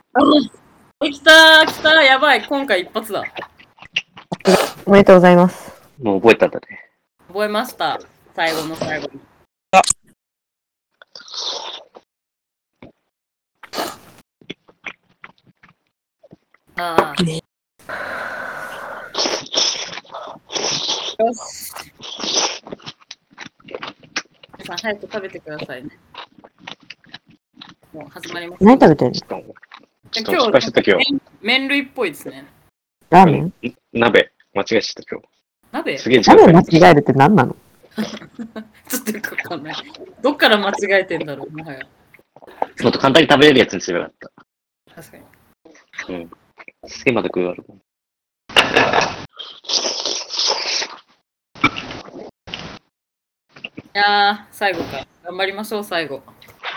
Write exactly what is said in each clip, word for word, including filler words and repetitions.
できたー、来たー、やばい、今回一発だ。 おめでとうございます。 もう覚えたんだね。 覚えました。最後の最後に。ああ。 ねよし。皆さん、早く食べてくださいね。もう始まります。 何食べてんの？ ちょっと今失敗しちゃった今日。 日麺類っぽいですね。 ラーメン？ 鍋、間違えちゃった今日。 鍋すげえ時間鍋間かかりました違えるって何なの？ ちょっとよくわかんない。どっから間違えてんだろう、もはや。 もっと簡単に食べれるやつにすればよかっ確かに。 た。うん。すげえまだ食うあるもん。 いやー、最後か。頑張りましょう、最後。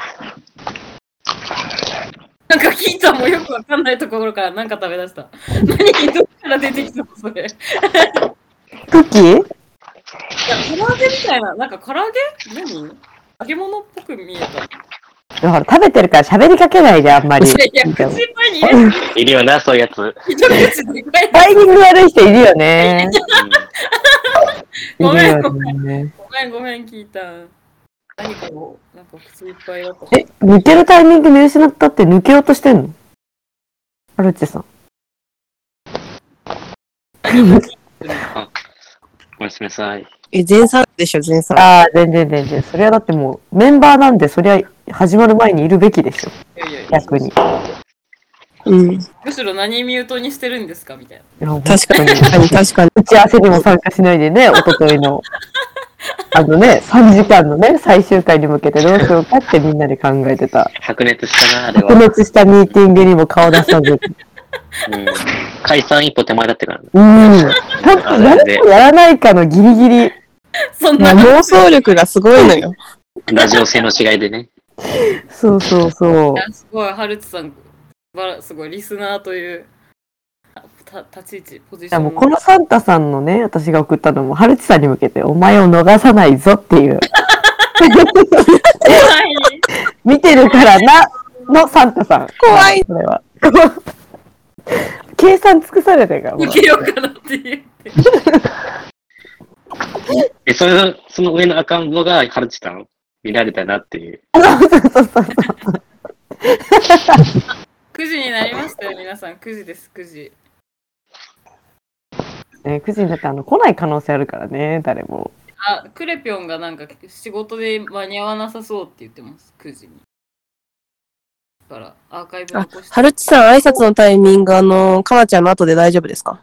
なんか、キータもよくわかんないところからなんか食べ出した。何？どっから出てきたのそれ。 クッキー？ いや、唐揚げみたいな、なんか唐揚げ？何？揚げ物っぽく見えた。 ほら、食べてるから喋りかけないで、あんまり。 いや、口いっぱいに入れているよな、そういうやつ。 一口でかい。 タイミング悪い人いるよね。いるよごめんごね。 ごめん、ごめん、聞いた。何かを、なんか口いっぱいだった。 え、抜けるタイミング見失ったって抜けようとしてんの？ハルチさん。 おやすみなさい。 え、前さんでしょ、前さん。 ああ、全然全然。それはだってもう、メンバーなんで、そりゃ始まる前にいるべきでしょ。 いやいやいや、 逆に。いうん。 むしろ何ミュートにしてるんですかみたいな。 や確かに、確かに、確かに。 打ち合わせにも参加しないでね、おとといの。あのね、さんじかんのね、最終回に向けてどうしようかってみんなで考えてた。 白熱したな、あれ白は。 熱したミーティングにも顔出さず。 うん。解散一歩手前だってからね。 うん。本当やるかやらないかのギリギリ。 そんな、 いや妄想力がすごいのよ。 ラジオ性の違いでね。 そうそうそうい。やすごい、ハルツさん、ばらすごい、リスナーという、た立ち位置、ポジション。 いやもうこのサンタさんのね、私が送ったのも、ハルチさんに向けて、お前を逃さないぞっていう。見てるからな、のサンタさん。 怖い。 これは。計算尽くされてるから。 受けようかなって言って。 え、その、その上のアカウントがハルチさん見られたなっていう。 そうそうそうそう。 くじになりましたよ、皆さん。くじです、くじ。 ね、くじになってあの来ない可能性あるからね、誰も。 あ、クレピョンがなんか仕事で間に合わなさそうって言ってます、くじに。だから、アーカイブあ残し、て。 はるちさん、挨拶のタイミング、あの、かなちゃんの後で大丈夫ですか？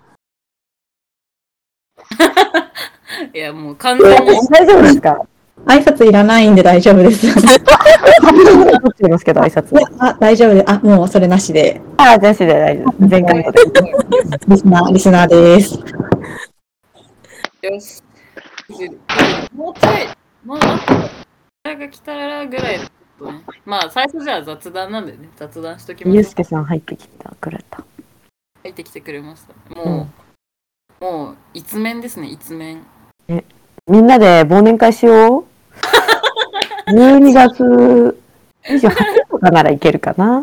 いや、もう完全に。 大丈夫ですか？ 挨拶いらないんで大丈夫です。 取ってますけど、挨拶。 あ、大丈夫です。あ、もうそれなしで。 あ、なしで大丈夫。前回ので。 リスナー、リスナーです。 よし。もうちょい、まあ、あとが来たらぐらいだとね。まあ、最初じゃあ雑談なんでね、雑談しときましょう。 ゆうすけさん入ってきたくれた。 入ってきてくれました。もう、うん、もう、一面ですね、一面。 え、みんなで忘年会しよう。じゅうにがつにじゅうはちとかならいけるかな。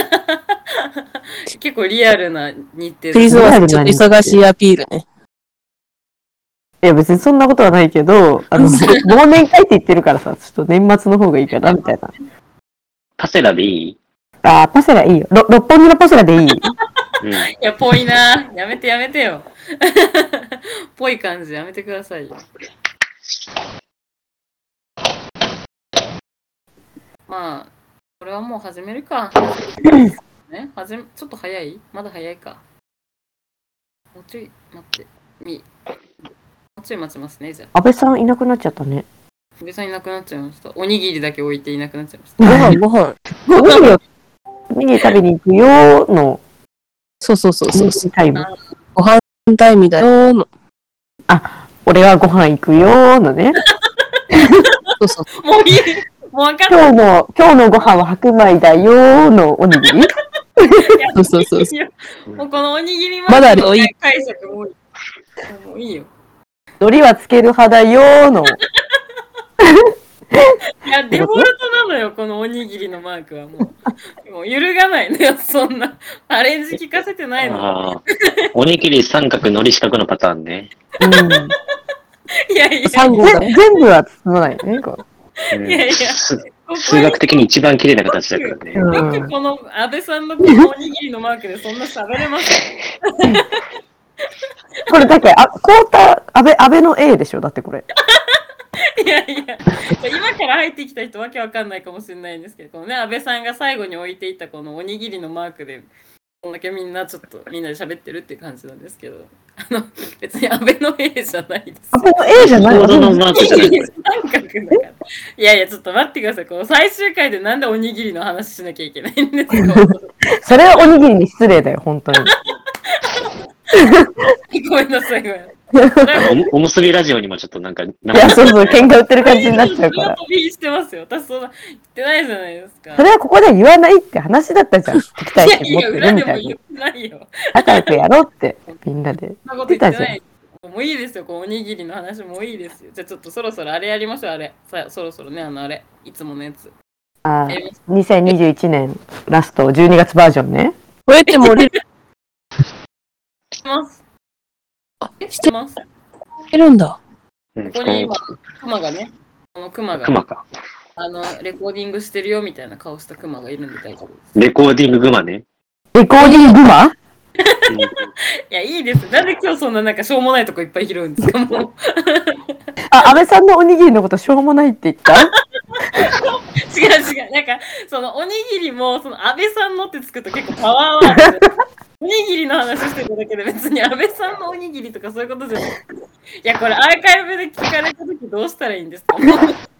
結構リアルな日程クリスマスちょっと忙しいアピールね。 いや別にそんなことはないけど、あの、忘年会って言ってるからさ、ちょっと年末の方がいいかな、みたいな。 パセラでいい？ あー、パセラいいよ。ろ六本木のパセラでいい。 うん。 いや、ぽいな。やめてやめてよ。ぽい感じやめてくださいよ。まあ、これはもう始めるか。ね、はじめちょっと早い？まだ早いか。もうちょい待って。み、もうちょい待ちますね、じゃあ。 安倍さんいなくなっちゃったね。 安倍さんいなくなっちゃいました。おにぎりだけ置いていなくなっちゃいました。 ご飯、ご飯。 おにぎりを、おにぎり食べに行くよーの、 そうそうそうそうそう。 タイム。 ご飯タイムだよーの。 あ、俺はご飯行くよーのね。 そうそう。 もういい。もう分かった。 今日の、今日のご飯は白米だよーのおにぎり。 そうそうそうそうもうこのおにぎりまだのいい解釈もういい。もういいよ。 海苔はつける派だよーの。 いや、デフォルトなのよ、このおにぎりのマークはもう。もう揺るがないのよ、そんな。アレンジ聞かせてないの。 ああ。おにぎり三角、のり四角のパターンね。 うん。 いやいや、 三号だね。 ぜ全部は包まないね。こうんいやいやすここに数学的に一番綺麗な形だからね。 うよくこの安倍さんのこのおにぎりのマークでそんな喋れますこれだけ、あ、コータ、安倍、安倍の A でしょだってこれ。 いやいや、今から入ってきた人わけわかんないかもしれないんですけど、このね、安倍さんが最後に置いていたこのおにぎりのマークで、こんだけみんなちょっとみんなで喋ってるっていう感じなんですけど、あの、別に安倍の A じゃないです安倍の A じゃないコードのマークじゃない。 三角だから。いやいや、ちょっと待ってください。この最終回でなんでおにぎりの話しなきゃいけないんですかそれはおにぎりに失礼だよ、本当に。 ごめんなさい、ごめんなさい。 おおむすびラジオにもちょっとなんか、なんいや、 かそうそう、喧嘩売ってる感じになっちゃうから。 飛びしてますよ。私そんな言ってないじゃないですか。 それはここで言わないって話だったじゃん。聞きたいっていやいや、 思って裏るみたいにでも言っ。てないよ。 仲良くやろうって、みんなで。 そんなこと言ってない。もういいですよ、こうおにぎりの話もういいですよ。じゃあちょっとそろそろあれやりましょう、あれ。さそろそろね、あのあれ。いつものやつ。 あやりましょにせんにじゅういちねんラストじゅうにがつバージョンね。 これってもう、 うしてます。 あ、 えししててます。 るんだ。 うんここに今、クマがね、このクマが、 クマか。 あの、レコーディングしてるよみたいな顔したクマがいるんで大丈夫です。 レコーディンググマね。 レコーディングマうんいや、いいです。なんで今日そんななんかしょうもないとこいっぱい拾うんですか、もう。 あ、安倍さんのおにぎりのことしょうもないって言った違う違う。なんか、そのおにぎりも、その安倍さんのってつくと結構パワーワードで、おにぎりの話してただけで別に安倍さんのおにぎりとかそういうことじゃない。いや、これアーカイブで聞かれたときどうしたらいいんですかもう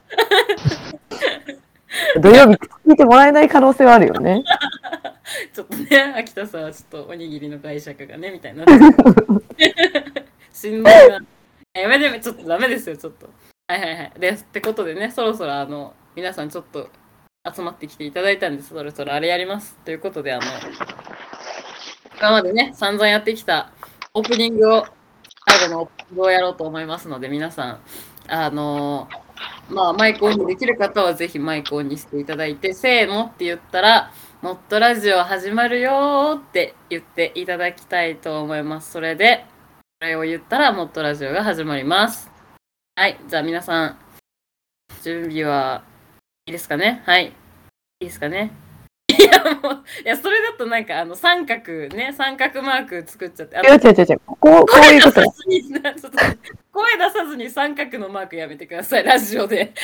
土曜日聞いてもらえない可能性はあるよね。 ちょっとね、秋田さんはちょっとおにぎりの解釈がね、みたいになってしんどいな。やめてめ、ちょっとダメですよ、ちょっと。はいはいはい。で、ってことでね、そろそろあの、皆さんちょっと集まってきていただいたんです。そろそろあれやります。ということで、あの、今までね、散々やってきたオープニングを、最後のオープニングをやろうと思いますので、皆さん、あのまあ、マイクオンにできる方はぜひマイクオンにしていただいて、せーのって言ったら、もっとラジオ始まるよーって言っていただきたいと思います。それで、これを言ったら、もっとラジオが始まります。はい、じゃあ皆さん、準備はいいですかね？はい。いいですかね？いや、もう、いや、それだとなんか、あの、三角ね、三角マーク作っちゃって。あの違う違う違う違う。こう、こういうこと声出さ。ずに、ちょっと声出さずに三角のマークやめてください、ラジオで。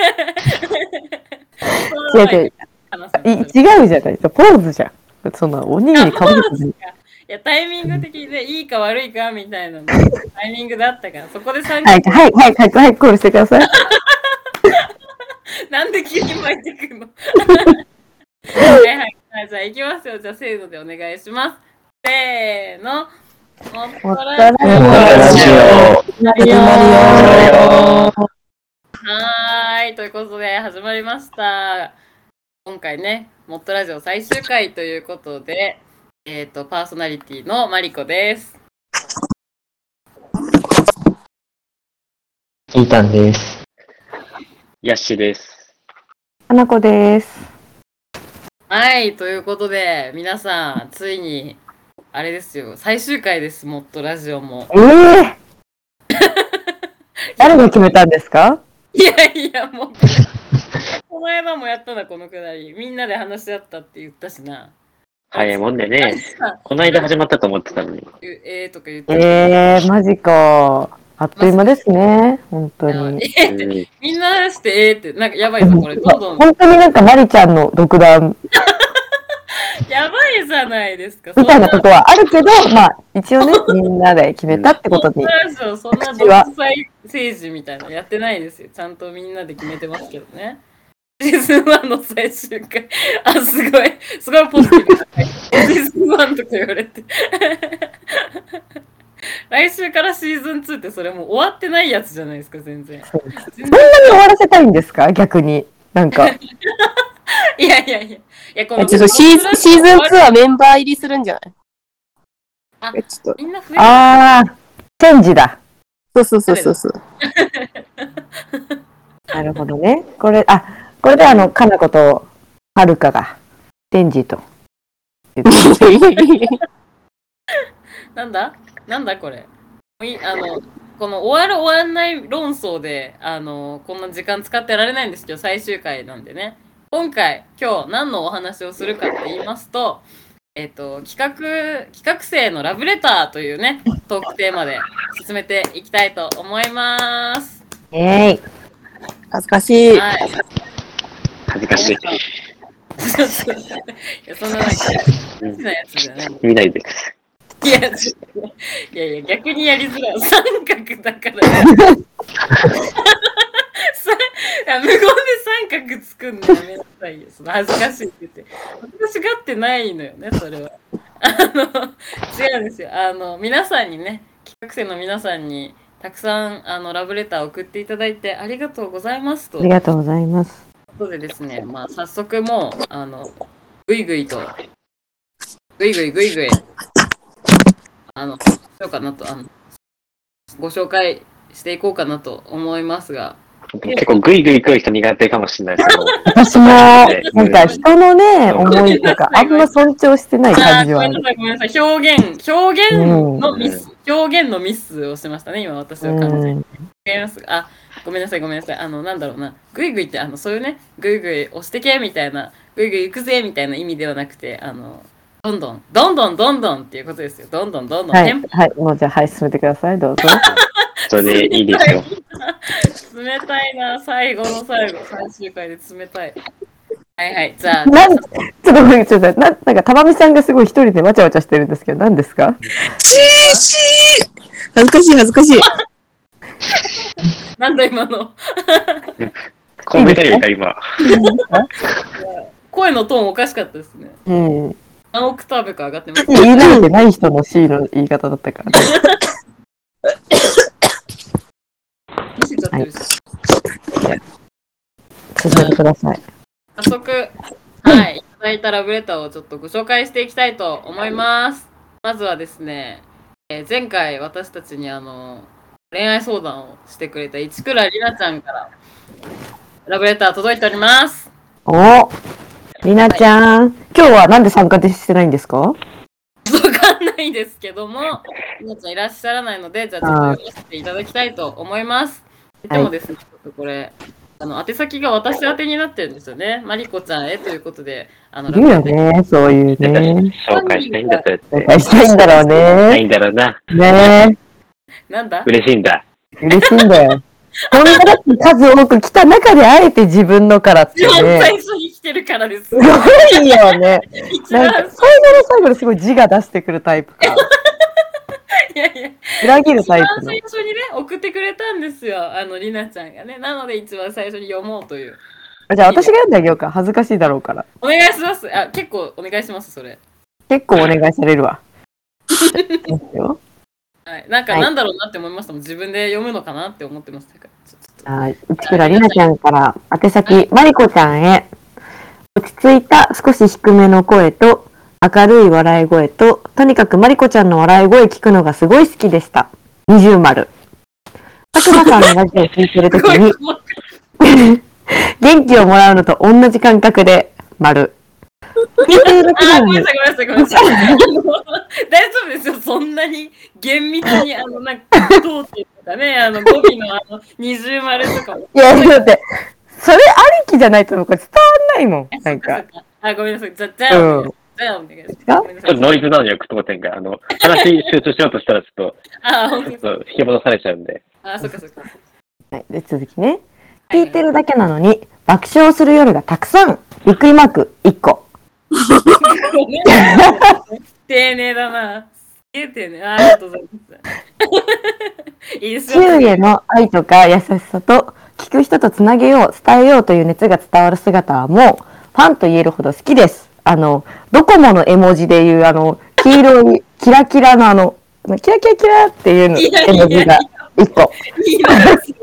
違う違う。い違うじゃない。ポーズじゃん。そんなおにぎりかぶってずに。 いや、タイミング的でいいか悪いかみたいなのタイミングだったから、そこで三はい、 角、 はい、はい、はい、はい、コールしてください。 なんで急に巻いてくんのはいはいはい、じゃあ行きますよ。じゃあ、せーのでお願いします。せーの。もっともっとラジオラジ始まるよー。 はーい、ということで始まりました。今回ね、モットラジオ最終回ということで、えっ、と、パーソナリティのマリコです。 イータンです。 ヤッシュです。 花子です。 はい、ということで、皆さん、ついに、あれですよ、最終回です、モットラジオも。 ええ誰が決めたんですか？ いやいや、もう、この間もやったな、このくだり。みんなで話し合ったって言ったしな。 早いもんでね。この間始まったと思ってたのに。 えーとか言って。 ええマジか。あっという間ですね。本当に。 えーってみんなして、えーって、なんかやばいぞ、これ、どんどん。 本当になんかマリちゃんの独断やばいじゃないですか。 みたいなとこはあるけど、まあ一応ね、みんなで決めたってことに。 そんそんな独裁政治みたいなのやってないですよ。ちゃんとみんなで決めてますけどね。シーズンワンの最終回。あ、すごい。すごいポジティブ。シーズンワンとか言われて。来週からシーズンツーってそれもう終わってないやつじゃないですか、全然。全然そんなに終わらせたいんですか？逆に。なんか。 いやいやいや。いやこえちょっとシーズン、シーズンツーはメンバー入りするんじゃない？ あえちょっと、 みんな増えあー、チェンジだ。 そうそうそうそうそう。 なるほどね。これ、あ、これであの、かなことはるかが、デンジと言ってなんだなんだこれ。いあの、この終わる終わんない論争で、あの、こんな時間使ってられないんですけど、最終回なんでね。今回、今日何のお話をするかって言いますと、えっと、企画、企画生のラブレターというね、トークテーマで進めていきたいと思います。 えい。 恥ずかしい。 はい。 恥ずかしい。 いや、そんななんか、好きなやつじゃない。 見ないで。 いや、ちょっといやいや、逆にやりづらい。三角だから。さいや無言で三角作るのやめなさいよ。その恥ずかしいって言って。恥ずかしがってないのよね、それは。あの、違うんですよ。あの、皆さんにね、企画生の皆さんに、たくさんあのラブレターを送っていただいてありがとうございますと。 ありがとうございます。 ということでですね、まあ、早速もう、あの、ぐいぐいと、ぐいぐいぐいぐい、あの、しようかなと、あの、ご紹介していこうかなと思いますが。 結構グイグイ来る人苦手かもしれないですけど。 私も、なんか人のね、思いとか、あんま尊重してない感じはある。 ごめんなさい、ごめんなさい。表現、表現のミス、表現のミスをしてましたね、今私は完全に。違います。あ、ごめんなさい、ごめんなさい。あの、なんだろうな。グイグイって、あの、そういうね、グイグイ押してけみたいな、グイグイ行くぜみたいな意味ではなくて、あの、どんどん、どんどんどんどんっていうことですよ。どんどんどんどん。 はい、はい、もうじゃあ、はい、進めてください、どうぞ。 それでいいですよ。 冷たいな、最後の最後、最終回で冷たい。はいはい、じゃあ、 なん、ちょっとごめん、ちょっと、な、なんか、たまみさんがすごい一人でわちゃわちゃしてるんですけど、何ですか？ しーしー恥ずかしい恥ずかしい。 なんだ今の。 コンビタリーか、今。 声のトーンおかしかったですね。 うん。 何オクターブか上がってます。 言い慣れてない人の C の言い方だったから、ね。 見せちゃってるし。 続けてください。 早速、はい、いただいたラブレターをちょっとご紹介していきたいと思います。まずはですね、えー前回私たちにあの恋愛相談をしてくれた市倉里奈ちゃんからラブレター届いております。 お、りなちゃん、今日はなんで参加してないんですか？ わかんないですけども、りなちゃんいらっしゃらないので、じゃあちょっと読ませていただきたいと思います。でもですね、ちょっとこれ、あの宛先が私宛てになってるんですよね。マリコちゃんへということで、あのいるよね、そういうね。 紹介したいんだ、そうやって。 紹介したいんだろうないね。 んだろうな。 ねなんだ嬉しいんだ。 嬉しいんだよ。こんなだって数多く来た中であえて自分のからって一番ね。 最初に来てるからです。 すごいよね。 一なんか番最後の最後ですごい自我出してくるタイプか。 いやいや、 裏切る一タイプの番最。初にね、送ってくれたんですよ。あの、りなちゃんがね。なので一番最初に読もうという。 じゃあ私が読んであげようか。恥ずかしいだろうから。 お願いします。あ、結構お願いします、それ。 結構お願いされるわ。ですよ。 はい。なんか、 はいなんだろうなって思いましたもん。自分で読むのかなって思ってましたから。ちょちょっとあ、内倉里奈ちゃんから宛先、まりこちゃんへ。落ち着いた少し低めの声と明るい笑い声と、とにかくまりこちゃんの笑い声聞くのがすごい好きでした。二重丸。佐久間さんのラジオを聞いてるときにすごい細かい元気をもらうのと同じ感覚で丸。聞いてるだけあー、 なのにごめんなさい、ごめんなさい、ごめんなさい。あの大丈夫ですよ。そんなに厳密に、あの、なんか、通ってとかね、あの、語尾のあの、二重丸とかも。 いや、だって、それありきじゃないとこれ伝わんないもん。なんか。 そっか。あ、ごめんなさい。じゃ、じゃあ、 うん。 じゃあ、お願いします。 かごめんなさいちょっとノイズなのには句読点が、あの、話集中しようとしたらちょっあ、本当と、 ですちょっと引き戻されちゃうんで。 あ、そっかそっか。 はい。で、続きね。聞いてるだけなのに、爆笑する夜がたくさん。びっくりマークいっこ。 ごめんなさい丁寧だな。すげえ丁寧。あ、ありがとうございます。いいですよ。 周囲への愛とか優しさと、聞く人とつなげよう、伝えようという熱が伝わる姿はもう、ファンと言えるほど好きです。あの、ドコモの絵文字でいう、あの、黄色い、キラキラのあの、キラキラキラっていうのいやいや絵文字がいっこ。 いいです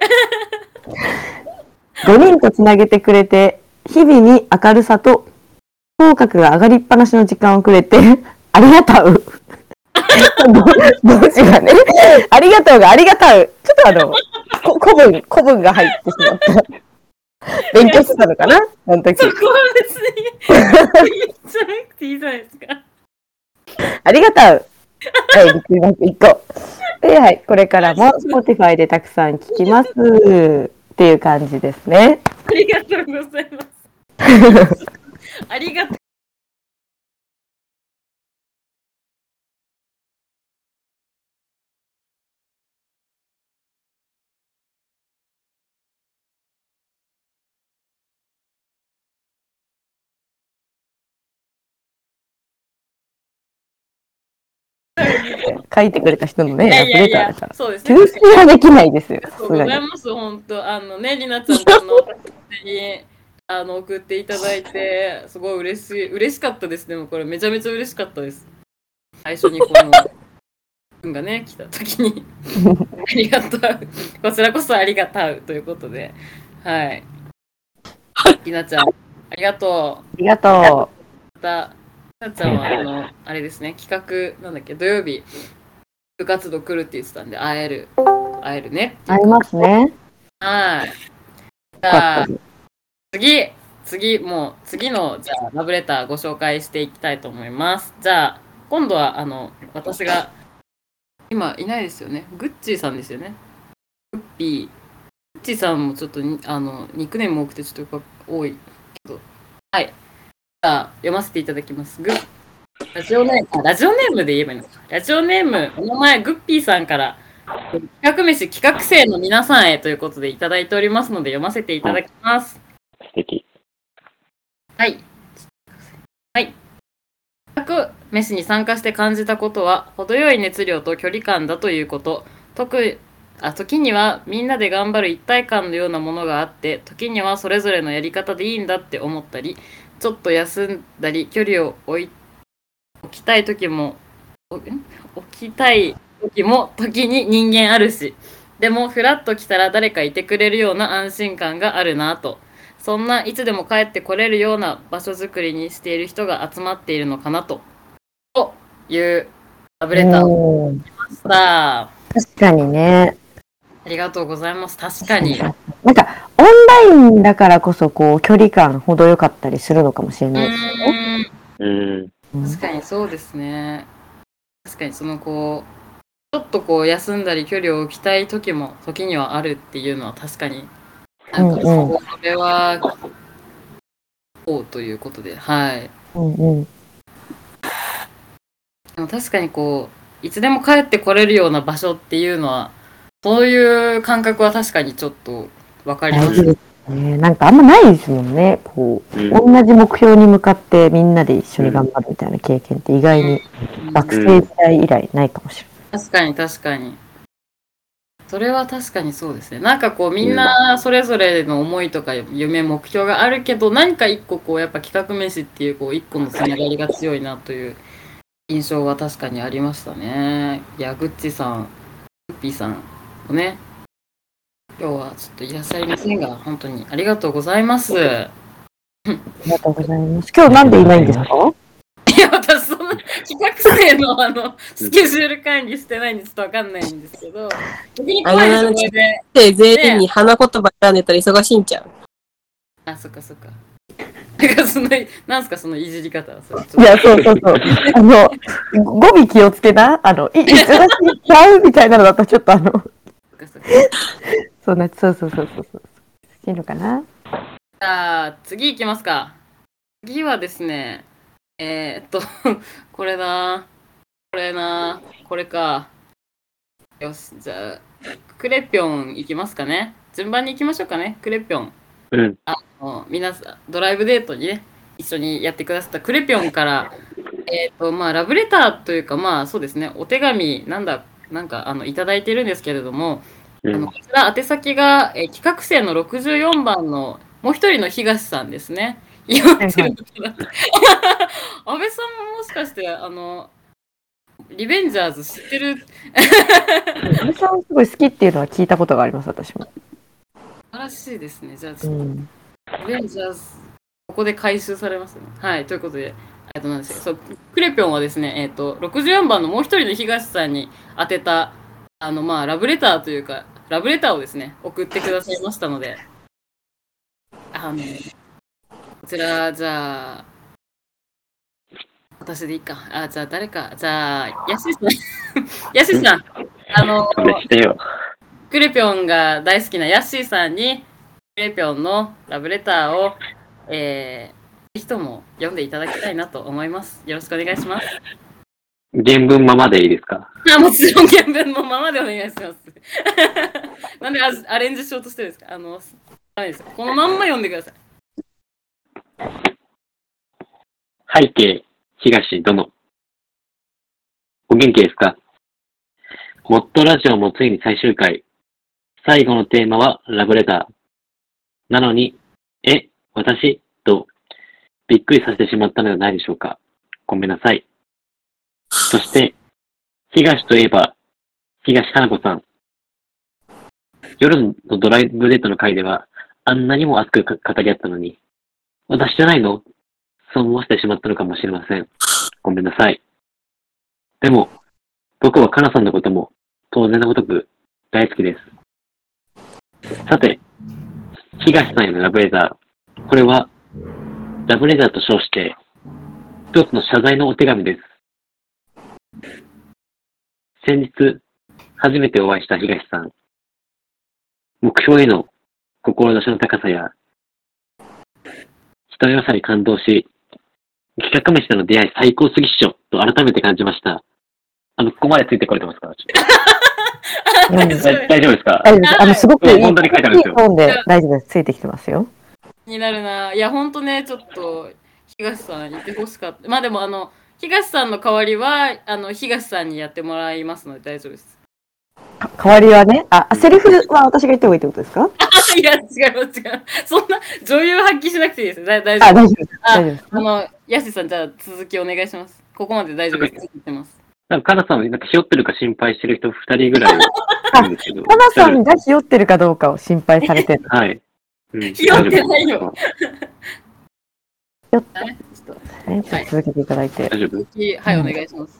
ごにんとつなげてくれて、日々に明るさと口角が上がりっぱなしの時間をくれて、ありがたう。どうしがね、ありがとうがありがたう。ちょっとあの、 こ古文、古文が入ってしまった。勉強してたのかなその時。 そこは別に言っちゃなくていいじゃないですか。 ありがとう。はい、リクエストいっこ。で、はい、これからも Spotify でたくさん聞きますっていう感じですね。 ありがとうございます。ありがとう。 書いてくれた人のね、 いやいやいやラブレターだから。 そうですね。 中止はできないですよ。 ありがとうさすがに。 ございます。本当あのね、りなちゃんとあの私にあの送っていただいて、すごい嬉しい嬉しかったです。でもこれめちゃめちゃ嬉しかったです。最初にこの文がね来た時にありがとう。こちらこそありがとうということで、はい。りなちゃんありがとありがとう。またりなちゃんはあのあれですね、企画なんだっけ土曜日部活動来るって言ってたんで会える会えるねってう。 いう会いますね。 はい。じよかゃあったです。 次、次、もう次のじゃあラブレターご紹介していきたいと思います。じゃあ、今度はあの私が今いないですよね。グッチーさんですよね。グッピー。グッチーさんもちょっとにあのニックネーム多くてちょっと多いけど。はい。じゃあ、読ませていただきます。グッラジオネーム、あラジオネームで言えばいいのか。ラジオネーム、お名前、グッピーさんから、企画飯企画生の皆さんへということでいただいておりますので読ませていただきます。 素敵。 はい。はい。企画飯に参加して感じたことは、程よい熱量と距離感だということ。特あ時にはみんなで頑張る一体感のようなものがあって、時にはそれぞれのやり方でいいんだって思ったり、ちょっと休んだり、距離を置い置きたい時も、おん置きたい時も時に人間あるし、でもフラッと来たら誰かいてくれるような安心感があるなと。そんないつでも帰ってこれるような場所づくりにしている人が集まっているのかなと。というラブレターをおーしました。あ確かにね。 りがとうございます。確かに。 なんか、オンラインだからこそ、こう、距離感程よかったりするのかもしれうないですよね。 ーんうん。 確かにそうですね。確かにそのこう、ちょっとこう休んだり距離を置きたい時も時にはあるっていうのは確かに、なんかうんうんそれは、こうということで、はい。 うんうん。 でも確かにこう、いつでも帰ってこれるような場所っていうのは、そういう感覚は確かにちょっとわかります。 大事ですね。なんかあんまないですもんね。こう、 うん同じ目標に向かってみんなで一緒に頑張るみたいな経験って意外に学生時代以来ないかもしれ確かに確かに。それは確かにそうですね。なんかこうみんなそれぞれの思いとか夢目標があるけど、何か一個こうやっぱ企画飯っていうこう一個のつながりが強いなという印象は確かにありましたね。いや、グッチさん、グッピーさんもね、今日はちょっといらっしゃいませんが、本当にありがとうございます。いない。ありがとうございます。今日なんでいないんですか？ や、私そんな企画生のあのスケジュール管理してないんでちょっとわかんないんですけど、逆に怖いです、これで。 で、全員に花言葉選んでたら忙しいんちゃう。 あ、そっかそっか。なんかその、なんすかそのいじり方はそれちょっといや、そうそうそう。あの、語尾気をつけな。あの、い、忙しいちゃうみたいなのだとちょっとあの、 そっかそっか。 そうな、そうそうそうそうそう。いいのかな？ じゃあ、次行きますか。次はですね、えー、っと、これな、これな、これか。よし、じゃあ、クレピョン行きますかね。順番に行きましょうかね、クレピョン。 うん。 あの、皆さん、ドライブデートにね、一緒にやってくださったクレピョンから、えー、っと、まあ、ラブレターというか、まあ、そうですね、お手紙、なんだ、なんか、あの、いただいてるんですけれども、 うんあのこちら宛先が、えー企画生のろくじゅうよんばんのもう一人の東さんですね。言われてるのかな。安倍さんももしかしてあのリベンジャーズ知ってる？ 安倍さんすごい好きっていうのは聞いたことがあります、私も。 素晴らしいですね。じゃあうちょっとん。 リベンジャーズここで回収されますね。はい、ということで。えっとなんですよそうクレピョンはですね、えっとろくじゅうよんばんのもう一人の東さんに宛てたあのまあラブレターというかラブレターをですね、送ってくださいましたので、あの、こちら、じゃあ、私でいいか。あ、じゃあ誰か。じゃあ、やしさん。やしさん。あの、 それしてよ。 クレピョンが大好きなヤッシーさんに、クレピョンのラブレターを、えー、ぜひとも読んでいただきたいなと思います。よろしくお願いします。 原文ままでいいですか？ あ、もちろん原文のままでお願いします。なんでアアレンジしようとしてるんですか？あの、ダメですよ。このまんま読んでください。 背景、東殿。お元気ですか？モッドラジオもついに最終回。最後のテーマはラブレター。なのに、え、私とびっくりさせてしまったのではないでしょうか。ごめんなさい。そして、東といえば、東かな子さん。夜のドライブデートの回では、あんなにも熱く語り合ったのに、私じゃないの？そう思わせてしまったのかもしれません。ごめんなさい。でも、僕はかなさんのことも、当然のごとく大好きです。さて、東さんへのラブレター。これは、ラブレターと称して、一つの謝罪のお手紙です。先日、初めてお会いした東さん。目標への志の高さや、人の良さに感動し、企画飯での出会い最高すぎっしょと改めて感じました。あの、ここまでついてこれてますか？大丈夫ですか？ 大丈夫です。あの、すごくいい本当に書いてあるんですよ。 本で大丈夫です。ついてきてますよ。 気になるな。いや、ほんとね、ちょっと、東さんいてほしかった。まあでも、あの、東さんの代わりは、あの、東さんにやってもらいますので大丈夫です。 代わりはね、あ、セリフは私が言った方がいいってことですか？ いや、違う、違う。そんな、女優発揮しなくていいです。だ大丈あ、 夫。 大丈夫です。 あ、 大丈夫です。 あの、ヤシさん、じゃあ続きお願いします。ここまで大丈夫です。ついてます。 なんか、かなさんはなんかひよってるか心配してる人二人ぐらいいるんですけど。 かなさんがひよってるかどうかを心配されてる。 はい。うん、 ひよってないよ。 ひよってあれちょっと、 ね、じゃあ続けていただいて。 大丈夫？ 次はい、お願いします。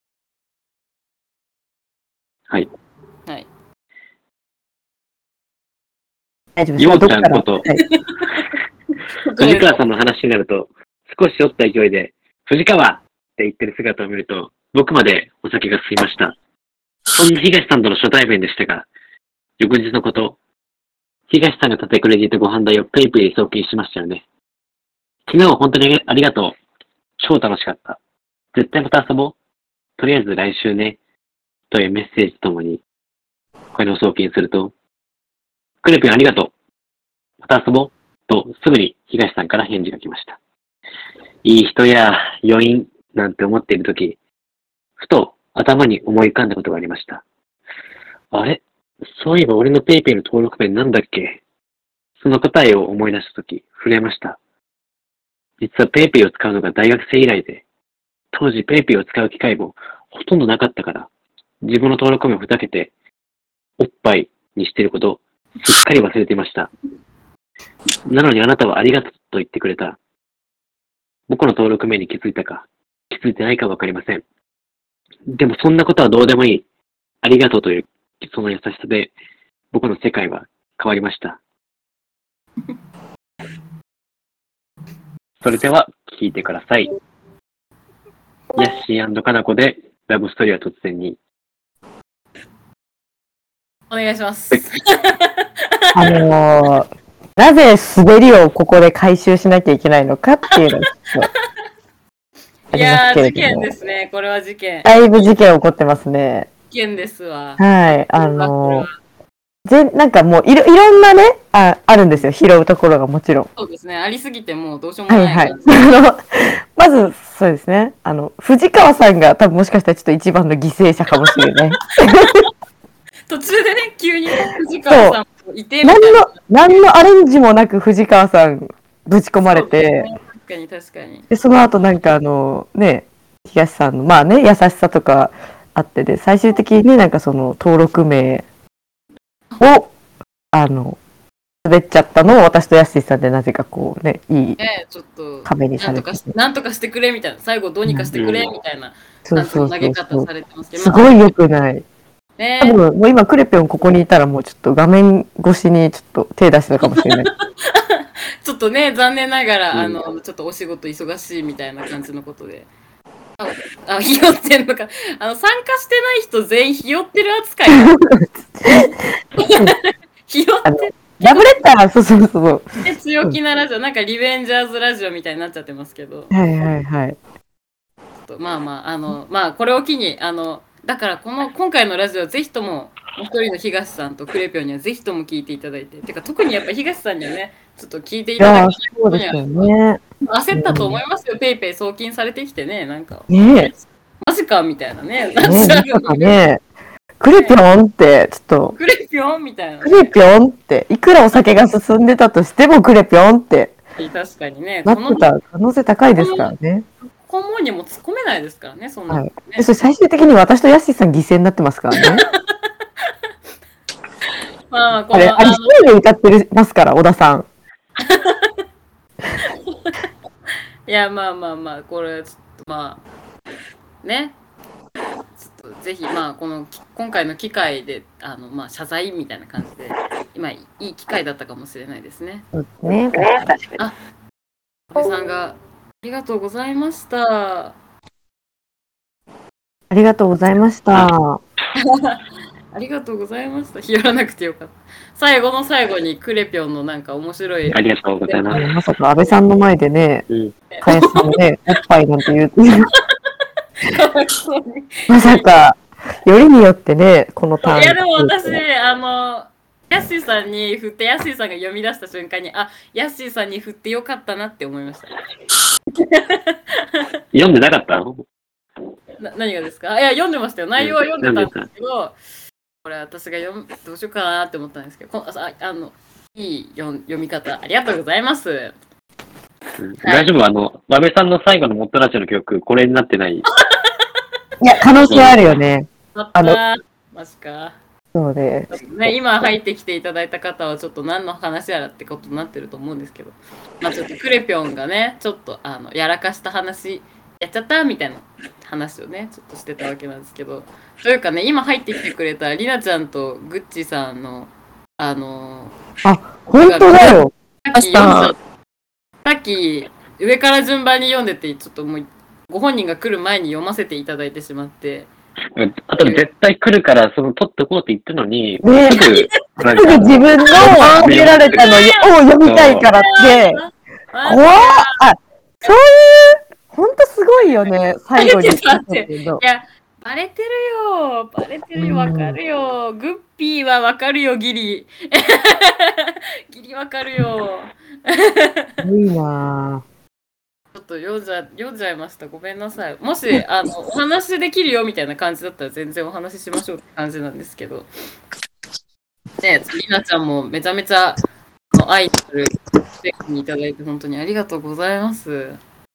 はい。 はい。 大丈夫です。 ようちゃんどっからこと、 はい藤川さんの話になると、少し酔った勢いで、藤川って言ってる姿を見ると、僕までお酒が進みました。そんな東さんとの初対面でしたが、翌日のこと、東さんが立てくれていたご飯代をペイペイ送金しましたよね。昨日は本当にありがとう。超楽しかった。絶対また遊ぼう。とりあえず来週ね。というメッセージとともに、お金を送金すると、クレピンありがとう。また遊ぼう。と、すぐに東さんから返事が来ました。いい人や余韻なんて思っているとき、ふと頭に思い浮かんだことがありました。あれ？そういえば俺のペイペイの登録名なんだっけ？その答えを思い出したとき、震えました。実はペイペイを使うのが大学生以来で、当時ペイペイを使う機会もほとんどなかったから、自分の登録名をふざけて、おっぱいにしていることをすっかり忘れていました。なのにあなたはありがとうと言ってくれた。僕の登録名に気づいたか、気づいてないかわかりません。でもそんなことはどうでもいい。ありがとうというその優しさで、僕の世界は変わりました。それでは聞いてください。ヤッシー&かなこでラブストーリーは突然に。 お願いします。 あのー、なぜ滑りをここで回収しなきゃいけないのかっていうのがあいりまやー、事すけれども。 件ですね。これは事件。 だいぶ事件起こってますね。 事件ですわ。 はい。あのー、ぜなんかもういろいろんなねあ、あるんですよ。拾うところがもちろん。 そうですね。ありすぎてもうどうしようもない。 はいはい。あの、まず、そうですね。あの、藤川さんが多分もしかしたらちょっと一番の犠牲者かもしれない。 途中でね、急に藤川さんもいてみた何いな。 の、何のアレンジもなく藤川さんぶち込まれて、 確かに確かに。 で、その後なんかあの、ね、東さんの、まあね、優しさとかあってで、最終的にね、なんかその登録名を、あの、滑っちゃったのを私とヤッシーさんでなぜかこうね、いいね、ちょっと、 壁にさなんとれてて。 かしなんとかしてくれみたいな。最後どうにかしてくれみたいなそうそう感じの投げそうそう方されてますけど。 すごい良くない。 ね多分、もう今、クレピョンここにいたらもうちょっと画面越しにちょっと手出してたかもしれない。 ちょっとね、残念ながら、 うんあの、ちょっとお仕事忙しいみたいな感じのことで。あ、あひよってんのか。あの、参加してない人全員ひよってる扱いだ。ひよあのラブレター、そうそうそう。 って強気なラジオ、なんかリベンジャーズラジオみたいになっちゃってますけど、 はいはいはい。 まあまあ、あの、まあ、これを機に、あの、だからこの、今回のラジオはぜひとも、もう一人の東さんとクレピョンにはぜひとも聞いていただいて、てか特にやっぱ東さんにはね、ちょっと聞いていいやー、 ただきたいそうですよね。 焦ったと思いますよ、ペイペイ送金されてきてね、なんか、 ねマジかみたいなね、 え。ねえ、なんかね、クレピョンって、ちょっと、 クレピョンみたいな、 クレピョンって、いくらお酒が進んでたとしてもクレピョンって確かにね、 なってた可能性高いですからね。 肛門にも突っ込めないですからね、そんなのね。 でそれ最終的に私とヤッシーさん犠牲になってますからね。 まあ、こあれ、 の、 あれ、 あ一人で歌ってますから、小田さん。 いや、まあまあまあ、これ、ちょっとまあ、ね、ちょっとぜひ、まあ、この、き今回の機会で、あの、まあ、謝罪みたいな感じで、今、いい機会だったかもしれないですね。 そうですね。 安倍さんが、ありがとうございました。 ありがとうございました。 ありがとうございました。拾わなくてよかった。最後の最後にクレピョンのなんか面白いありがとうございます。 まさか安倍さんの前でね、 うん。 林さんね、おっぱいなんて言う。 かわいそうに。 まさか、よりによってね、このターン。 いやでも私、あの、ヤッシーさんに振って、ヤッシーさんが読み出した瞬間に、あ、ヤッシーさんに振ってよかったなって思いました。 読んでなかったの？ な何がですか？いや、読んでましたよ。内容は読んでたんですけど、これ私が読む、どうしようかなって思ったんですけど、こああの、いい読読み方、ありがとうございます。 うん大丈夫あの、安倍さんの最後のモットラジオの曲、これになってない。 いや、可能性あるよね。 あったー。マジか。 そうで。 ね、今入ってきていただいた方はちょっと何の話やらってことになってると思うんですけど、まあちょっとクレピョンがね、ちょっとあのやらかした話やっちゃったみたいな話をね、ちょっとしてたわけなんですけど、というかね、今入ってきてくれたりなちゃんとグッチさんのあのあ、本当だよ。 さっき読んだ、さっき上から順番に読んでて、ちょっともうご本人が来る前に読ませていただいてしまって。 あとで絶対来るから、その取っとこうって言ったのに、 ねすぐ、 すぐ自分のあげられたのを読みたいからって、怖っあ、そういう、ほんとすごいよね、最後に言ったけど。 いや、バレてるよ。バレてるよ。わかるよ。グッピーはわかるよ、ギリ。ギリわかるよ。 すごいなぁ。 ちょっと読んじゃ読んじゃいました。ごめんなさい。もし、あの、お話できるよみたいな感じだったら全然お話ししましょうって感じなんですけど。ね、りなちゃんもめちゃめちゃあの愛のあるステックにいただいて本当にありがとうございます。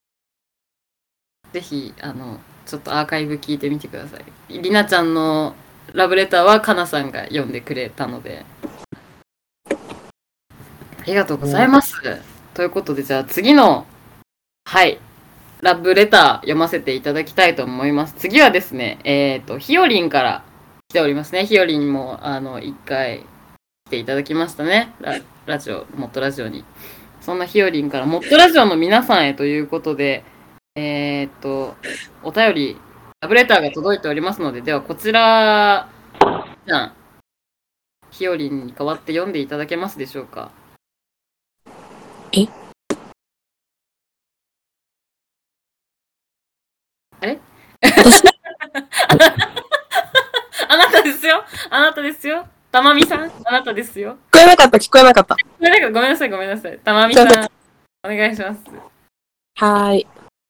ぜひ、あの、ちょっとアーカイブ聞いてみてください。りなちゃんのラブレターはかなさんが読んでくれたので。ありがとうございます。ということで、じゃあ次の、はい、ラブレター読ませていただきたいと思います。次はですね、えっと、ひよりんから来ておりますね。ひよりんも、あの、一回来ていただきましたね。ラ、ラジオ、モットラジオに。そんなひよりんから、モットラジオの皆さんへということで、えっと、お便り、ラブレターが届いておりますので、ではこちら、じゃあ、ひよりんに代わって読んでいただけますでしょうか。 えあれあなたですよあなたですよたまみさんあなたですよ。 聞こえなかった、聞こえなかった。 ごめんなさい、ごめんなさい、ごめんなさい。たまみさん、お願いします。 はーい。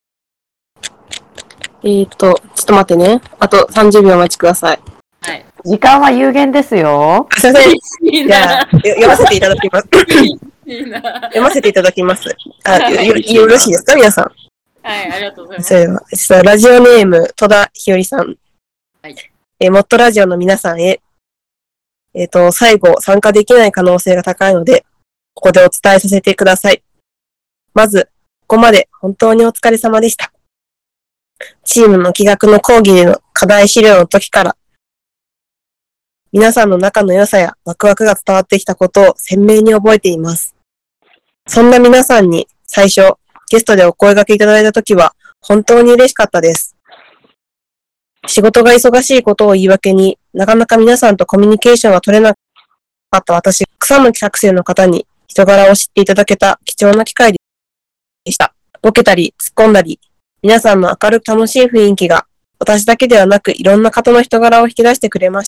えーと、ちょっと待ってね。あとさんじゅうびょうお待ちください。 はい。 時間は有限ですよ。 すいません。 いいじゃあ、 な。 よ読ませていただきます。 いいな。 読ませていただきます。あ、よ、よろしいですか皆さん。 はい、ありがとうございます。 それでは、実はラジオネーム、戸田ひよりさん。 はい。 えー、モットラジオの皆さんへ。えっと、最後、参加できない可能性が高いので、ここでお伝えさせてください。まず、ここまで本当にお疲れ様でした。チームの企画の講義での課題資料の時から、 皆さんの仲の良さやワクワクが伝わってきたことを鮮明に覚えています。そんな皆さんに最初、ゲストでお声掛けいただいたときは本当に嬉しかったです。仕事が忙しいことを言い訳になかなか皆さんとコミュニケーションが取れなかった私、たくさんの企画生の方に人柄を知っていただけた貴重な機会でした。ボケたり突っ込んだり、皆さんの明るく楽しい雰囲気が私だけではなくいろんな方の人柄を引き出してくれました。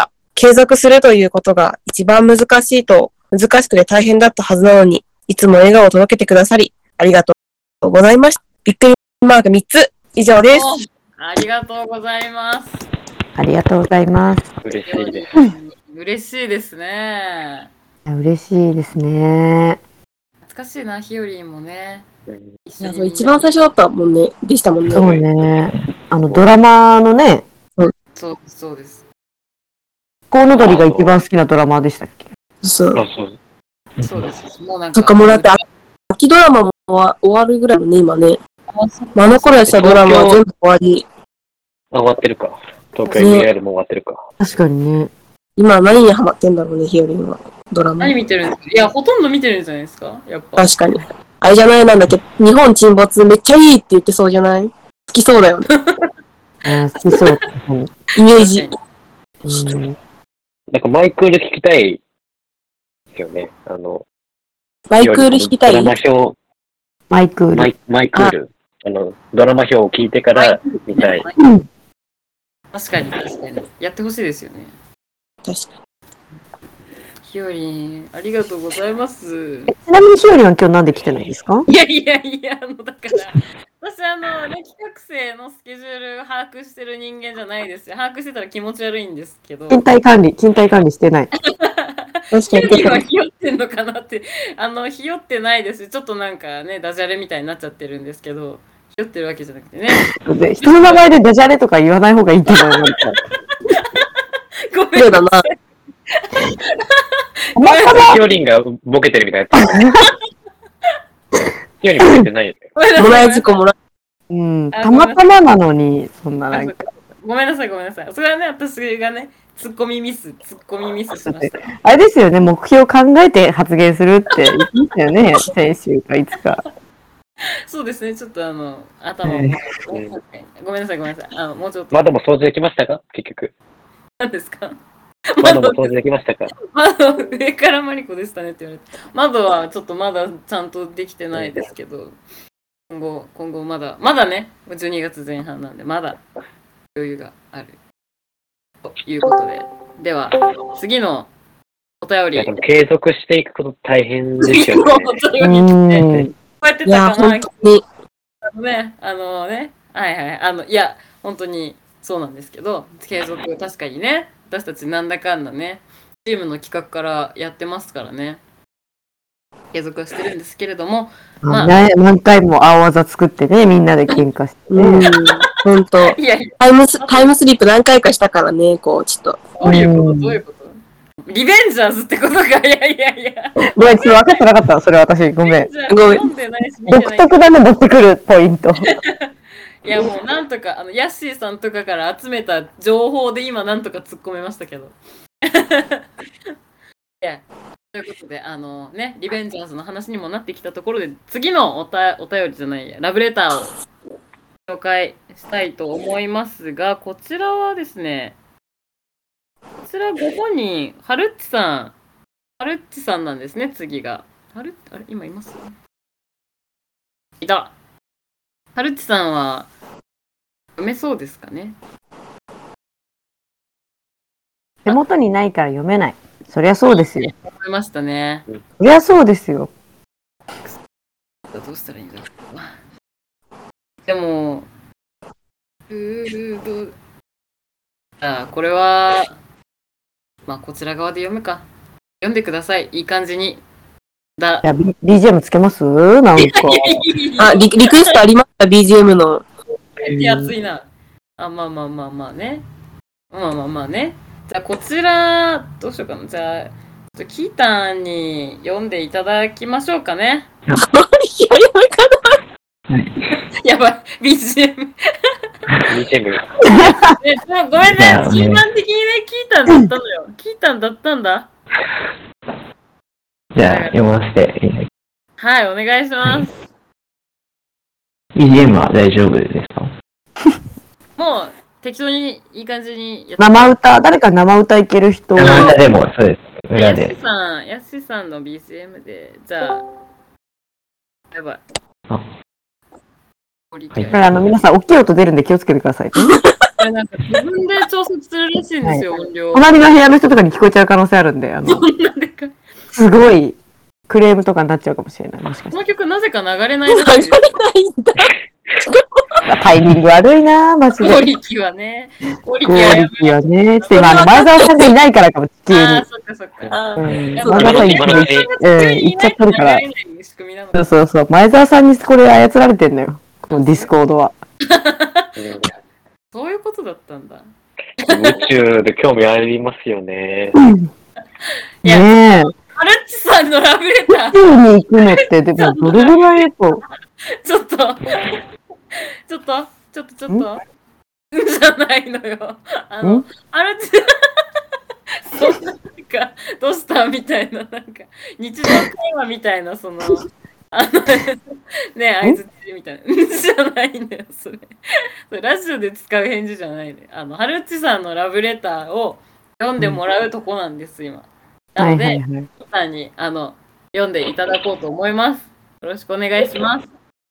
継続するということが一番難しいと、難しくて大変だったはずなのに、いつも笑顔を届けてくださり、ありがとうございました。びっくりマークみっつ以上です。 ありがとうございます。 ありがとうございます。 嬉しいです。 嬉しいですね。 いや嬉しいですね。 懐かしいな、ひよりんもね。 いや、そう一番最初だったもんね。でしたもんね。 そうね。あの、ドラマのね、 そうそうです。 コウノドリが一番好きなドラマでしたっけ？ そう。 あ、そう。 そうです。もうなんか。 そっか、もうだって、秋ドラマも終わるぐらいのね、今ね。あの頃やってたドラマは全部終わり。 あ、終わってるか。東京 エムアール も終わってるか。 確かにね。 今何にハマってんだろうね、ひよりんは。ドラマ。 何見てるんですか？いや、ほとんど見てるんじゃないですか？やっぱ。 確かに。あれじゃないなんだっけ、日本沈没めっちゃいいって言ってそうじゃない？好きそうだよね。 あ好きそう。 イメージ。 うん、 なんかマイクール聞きたいですよね。あの、 マイクール弾きたい？ ドラマ表、 マイクール。 マイ、マイクール。あの、ドラマ表を聞いてから見たい。 確かに、確かに。やってほしいですよね。 確かに。 ひよりん、ありがとうございます。 ちなみにひよりんは今日なんで来てないんですか？ いやいやいや、あの、だから、私、あの、ね、企画生のスケジュール把握してる人間じゃないですよ。把握してたら気持ち悪いんですけど。 勤怠管理、勤怠管理してない。 確かひよに。 りんはひよってんのかなって、あの、ひよってないです。ちょっとなんかね、ダジャレみたいになっちゃってるんですけど、ひよってるわけじゃなくてね。 で人の名前でダジャレとか言わない方がいいと思います。 ごめんなさい。 たまたまひよりんがボケてるみたいな。ひよりんボケてないよね。 もらえ事故もらうん、たまたまなのに、そんななんか。 ごめんなさい、ごめんなさい。それはね、私がね、ツッコミミス、ツッコミミスしました。 あれですよね、目標を考えて発言するって言ってましたよね、先週かいつか。 そうですね、ちょっとあの、頭を、 えごめんなさい、ごめんなさい。あの、もうちょっと。 窓も掃除できましたか結局。 何ですか？ 窓も掃除できましたか？ 窓、上からマリコでしたねって言われて。窓はちょっとまだちゃんとできてないですけど、今後、今後まだ、まだね、じゅうにがつぜん半なんで、まだ余裕がある。ということで。では、次のお便り。 いやでも継続していくこと大変ですよね。 次のお便りって、こうやっていや、 たかな。 本当に。 あのね、あのね、はいはい、あの、いや、本当にそうなんですけど、継続、確かにね、私たちなんだかんだね、チームの企画からやってますからね、継続はしてるんですけれども、まあ、 ね、何回も青技作ってね、みんなで喧嘩してね。 うん、本当。 いやいや、 タイムス、タイムスリップ何回かしたからね、こう、ちょっと。 どういうこと、 うんどういうことリベンジャーズってことか、いやいやいや。 ごめん、ちょっと分かってなかった、それ私、ごめん。 ごめん読んでないし見て独ない特だね、持ってくるポイント。 いやもうなんとかあのヤッシーさんとかから集めた情報で今なんとか突っ込めましたけどいやということであのねリベンジャーズの話にもなってきたところで次のおたお便りじゃないやラブレターを紹介したいと思いますがこちらはですねこちらご本人はるっちさんはるっちさんなんですね次がはるあれ今いますいたはるっちさんは読めそうですかね。 手元にないから読めない。そりゃそうですよ。 読めましたね。 そりゃそうですよ。 どうしたらいいんだろう。でも、うーどあこれは、まあこちら側で読むか。読んでください。いい感じに。だじゃあ ビージーエム つけますなんか。 あリ、リクエストありました ビージーエム の。 手厚いな。あ、まあまあまあまあね。まあまあまあね。じゃあこちら、どうしようかな。じゃあ、ちょっとキータンに読んでいただきましょうかね。 いや、やばいかな。 やばい、ビージーエム。 ビージーエム が。 え、でもごめんね、順番的にね、聞いたんだったのよ。聞いたんだったんだ。 じゃあ、読ませていただきはい、お願いします。 ビージーエム は大丈夫ですか？ もう、適当にいい感じにやって。 生歌、誰か生歌いける人。 生歌でも、そうです。裏やで。 しさん、やしさんの ビージーエム で、じゃあ、やばい。 あこれこれあの皆さん大きい音出るんで気をつけてくださいね。 なんか自分で調節するらしいんですよ、音量。 隣の部屋の人とかに聞こえちゃう可能性あるんで、あの、 そんなでかい。 すごいクレームとかになっちゃうかもしれない。もしかして。 この曲なぜか流れないらしいです。 ないんだ。 タイミング悪いなぁ、マジで。 クオリティはね。クオリテクオリィはやティはね。ちょっと今、あの、前澤さんがいないからかも、急に。 ああ、そっかそっか。 あうん。 ー前澤さん今のうちにうん、言っちゃってるから。 仕組みなのそうそうそう。前澤さんにこれ操られてんのよ。このディスコードは。 そういうことだったんだ。 宇宙で興味ありますよね。 いやねえ。 ハルッチさんのラブレター、 宇宙に行くのって、でもどれぐらいと。 ちょっと、ちょっと、ちょっと、ちょっと、じゃないのよ。あのん、 ハルッチ、そんな、なんか、どうしたみたいな、なんか、日常会話みたいな、その、あの、ね、相づちみたいな、じゃないんだよ、それ。それラジオで使う返事じゃないね。あの、ハルッチさんのラブレターを読んでもらうとこなんです、今。なはので、 いはいはい。 皆さんにあの読んでいただこうと思います。よろしくお願いします。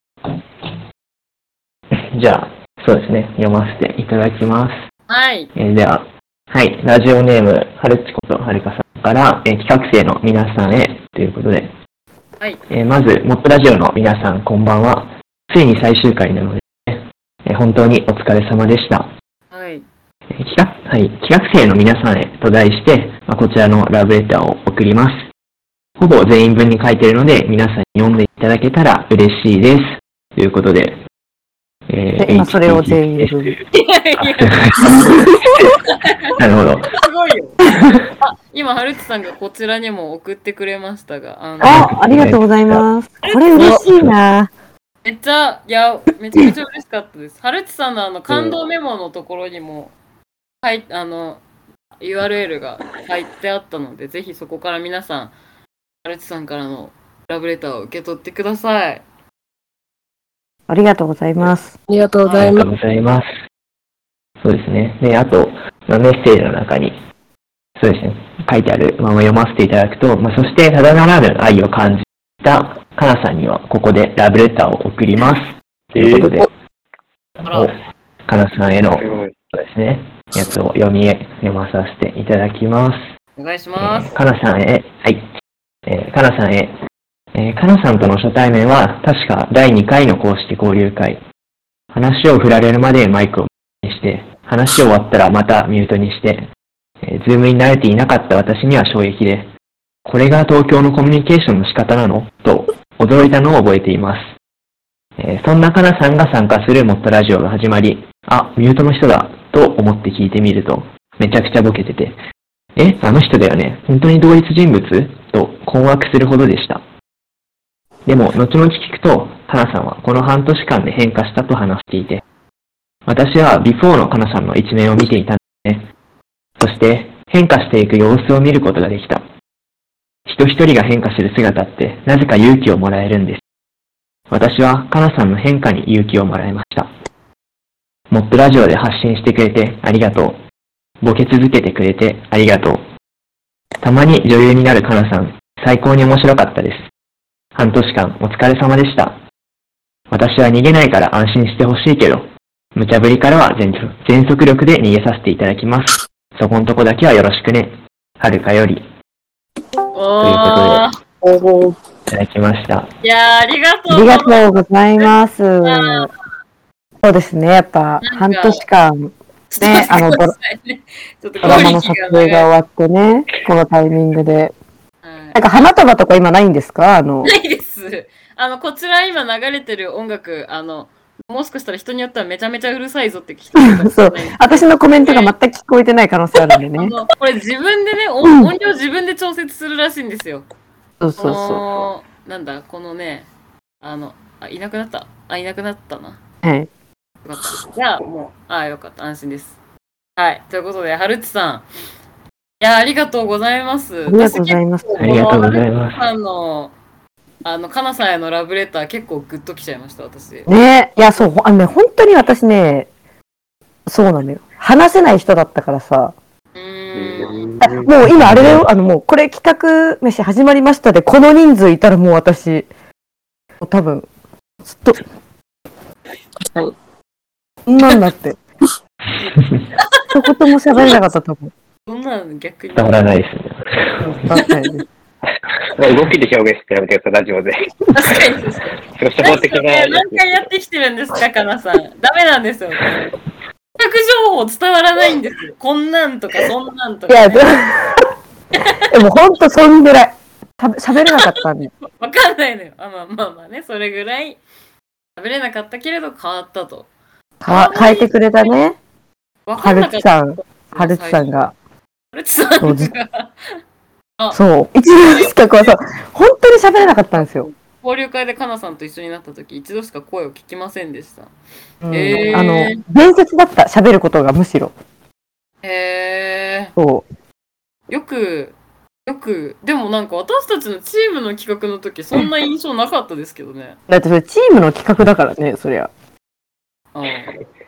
じゃあ、そうですね。読ませていただきます。 はい。 えーでは、はい。ラジオネーム、はるっちことはるかさんから、えー企画生の皆さんへということで、 はい。 えーまず、モットラジオの皆さん、こんばんは。ついに最終回なので、えー本当にお疲れ様でした。 はい。 えー企画はい、企画生の皆さんへと題して、まあ、こちらのラブレターを送ります。ほぼ全員分に書いているので、皆さんに読んでいただけたら嬉しいです。ということで、えで今それを全員分エイチティーティーいやいや、 なるほど。 すごいよ。あ、今、はるちさんがこちらにも送ってくれましたが、あのあ、ありがとうございます。これ嬉しいな。 めっちゃ、いや、めちゃめちゃ嬉しかったです。はるちさんのあの感動メモのところにも、はい、あの、ユーアールエル が書いてあったので、ぜひそこから皆さん、はるちさんからのラブレターを受け取ってください。 ありがとうございます。 りがとうございます。 ありがとうございます。そうですね。で、あと、まあメッセージの中に、そうですね、書いてあるまま読ませていただくと、まあ、そしてただならぬ愛を感じたかなさんには、ここでラブレターを送ります。ということで、 あらおかなさんへの、 すごい。 そうですね、やつを読み、読まさせていただきます。 お願いしえます。 ーかなさんへ、はい。えーかなさんへ、えーかなさんとの初対面は、確かだいにかいの公式交流会。話を振られるまでマイクをにして、話終わったらまたミュートにして、えー、ズームに慣れていなかった私には衝撃で、これが東京のコミュニケーションの仕方なのと驚いたのを覚えています。えーそんなかなさんが参加するモットラジオが始まり、あ、ミュートの人だと思って聞いてみると、めちゃくちゃボケてて、え、あの人だよね、本当に同一人物と困惑するほどでした。でも、後々聞くと、かなさんはこの半年間で変化したと話していて、私はビフォーのかなさんの一面を見ていたんですね。そして、変化していく様子を見ることができた。人一人が変化する姿って、なぜか勇気をもらえるんです。私はかなさんの変化に勇気をもらいました。モットラジオで発信してくれてありがとう。ボケ続けてくれてありがとう。たまに女優になるかなさん、最高に面白かったです。半年間お疲れ様でした。私は逃げないから安心してほしいけど、無茶ぶりからは全全速力で逃げさせていただきます。そこんとこだけはよろしくね。はるかより。 おというー、 おーいただきました。 いやー、ありがとうありがとうございます。 あそうですね、やっぱ半年間、ねあのドラちょっとドラマの撮影が終わってね、このタイミングで。なんか花束とか今ないんですか？あの、 ないです。あの、こちら今流れてる音楽、あの、もしかしたら人によってはめちゃめちゃうるさいぞって聞いてるかもしそうれないんです、 私のコメントが全く聞こえてない可能性あるんでね。 あのこれ自分でね、音音量自分で調節するらしいんですよ。 そうそうこそのなんだ、このね、あの、あ、いなくなった。あ、いなくなったな。 う。はい。 よかった。じゃあ、もう、ああ、よかった。安心です。はい。ということで、はるちさん。いや、ありがとうございます。 ありがとうございます。 ありがとうございます。 あの、あの、かなさんへのラブレター結構グッときちゃいました、私。 ねいや、そう、あのね、本当に私ね、そうなのよ。話せない人だったからさ。 うーん。 あもう今あれだよ、あのもうこれ企画飯始まりましたで、この人数いたらもう私、多分、ずっと、 確かに。 こんなんだって。一言も喋れなかったと思う。 そんなの逆に。 伝わらないですね。 確かに。 動きで表現してやめてください、ラジオで。 確かに。 初歩的な。 何回やってきてるんですか、かなさん。ダメなんですよ。企画情報伝わらないんですよ。こんなんとか、そんなんとか、 いね。 や、でもほんとそんぐらい。しゃべれなかったんで。 わかんないのよ。あまあまあまあね、それぐらい喋れなかったけれど変わったと。 か変えてくれたね。 わかはるんなかった。 ちさん、はるちさんが。 はるちさんが。あそう。一度しかこう、そう。本当に喋れなかったんですよ。 交流会でかなさんと一緒になった時、一度しか声を聞きませんでした。 うんへーあの、伝説だった。喋ることがむしろ。 へえ。 そう。 よく、よく、でもなんか私たちのチームの企画の時、そんな印象なかったですけどね。 だってそれチームの企画だからね、そりゃ。 ああ。 い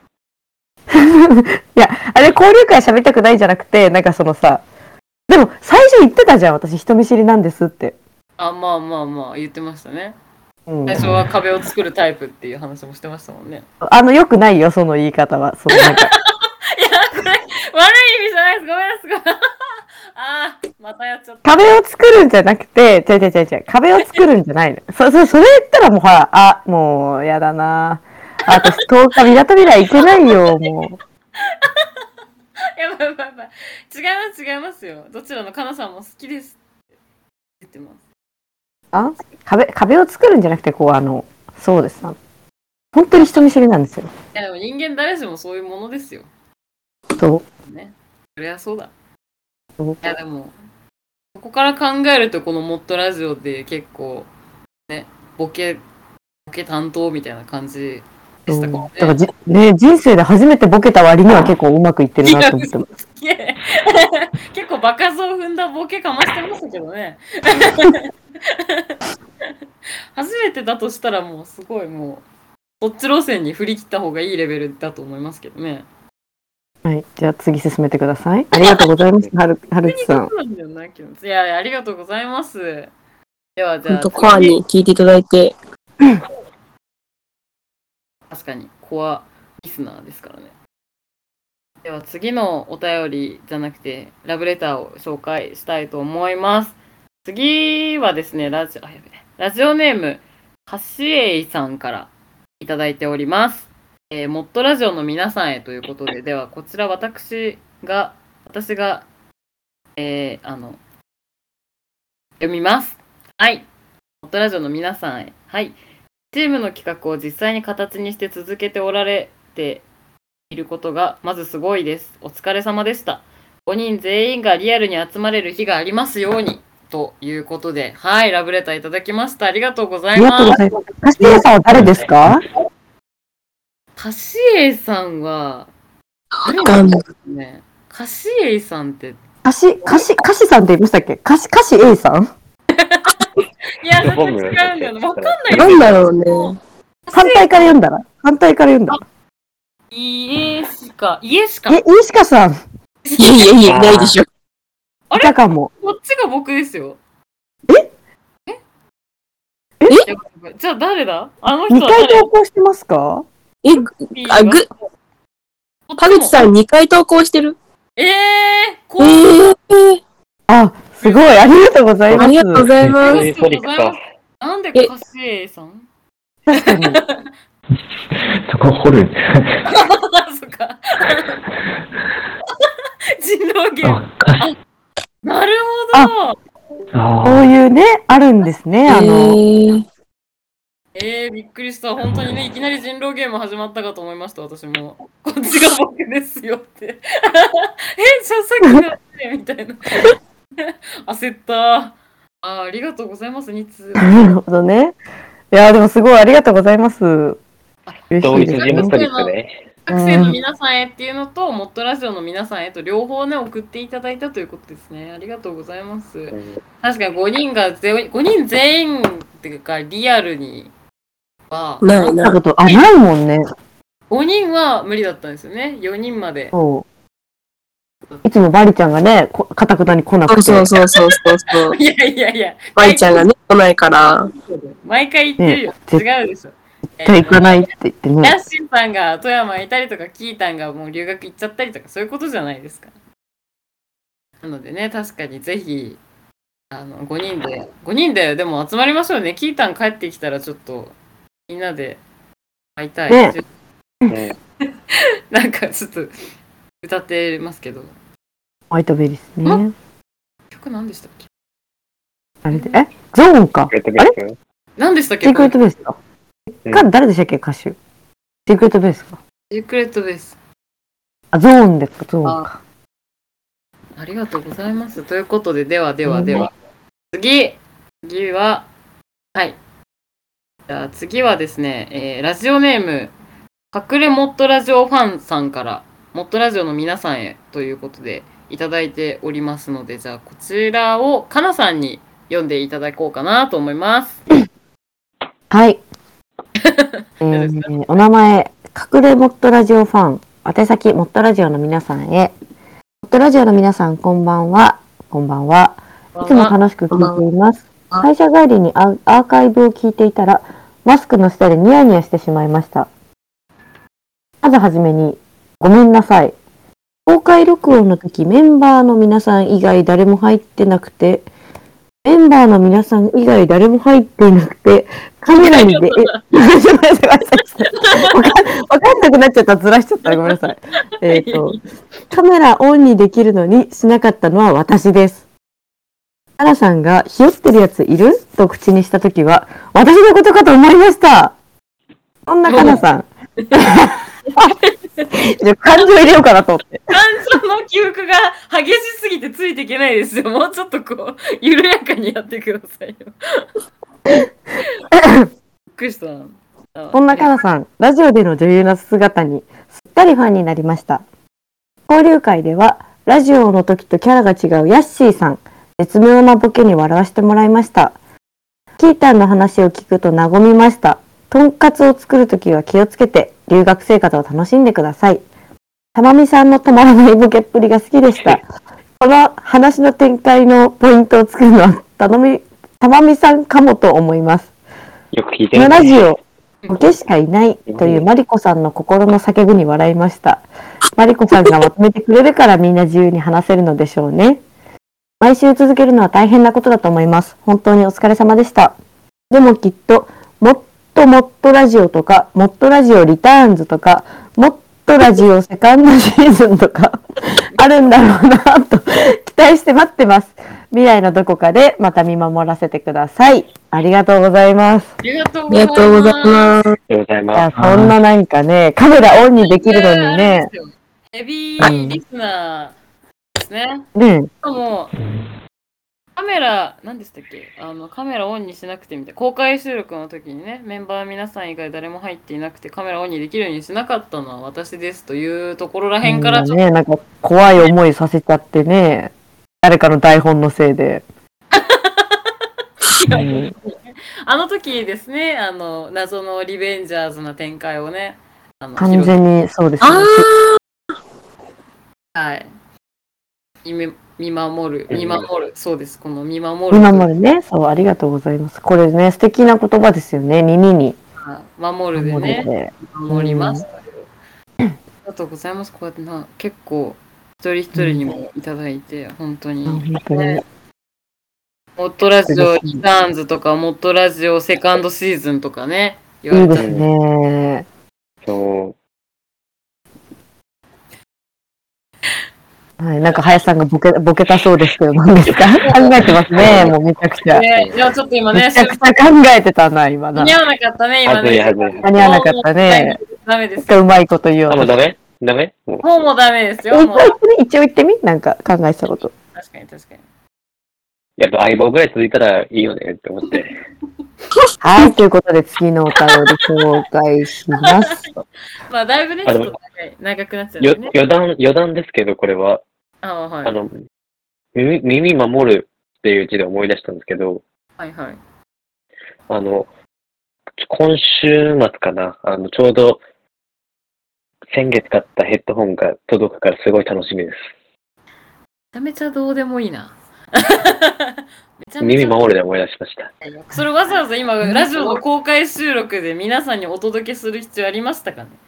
や、あれ交流会喋りたくないじゃなくて、なんかそのさ、でも最初言ってたじゃん、私人見知りなんですって。 あ、まあまあまあ、言ってましたね。 うん、 最初は壁を作るタイプっていう話もしてましたもんね。 あの、よくないよ、その言い方は。そのなんかいや、これ、悪い意味じゃないです。ごめんなさい。ごめんなさい。あー、またやっちゃった。 壁を作るんじゃなくて、違う違う違う違う、壁を作るんじゃないの。そ、そ、それ言ったらもうほら、あ、もう、やだな。あ、私とおかみなとみらい行けないよ、もやばいやばいやばい。違います違いますよ。どちらのかなさんも好きですって言ってます。 う。あ壁、壁を作るんじゃなくて、こう、あの、そうです。あの本当に人見知りなんですよ。 いやでも人間誰しもそういうものですよ。 そう。 ね。そりゃそうだ。 そういやでも、ここから考えるとこのモッドラジオで結構、ね、ボケ、ボケ担当みたいな感じでしたからね。 だからじ、ね、人生で初めてボケた割には結構うまくいってるなと思ってます。 いや結構場数を踏んだボケかましてましたけどね。初めてだとしたらもうすごいもう、そっち路線に振り切った方がいいレベルだと思いますけどね。 はい。じゃあ次進めてください。ありがとうございます。はる、はるちさん。 なんだよな、今日いやいや、ありがとうございます。では、じゃあ、 ほんとコアに聞いていただいて。 確かに、コアリスナーですからね。では、次のお便りじゃなくて、ラブレターを紹介したいと思います。次はですね、ラジオ、あ、やべね。ラジオネーム、カシエイさんからいただいております。えー、モッドラジオの皆さんへということで、では、こちら私が、私が、えー、あの、読みます。はい。モッドラジオの皆さんへ。はい。チームの企画を実際に形にして続けておられていることがまずすごいです。お疲れ様でした。ごにん全員がリアルに集まれる日がありますように。ということで、はい、ラブレターいただきました。ありがとうござありがいます。 とうございます。カシエさんは誰ですか？ カシエイさんは、 わかんない。 ね、カシエイさんって、 カシ、カシ、カシさんって言いましたっけ？カシ、カシエイさん？ いや、絶対違うんだよね。わかんないですなんよ。 だろうね。 反対から読んだら反対から読んだらイエスか、イエスか。 え、イシカさん、 いやいやいや、ないでしょ。 あれいたかも。 こっちが僕ですよ。 えええやばいじゃあ誰だあの人にかいは誰投稿してますか？ え、あ、ぐ、田口さんにかい投稿してる。 えー、こえうー、 あ、すごい、ありがとうございます。 ありがとうございます。 ありがとうございます。なんでカシエイさん確かに。 そこ掘る。 そっか。人狼ゲーム。 あ、かし、 なるほど。 あこういうね、あるんですね、あの。 えー、 えー、びっくりした。本当にね、いきなり人狼ゲーム始まったかと思いました、私も。こっちが僕ですよって。え、じゃあさっきのね、みたいな。焦った。あ、ありがとうございます、に通。 なるほどね。いや、でもすごいありがとうございます。 同一嬉しいですね。 人物トリップね。 学生の皆さんへっていうのと、モットラジオの皆さんへと両方ね、送っていただいたということですね。ありがとうございます。 うん確かにごにんがぜ、ごにん全員っていうか、リアルには、 ないな。 見たこと、あ、ないもんね。 ごにんは無理だったんですよね。よにんまで。 そう。いつもバリちゃんがね、こかたくなに来なくて。 そうそうそうそうそう。 いやいやいや、 バイちゃんがね、来ないから。 毎回言ってるよ。 ね違うでしょ。 絶対行かないって言ってヤね。 ッシンさんが富山いたりとか、キータンがもう留学行っちゃったりとか、そういうことじゃないですか。なのでね、確かにぜひ、あの、ごにんで、ごにんででも集まりましょうね。キータン帰ってきたらちょっと、みんなで会いたい。 ねねなんかちょっと、歌ってますけど。 ホワイトベリーですね。 曲何でしたっけあれで、えゾーンか。 グレートあれベース何でしたっけシークレットベースか。 うんか、誰でしたっけ歌手。シークレットベースか。 シークレットベース。 あ、ゾーンですか、ゾーンか。 ありがとうございます。ということで、ではではでは。次次は、はい。じゃあ次はですね、えーラジオネーム、隠れモットラジオファンさんから、モットラジオの皆さんへということでいただいておりますので、じゃあこちらをかなさんに読んでいただこうかなと思います。 はい。えー、お名前、隠れモットラジオファン、宛先、モットラジオの皆さんへ。モットラジオの皆さん、こんばんは。こんばんは。いつも楽しく聞いています。会社帰りにアアーカイブを聞いていたら、マスクの下でニヤニヤしてしまいました。まずはじめに、ごめんなさい。公開録音の時、メンバーの皆さん以外誰も入ってなくて、メンバーの皆さん以外誰も入っていなくて、カメラにで、え、ごめんなさい、ごめんなさい。わかわかんなくなっちゃった。ずらしちゃった。ごめんなさい。えっと、カメラオンにできるのにしなかったのは私です。カナさんがひよってるやついると口にしたときは、私のことかと思いました。そんなカナさん。じゃ感情入れようかなと思って。 感情の起伏が激しすぎてついていけないですよ。もうちょっとこう、緩やかにやってくださいよ。びっくりした。 そんなカナさん、ラジオでの女優の姿にすっかりファンになりました。交流会では、ラジオの時とキャラが違うヤッシーさん、絶妙なボケに笑わせてもらいました。キータンの話を聞くと和みました。とんかつを作るときは気をつけて留学生活を楽しんでください。たまみさんの止まらないボケっぷりが好きでした。この話の展開のポイントを作るのはたのみたまみさんかもと思います。 よく聞いてこのる、 ラジオ、ボケしかいないというマリコさんの心の叫びに笑いました。マリコさんがまとめてくれるからみんな自由に話せるのでしょうね。毎週続けるのは大変なことだと思います。本当にお疲れ様でした。でもきっと、もっともっとラジオとか、もっとラジオリターンズとか、もっとラジオセカンドシーズンとか、あるんだろうなと期待して待ってます。未来のどこかでまた見守らせてください。ありがとうございます。 ありがとうありがとうございます。 ありがとうございいまや、そんななんかね、カメラオンにできるのにね、 ヘビーリスナーですね。 ね、 しかも、カメラ、何でしたっけあの、カメラオンにしなくてみたいな。公開収録の時にね、メンバー皆さん以外誰も入っていなくて、カメラオンにできるようにしなかったのは私ですというところらへんからちょっと、 ね、なんか怖い思いさせちゃってね、誰かの台本のせいで。うんあの時ですね、あの、謎のリベンジャーズな展開をね、あの完全にそうですね。 はい。見見守る、見守る、そうです、この見守る。 見守るね。そう、ありがとうございます。これね、素敵な言葉ですよね。耳に。 守るでね、 守るで。 守ります。ありがとうございます。こうやってな、結構、一人一人にもいただいて、本当に。 本当に。 モットラジオリターンズとか、モットラジオセカンドシーズンとかね、言われたいいですね。 そう。 はい、なんか林さんがボケボケたそうですけど、何ですか考えてますね、もうめちゃくちゃ。 ね、いや、ちょっと今ね、 めちゃくちゃ考えてたな、今な。 間に合わなかったね、今はずいはね。 ずい。 間に合わなかったね。 ダメです。 うまいこと言おうあ、もうと。 ダメダメもう。 もうもうダメですよ。 一応もう言ってみ、一応言ってみなんか考えてたこと。 確かに確かに。 やっぱ相棒ぐらい続いたらいいよねって思って。 はい、ということで次のお便り紹介します。 まあ、だいぶね、ちょっと長い長くなっちゃうよね。 余談、余談ですけど、これは、 ああ、はい。 あの、耳、耳守るっていう字で思い出したんですけど、 はいはい。 あの、今週末かな、あの、ちょうど、先月買ったヘッドホンが届くからすごい楽しみです。 めちゃめちゃどうでもいいな。めちゃめち耳ゃ守るで思い出しました。 それわざわざ今、ラジオの公開収録で皆さんにお届けする必要ありましたかね？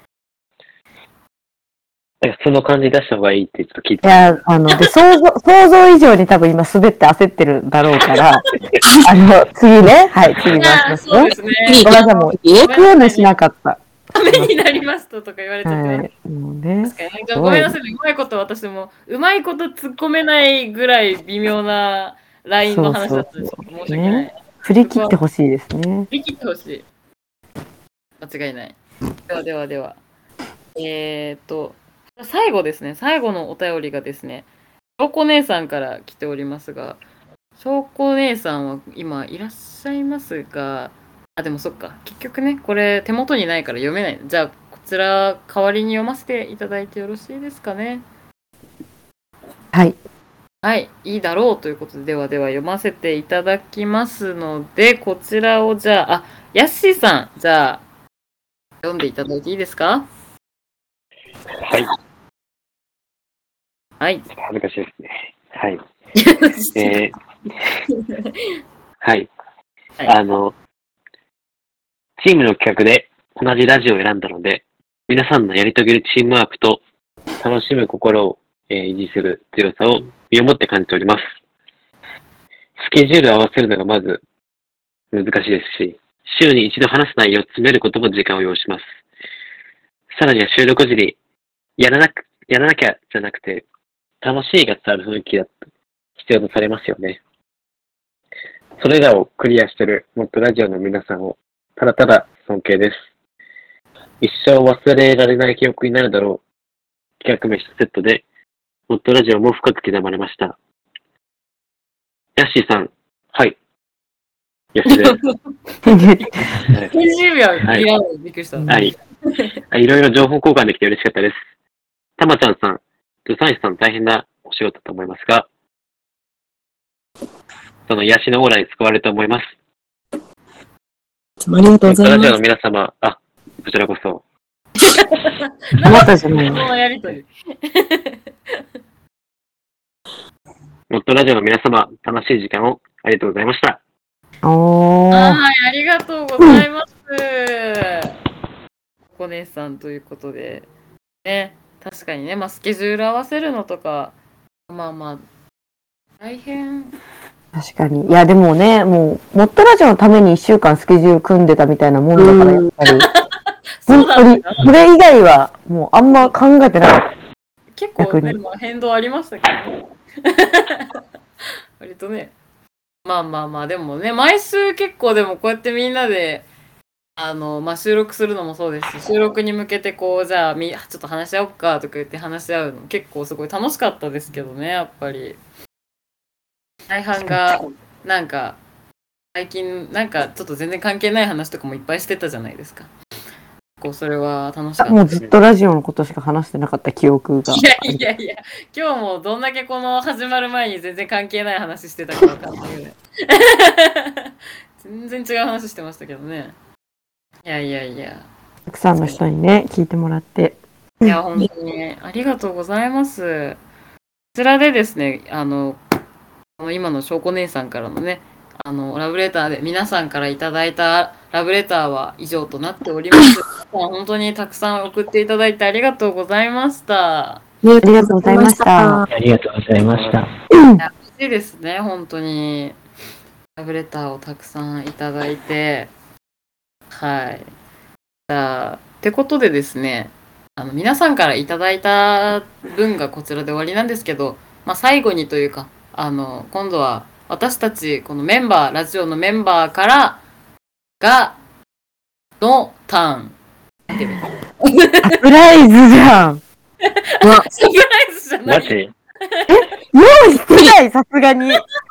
なんかその感じ出した方がいいってちょっと聞いて。 いや、あの、で、想像、想像以上に多分今滑って焦ってるだろうから、あの、次ね、はい、次回しますよ。 そうですね。 ごめんなさい、もう、行くようにしなかった。 ためになりましたとか言われちゃって、 はい、もうね。 確かになんかごめんなさい、うまいこと私も、うまいこと突っ込めないぐらい微妙なラインの話だったんですけど、申し訳ない。 ね、振り切ってほしいですね。 振り切ってほしい。間違いない。ではではでは。えー、っと、最後ですね、最後のお便りがですね、しょうこ姉さんから来ておりますが、しょうこ姉さんは今いらっしゃいますが、あ、でもそっか、結局ね、これ手元にないから読めない。じゃあ、こちら代わりに読ませていただいてよろしいですかね。 はい。 はい、いいだろうということで、ではでは読ませていただきますので、こちらをじゃあ、あ、ヤッシーさん、じゃあ、読んでいただいていいですか？ はい。 はい。 恥ずかしいですね。はい。えー、はい。 はい、 あの、チームの企画で同じラジオを選んだので、皆さんのやり遂げるチームワークと楽しむ心を、えー、維持する強さを身をもって感じております。スケジュールを合わせるのがまず難しいですし、週に一度話す内容を詰めることも時間を要します。さらには収録時にやらなく、やらなきゃじゃなくて、楽しいが伝わる雰囲気だと必要とされますよね。それらをクリアしているもっとラジオの皆さんをただただ尊敬です。一生忘れられない記憶になるだろう企画名一セットでもっとラジオも深く刻まれました。ヤッシーさん、はい。よしです。 にじゅうびょう、はい、いや、びっくりした。 はい。いろいろ情報交換できて嬉しかったです。たまちゃんさん、ドサイスさん大変なお仕事だと思いますが、その癒しのオーラに使われると思います。 ありがとうございます。 ラジオの皆様、あ、こちらこそ。 あなたじゃないのやりとり。 もっとラジオの皆様、楽しい時間をありがとうございました。 おー。 はい、ありがとうございます。お姉さんということで、ね、確かにね、まあ、スケジュール合わせるのとか、まあまあ、大変。 確かに。いや、でもね、もう、もっとラジオのためにいっしゅうかんスケジュール組んでたみたいなもんだから、やっぱり。本当に、それ以外は、もうあんま考えてなかった。 結構、ね、まあ、変動ありましたけど、ね、割とね。まあまあまあ、でもね、毎週結構でもこうやってみんなで、あの、まあ、収録するのもそうですし、収録に向けてこう、じゃあ、みちょっと話し合おうかとか言って話し合うの結構すごい楽しかったですけどね、やっぱり。大半が、なんか、最近、なんかちょっと全然関係ない話とかもいっぱいしてたじゃないですか。こう、それは楽しかったです。 もうずっとラジオのことしか話してなかった記憶が。 いやいやいや、今日もどんだけこの始まる前に全然関係ない話してたか分かんないよね。全然違う話してましたけどね。いやいやいや。 たくさんの人にね、聞いてもらって。 いや、本当にありがとうございます。こちらでですね、あの、今のしょうこ姉さんからのね、あの、ラブレターで、皆さんからいただいたラブレターは以上となっております。本当にたくさん送っていただいてありがとうございました。 ありがとうございました。 ありがとうございました。 嬉しいですね、本当に。ラブレターをたくさんいただいて。はい。じゃあ、ってことでですね、あの皆さんからいただいた分がこちらで終わりなんですけど、まあ、最後にというか、あの今度は私たちこのメンバーラジオのメンバーからがのターン。 サプライズじゃん。 サプライズじゃない。 マジ？ 用意してない、さすがに。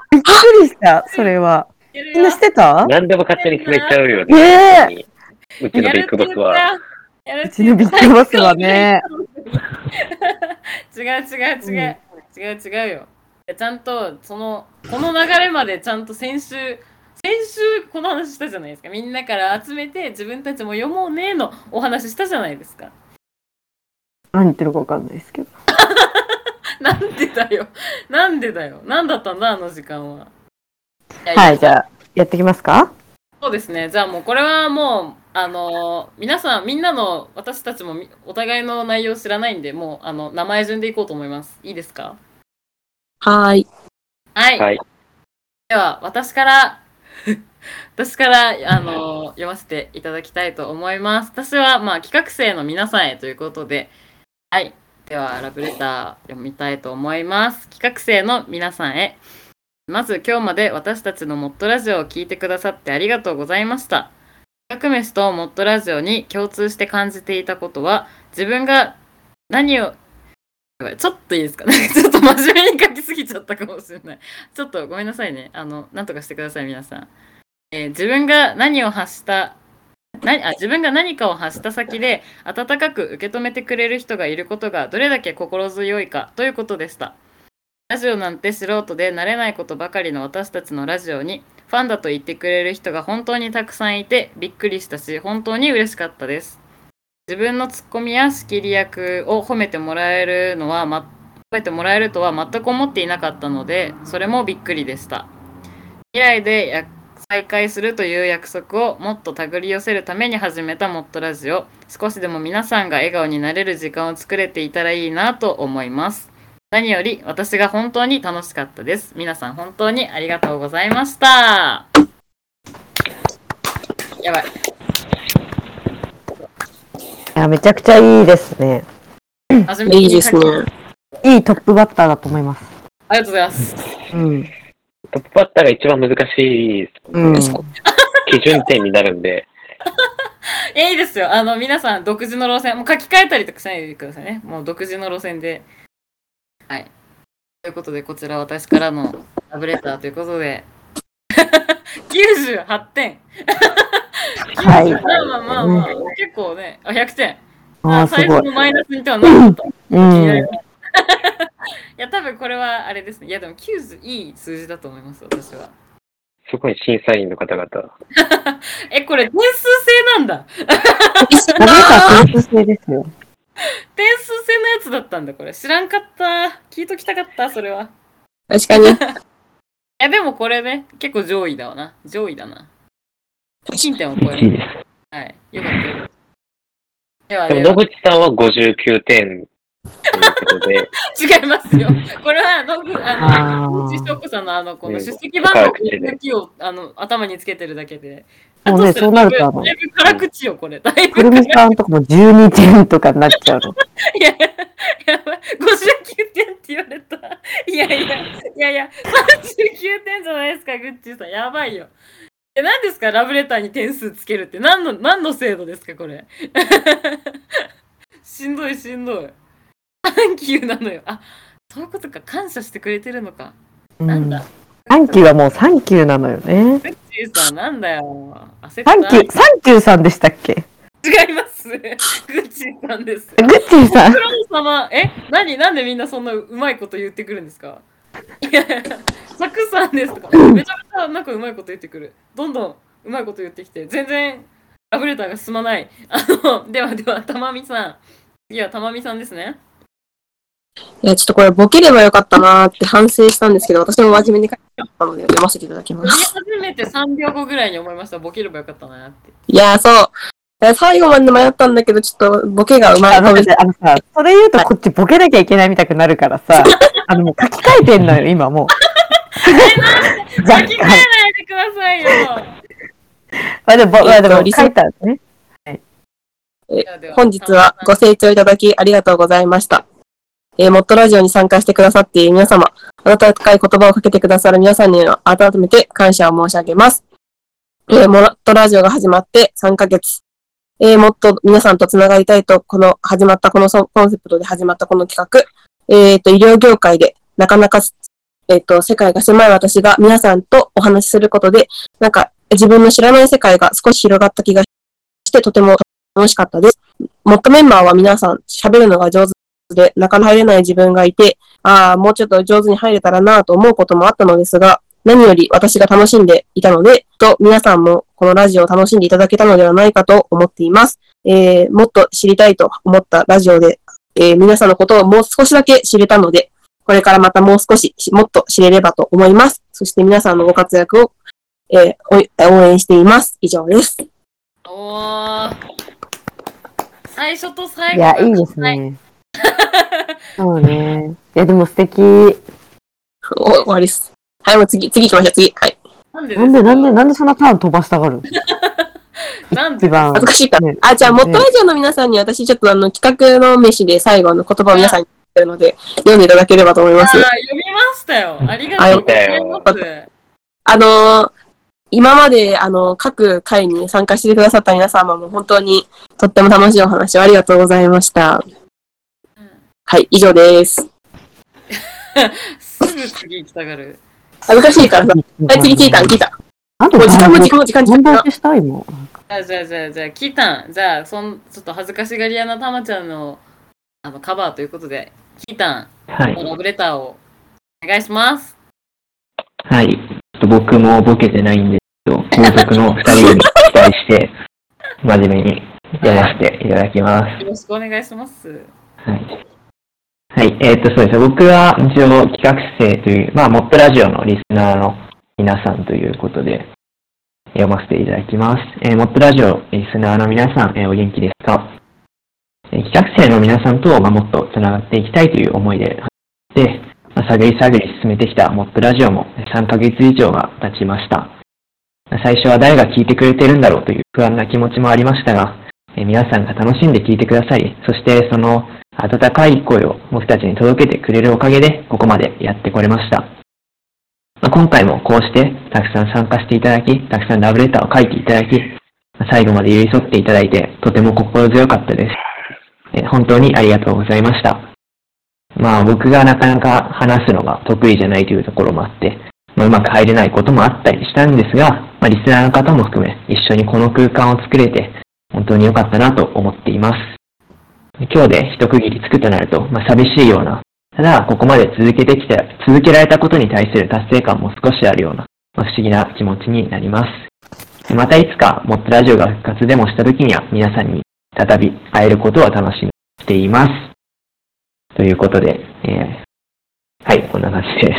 びっくりした、それは。 やるみんなしてた？ 何でも勝手に決めちゃうよええね。うちのビッグボスは。 やるうちのビッグボスはね。 違う違う違う、違う違うよ。ちゃんとそのこの流れまでちゃんと先週先週この話したじゃないですか。みんなから集めて自分たちも読もうねのお話したじゃないですか。 何言ってるか分かんないですけど。 なんでだよ。なんでだよ。なんだったんだあの時間は。いやいやはい、じゃあ、やってきますか？ そうですね。じゃあもうこれはもうあの皆さんみんなの私たちもみお互いの内容知らないんで、もうあの名前順でいこうと思います。いいですか？ はーい。 はい。 はい。 では私から私からあの読ませていただきたいと思います。私はまあ企画生の皆さんへということで、はい。ではラブレター読みたいと思います。企画生の皆さんへ。まず今日まで私たちのモットラジオを聞いてくださってありがとうございました。企画飯とモットラジオに共通して感じていたことは、自分が何をちょっといいですかね。ちょっと真面目に書きすぎちゃったかもしれない。ちょっとごめんなさいね。あの、なんとかしてください、皆さん。えー自分が何を発した、なあ自分が何かを発した先で、温かく受け止めてくれる人がいることがどれだけ心強いかということでした。ラジオなんて素人で慣れないことばかりの私たちのラジオに、ファンだと言ってくれる人が本当にたくさんいて、びっくりしたし、本当に嬉しかったです。自分のツッコミや仕切り役を褒めてもらえるのは、ま、褒めてもらえるとは全く思っていなかったので、それもびっくりでした。未来でや再会するという約束をもっと手繰り寄せるために始めたモットラジオ。少しでも皆さんが笑顔になれる時間を作れていたらいいなと思います。何より私が本当に楽しかったです。皆さん本当にありがとうございました。やばい。 いや、めちゃくちゃいいですね。 初めていいですね。 いいトップバッターだと思います。 ありがとうございます。 うん。 トップバッターが一番難しいうん。 基準点になるんで、 えいいですよ。あの、皆さん独自の路線、もう書き換えたりとかしないでくださいね。もう独自の路線で。はい。ということで、こちら私からのラブレターということで、きゅうじゅうはってん。 はい。 まあまあまあまあ、結構ね、あ、ひゃくてん。 ああ、す最ごい。 初のマイナスに手はなかった。 うん。 いや、多分これはあれですね。いや、でもきゅうじゅういい数字だと思います、私は。 すごい審査員の方々。 え、これ点数制なんだ。 ダメか点数制ですよ。 点数制のやつだったんだ、これ。知らんかった。聞いときたかった、それは。 確かに。 いや、でもこれね、結構上位だわな。上位だな。金点を超える。 いいです。 はい。よかったよ。では、 でもでは野口さんはごじゅうきゅうてんということで、 違いますよ。これは、のぐ、あの、 あーうちしょうこさんのあの、このうん出席番号辛口でのきを、あの、頭につけてるだけで。 もうねあとそうなるとあのだいぶ辛口よ、これ。だいぶくるみさんとかもじゅうにてんとかになっちゃうの。 いやいや、やばい。ごじゅうきゅうてんって言われた。いやいや、いやいや、さんじゅうきゅうてんじゃないですか、グッチーさん。やばいよ。え、何ですか、ラブレターに点数つけるって。何の、何の制度ですか、これ。しんどい、しんどい。サンキューなのよ。あ、そういうことか。感謝してくれてるのか。 うん。 なんだ。 サンキューはもうサンキューなのよね。 グッチーさん、なんだよ。焦った。 サンキュー、サンキューさんでしたっけ？ 違います。グッチーさんです。 グッチーさん。 クロン様、え、何、なんでみんなそんなうまいこと言ってくるんですか？いやいや、サクさんですとか、めちゃめちゃなんかうまいこと言ってくる。どんどんうまいこと言ってきて、全然ラブレターが進まない。あの、ではでは、たまみさん。次はたまみさんですね。 いや、ちょっとこれボケればよかったなーって反省したんですけど、私も真面目に書いてあったので読ませていただきま読みす。 始めてさんびょうごぐらいに思いました。ボケればよかったなって。 いやー、そう。いや最後まで迷ったんだけど、ちょっとボケがうまいあのかもしれない。 あのさ、それ言うとこっちボケなきゃいけないみたくなるからさ、あのもう書き換えてんのよ、今もう。 書き換えないでくださいよ。 まあでも、まあでもえっと書いたんですね。 ではでは本日はご清聴いただきありがとうございました。えー、モットラジオに参加してくださっている皆様、温かい言葉をかけてくださる皆さんには改めて感謝を申し上げます。えー、モットラジオが始まってさんかげつ。えー、もっと皆さんとつながりたいと、この始まったこのコンセプトで始まったこの企画、えっと、医療業界でなかなか、 えっと、世界が狭い私が皆さんとお話しすることで、なんか自分の知らない世界が少し広がった気がして、とても楽しかったです。モッドメンバーは皆さん喋るのが上手で、なかなか入れない自分がいて、ああ、もうちょっと上手に入れたらなと思うこともあったのですが、何より私が楽しんでいたので、と皆さんもこのラジオを楽しんでいただけたのではないかと思っています。えー、もっと知りたいと思ったラジオで、えー、皆さんのことをもう少しだけ知れたので、これからまたもう少しもっと知れればと思います。そして皆さんのご活躍を、えー、応援しています。以上です。 おー。最初と最後いや、いいですね。そうね。いや、でも素敵。 お、終わりです。はい、もう次、次行きましょう、次。はい。 なんでなんで、なんで、なんでそんなターン飛ばしたがるなんで一番。 恥ずかしいから。 ねあ、じゃあ、モッドラジオの皆さんに私ちょっとあの、企画の飯で最後の言葉を皆さんに言ってるので、読んでいただければと思います。 あー、読みましたよ。ありがとうございます。 あのー、今まで、あの、各回に参加してくださった皆様も本当にとっても楽しいお話をありがとうございました。 うん、 はい、以上です。 すぐ次行きたがる。 恥ずかしいからさ。はい、次聞いた、聞いた。 なんでもう時間も時間も時間時間時間した今。 あ、じゃあじゃあじゃあ聞いたん。じゃあそんちょっと恥ずかしがり屋なたまちゃんのあのカバーということで、聞いたん。 はい。 ラブレターをお願いします。 はい。僕もボケてないんですけど、後続のふたりに期待して、真面目に読ませていただきます。 よろしくお願いします。 はい。はい。えー、っと、そうですね。僕は一応企画生という、まあ、モッドラジオのリスナーの皆さんということで、読ませていただきます。えー、モッドラジオリスナーの皆さん、えー、お元気ですか？えー、企画生の皆さんと、まあ、もっとつながっていきたいという思いで、で、まあ、探り探り進めてきたモッドラジオもさんかげつ以上が経ちました。最初は誰が聞いてくれてるんだろうという不安な気持ちもありましたが、えー、皆さんが楽しんで聞いてくださり、そしてその温かい声を僕たちに届けてくれるおかげで、ここまでやってこれました。まあ、今回もこうしてたくさん参加していただき、たくさんラブレターを書いていただき、最後まで寄り添っていただいて、とても心強かったです。え本当にありがとうございました。まあ僕がなかなか話すのが得意じゃないというところもあって、まあ、うまく入れないこともあったりしたんですが、まあ、リスナーの方も含め一緒にこの空間を作れて、本当に良かったなと思っています。今日で一区切りつくとなると、まあ、寂しいような、ただ、ここまで続けてきて、続けられたことに対する達成感も少しあるような、まあ、不思議な気持ちになります。またいつか、モッドラジオが復活でもしたときには、皆さんに再び会えることを楽しみにしています。ということで、えー、はい、こんな感じです。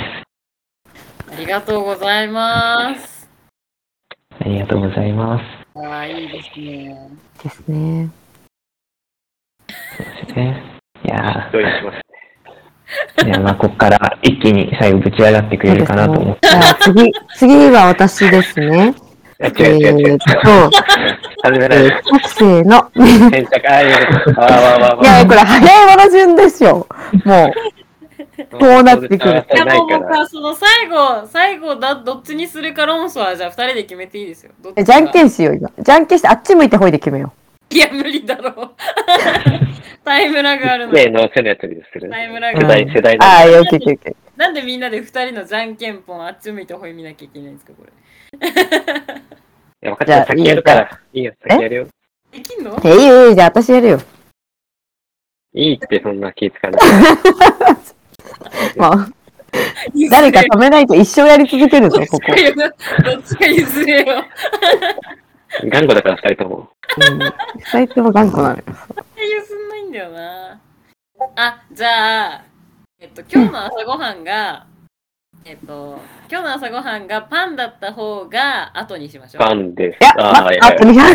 ありがとうございます。 ありがとうございます。 ああ、いいですね。 ですね。 そうですね。いやどうしますね。 ー、いやまあ、ここから一気に最後ぶち上がってくれるかなと思って。 じゃあ次、次は私ですね。 違う違う違う。 えーっと、 始めないで。 学生の、 先着、ああいう、わわわわ。 いや、これ早い者順ですよ。もう。こうなってくる。 いやもう僕はその最後、最後だ、どっちにするか論争はじゃあふたりで決めていいですよ。どっちかじゃんけんしよう、今。じゃんけんして、あっち向いてほいで決めよいや、無理だろう。タイムラグあるの。 例のせのやつでする。 タイムラグ世代、世代う。ああ、 なんでよけよけ。 なんでみんなでふたりのじゃんけんぽんあっち向いてほい見なきゃいけないんですか、これ。 いや、分かった。先やるから。いいよ、先やるよ。 できんの？ え、いいよ、いいじゃあ私やるよ。 いいって、そんな気つかない。 まあ、誰か止めないと一生やり続けるぞ、ここ。 どっちか譲れよ。 頑固だから、二人とも。 うん。二人とも頑固なのよ。 譲んないんだよな。あ、じゃあ、えっと、今日の朝ごはんが、えっと、今日の朝ごはんがパンだった方が後にしましょう。 パンです。 いや、 ああ、 ま、 はいあ、 はい。 いや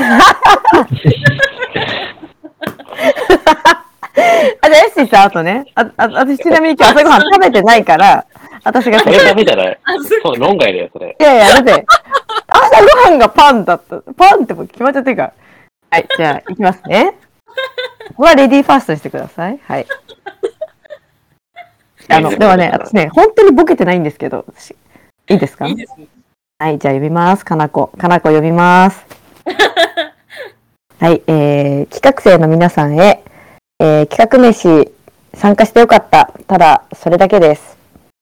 あ、じゃあ、エッシーさん、あとね。あ、あ、私ちなみに今日朝ごはん食べてないから、私がそれダメじゃないあそそう、論外だよ、それ。 いやいや、だって、朝ごはんがパンだった。パンってもう決まっちゃってるから。はい、じゃあ、いきますね。ここはレディーファーストにしてください。はい。あの、でもね、私ね、本当にボケてないんですけど、いいですか？ いいですね。 はい、じゃあ読みます。かなこ。かなこ読みます。はい、えー、企画生の皆さんへ、えー、企画飯参加してよかった。ただ、それだけです。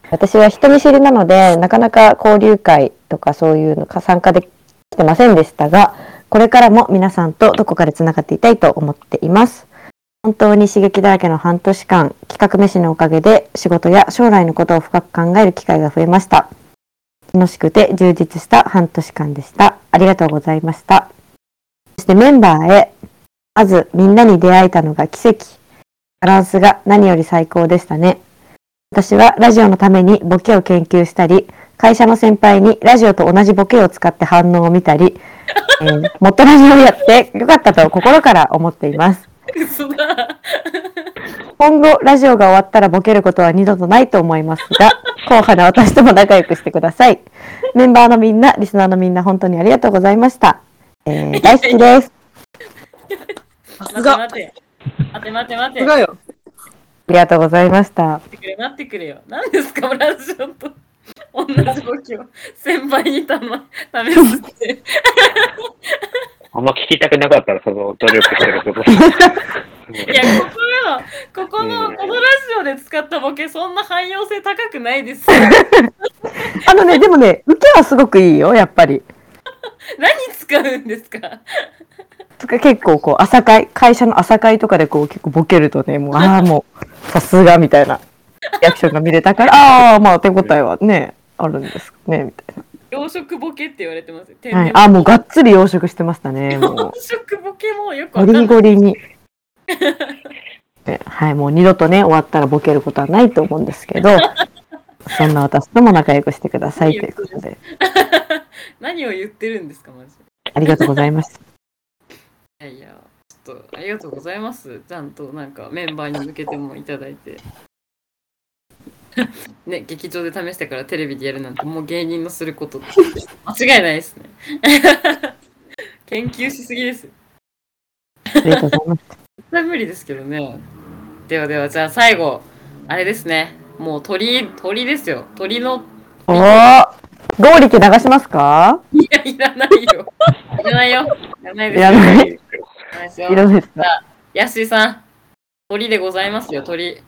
私は人見知りなので、なかなか交流会とかそういうのか参加できてませんでしたが、これからも皆さんとどこかでつながっていたいと思っています。本当に刺激だらけの半年間、企画飯のおかげで仕事や将来のことを深く考える機会が増えました。楽しくて充実した半年間でした。ありがとうございました。そしてメンバーへ、まずみんなに出会えたのが奇跡。バランスが何より最高でしたね。私はラジオのためにボケを研究したり、会社の先輩にラジオと同じボケを使って反応を見たり、えー、もっとラジオをやってよかったと心から思っています。 嘘だ。 今後ラジオが終わったらボケることは二度とないと思いますが、硬派な私とも仲良くしてください。メンバーのみんな、リスナーのみんな、本当にありがとうございました。えー、大好きです。 さすが。 待て待て待て待て。 すごいよ。 ありがとうございました。 待ってくれ待ってくれよ。何ですかラジオと同じボケを先輩にたま試すって。 あんま聞きたくなかったら、その努力してること。 いや、ここの、ここの、このラジオで使ったボケ、そんな汎用性高くないですよ。 あのね、でもね、受けはすごくいいよ、やっぱり。 何使うんですか？ とか結構こう朝会会社の朝会とかでこう結構ボケるとね、もうああもうさすがみたいなリアクションが見れたから、ああまあ手応えはねあるんですねみたいな。 養殖ボケって言われてますよ。天はい、 然ああもうがっつり養殖してましたね。もう養殖ボケもよくゴリわかんない。 ゴリに。ねはい、もう二度とね終わったらボケることはないと思うんですけど、そんな私とも仲良くしてくださいということで。 何を言ってるんですかマジで。 ありがとうございます。 いやいや、ちょっとありがとうございます。ちゃんとなんかメンバーに向けてもいただいて。ね、劇場で試してからテレビでやるなんてもう芸人のすること間違いないですね。研究しすぎです。 ありがとうございます。 絶対無理ですけどね。ではでは、じゃあ最後、あれですね。もう鳥、鳥ですよ。鳥の。 おー、剛力流しますか？ いや、いらないよ。いらないよ。いらないですよ。 いらない。 いらないですよ。 いらないですか？ じゃあ、ヤッシーさん。鳥でございますよ、鳥。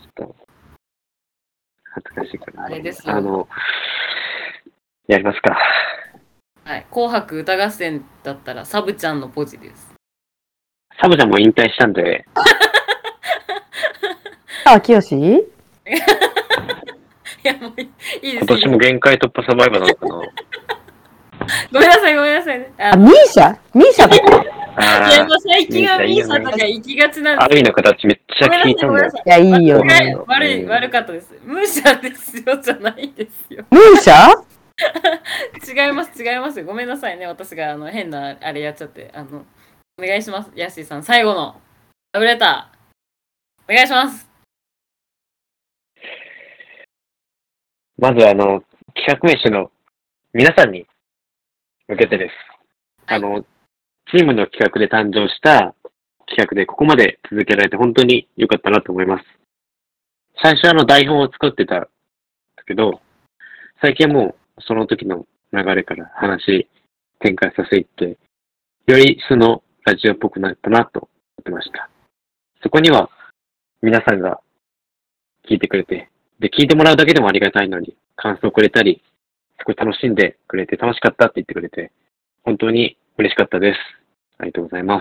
恥ずかしいから。 あれですよ。 あの、やりますか。 はい。紅白歌合戦だったら、サブちゃんのポジです。 サブちゃんも引退したんで。 あ、きよし？ いや、もういいです。 今年も限界突破サバイバーなのかな。 ごめんなさい、ごめんなさいね。 あ、ミーシャ？ミーシャだっあいや、もう最近はミーいいよねサとか行きがちなんですある意の形めっちゃ聞いたんだよ。 た。いや、いいよね。 よ。悪い、悪かったです。ムーシャですよ、じゃないですよ。 ミーシャ？ 違います、違いますよ。ごめんなさいね。私があの変なあれやっちゃって。あの、お願いします。ヤッシーさん、最後のラブレター。お願いします。 まずあの、企画名手の皆さんに向けてです。 はいあの、チームの企画で誕生した企画でここまで続けられて本当に良かったなと思います。最初あの台本を作ってたんだけど、最近はもうその時の流れから話展開させていって、よりそのラジオっぽくなったなと思ってました。そこには皆さんが聞いてくれて、で、聞いてもらうだけでもありがたいのに、感想をくれたり、すごい楽しんでくれて楽しかったって言ってくれて、本当に嬉しかったです。ありがとうございます。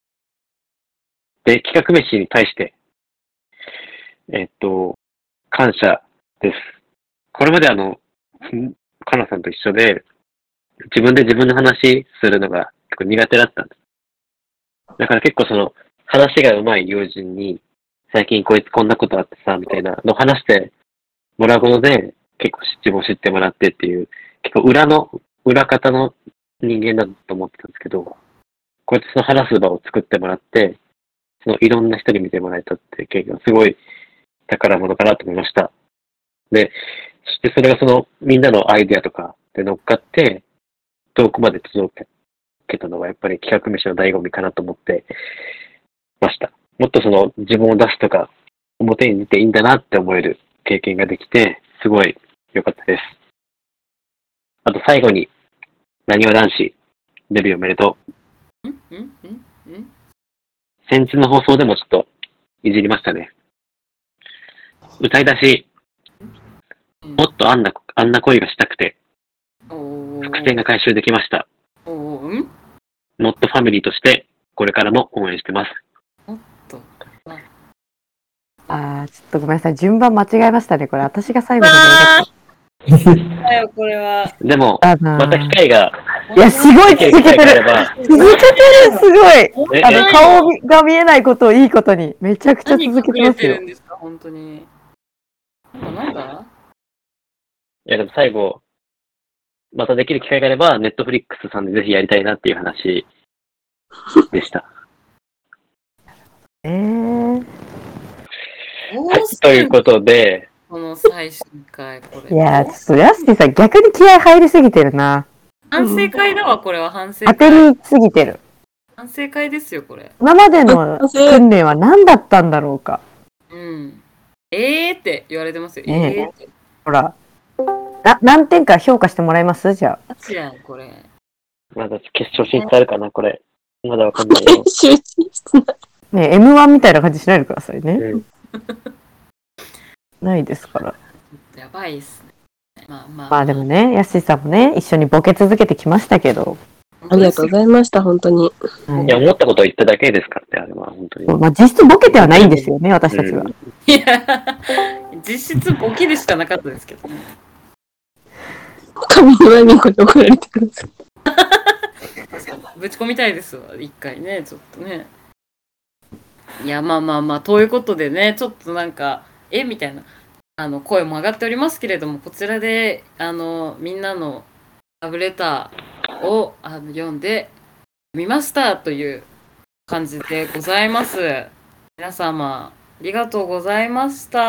で、企画飯に対して、えっと、感謝です。これまであの、かなさんと一緒で、自分で自分の話するのが結構苦手だったんです。だから結構その、話が上手い友人に、最近こいつこんなことあってさ、みたいなのを話してもらうことで、結構自分を知ってもらってっていう、結構裏の、裏方の人間だと思ってたんですけど、こうやってその話す場を作ってもらって、そのいろんな人に見てもらえたっていう経験がすごい宝物かなと思いました。で、そしてそれがそのみんなのアイデアとかで乗っかって、遠くまで届けたのはやっぱり企画飯の醍醐味かなと思ってました。もっとその自分を出すとか、表に出ていいんだなって思える経験ができて、すごい良かったです。あと最後に、なにわ男子、デビューおめでとう。 んんんん先日の放送でもちょっといじりましたね。歌い出し、 もっとあんな、あんな恋がしたくて、 お伏線が回収できました。 おおうん。 ノットファミリーとして、これからも応援してます。 おっと。 あー、ちょっとごめんなさい。順番間違えましたね。これ、私が最後あでーだよ、これは。 でも、 だな。 また機会が、 いや、すごい続けて機会があれる。 ば、 続けてる、すごい。 えあの、顔が見えないことをいいことに、めちゃくちゃ何続けてますよ隠れてるん。ですか、本当に。なんだなんだいやでも最後、またできる機会があれば、ネットフリックスさんでぜひやりたいなっていう話でした。 えー。 はい、ということで、 この最終回、これ。 いやー、ちょっとヤスティさん、逆に気合入りすぎてるな。 反省会だわ、これは反省当て会。 にすぎてる。 反省会ですよ、これ。 今までの訓練は何だったんだろうか。 うん。えーって言われてますよ。 ねええーって。 ほら。な、何点か評価してもらえますじゃあ。 マジやん、これ。 まだ決勝進出あるかな、これ。まだわかんないよ。 集中してない。 ねえ、エムワン みたいな感じしないでくださいね。 うん、 ないですから。 やばいっすね。まあまあ。 まあでもね、ヤッシーさんもね、一緒にボケ続けてきましたけど。 ありがとうございました、本当に。 はいいや、思ったことを言っただけですからね、あれは、本当に。 まあ実質ボケてはないんですよね、私たちは。 うんいや、実質ボケでしかなかったですけどね。 上沼恵美子に怒られてください。 ぶち込みたいですわ、一回ね、ちょっとね。いや、まあまあまあ、ということでね、ちょっとなんか、えみたいな、あの、声も上がっておりますけれども、こちらで、あの、みんなのラブレターをあの読んでみましたという感じでございます。皆様、ありがとうございました。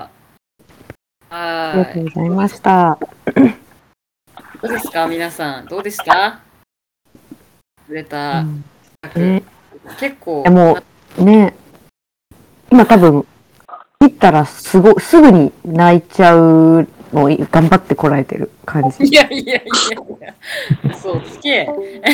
ありがはとうございました。 い。どうですか、皆さん。どうでしたラブレター。 ね、 結構いや、もう、ね、今多分、切ったらすご、すぐに泣いちゃうのを頑張ってこらえてる感じ。 いやいやいやいや、そうつけ。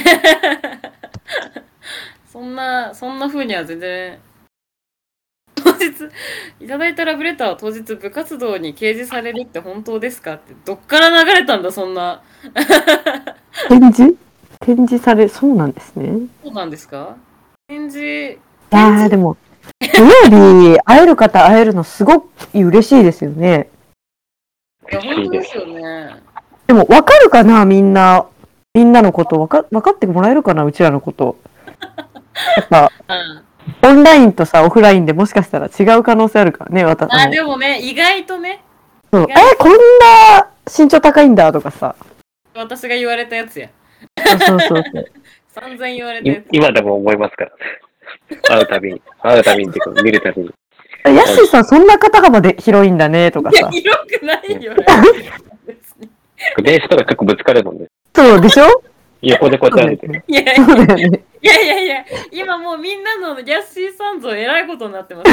そんな、そんな風には全然、当日、いただいたラブレターは当日部活動に掲示されるって本当ですかって、どっから流れたんだ、そんな。 展示展示され、そうなんですね。 そうなんですか展示、 いやー、でも、土曜日会える方会えるのすごく嬉しいですよね。 いや、本当ですよね。 でも、わかるかなみんな。みんなのことわか、わかってもらえるかなうちらのこと。やっぱ、 うん。 オンラインとさ、オフラインでもしかしたら違う可能性あるからね、私。 あ、でもね、意外とね、 そう意外え、こんな身長高いんだとかさ。 私が言われたやつや。 そうそうそう。 散々言われたやいつ。 今でも思いますから。会うたびに、会うたびにっていうか、見るたびに。 ヤッシーさん、そんな肩幅で広いんだねとかいや、 さ。 広くないよ、別に。 電車とか結構ぶつかるもんね。 そうでしょ横でこうやって歩いてる。 いやいそうやだよね。 いやいやいや、今もうみんなのギャッシーさん像えらいことになってます。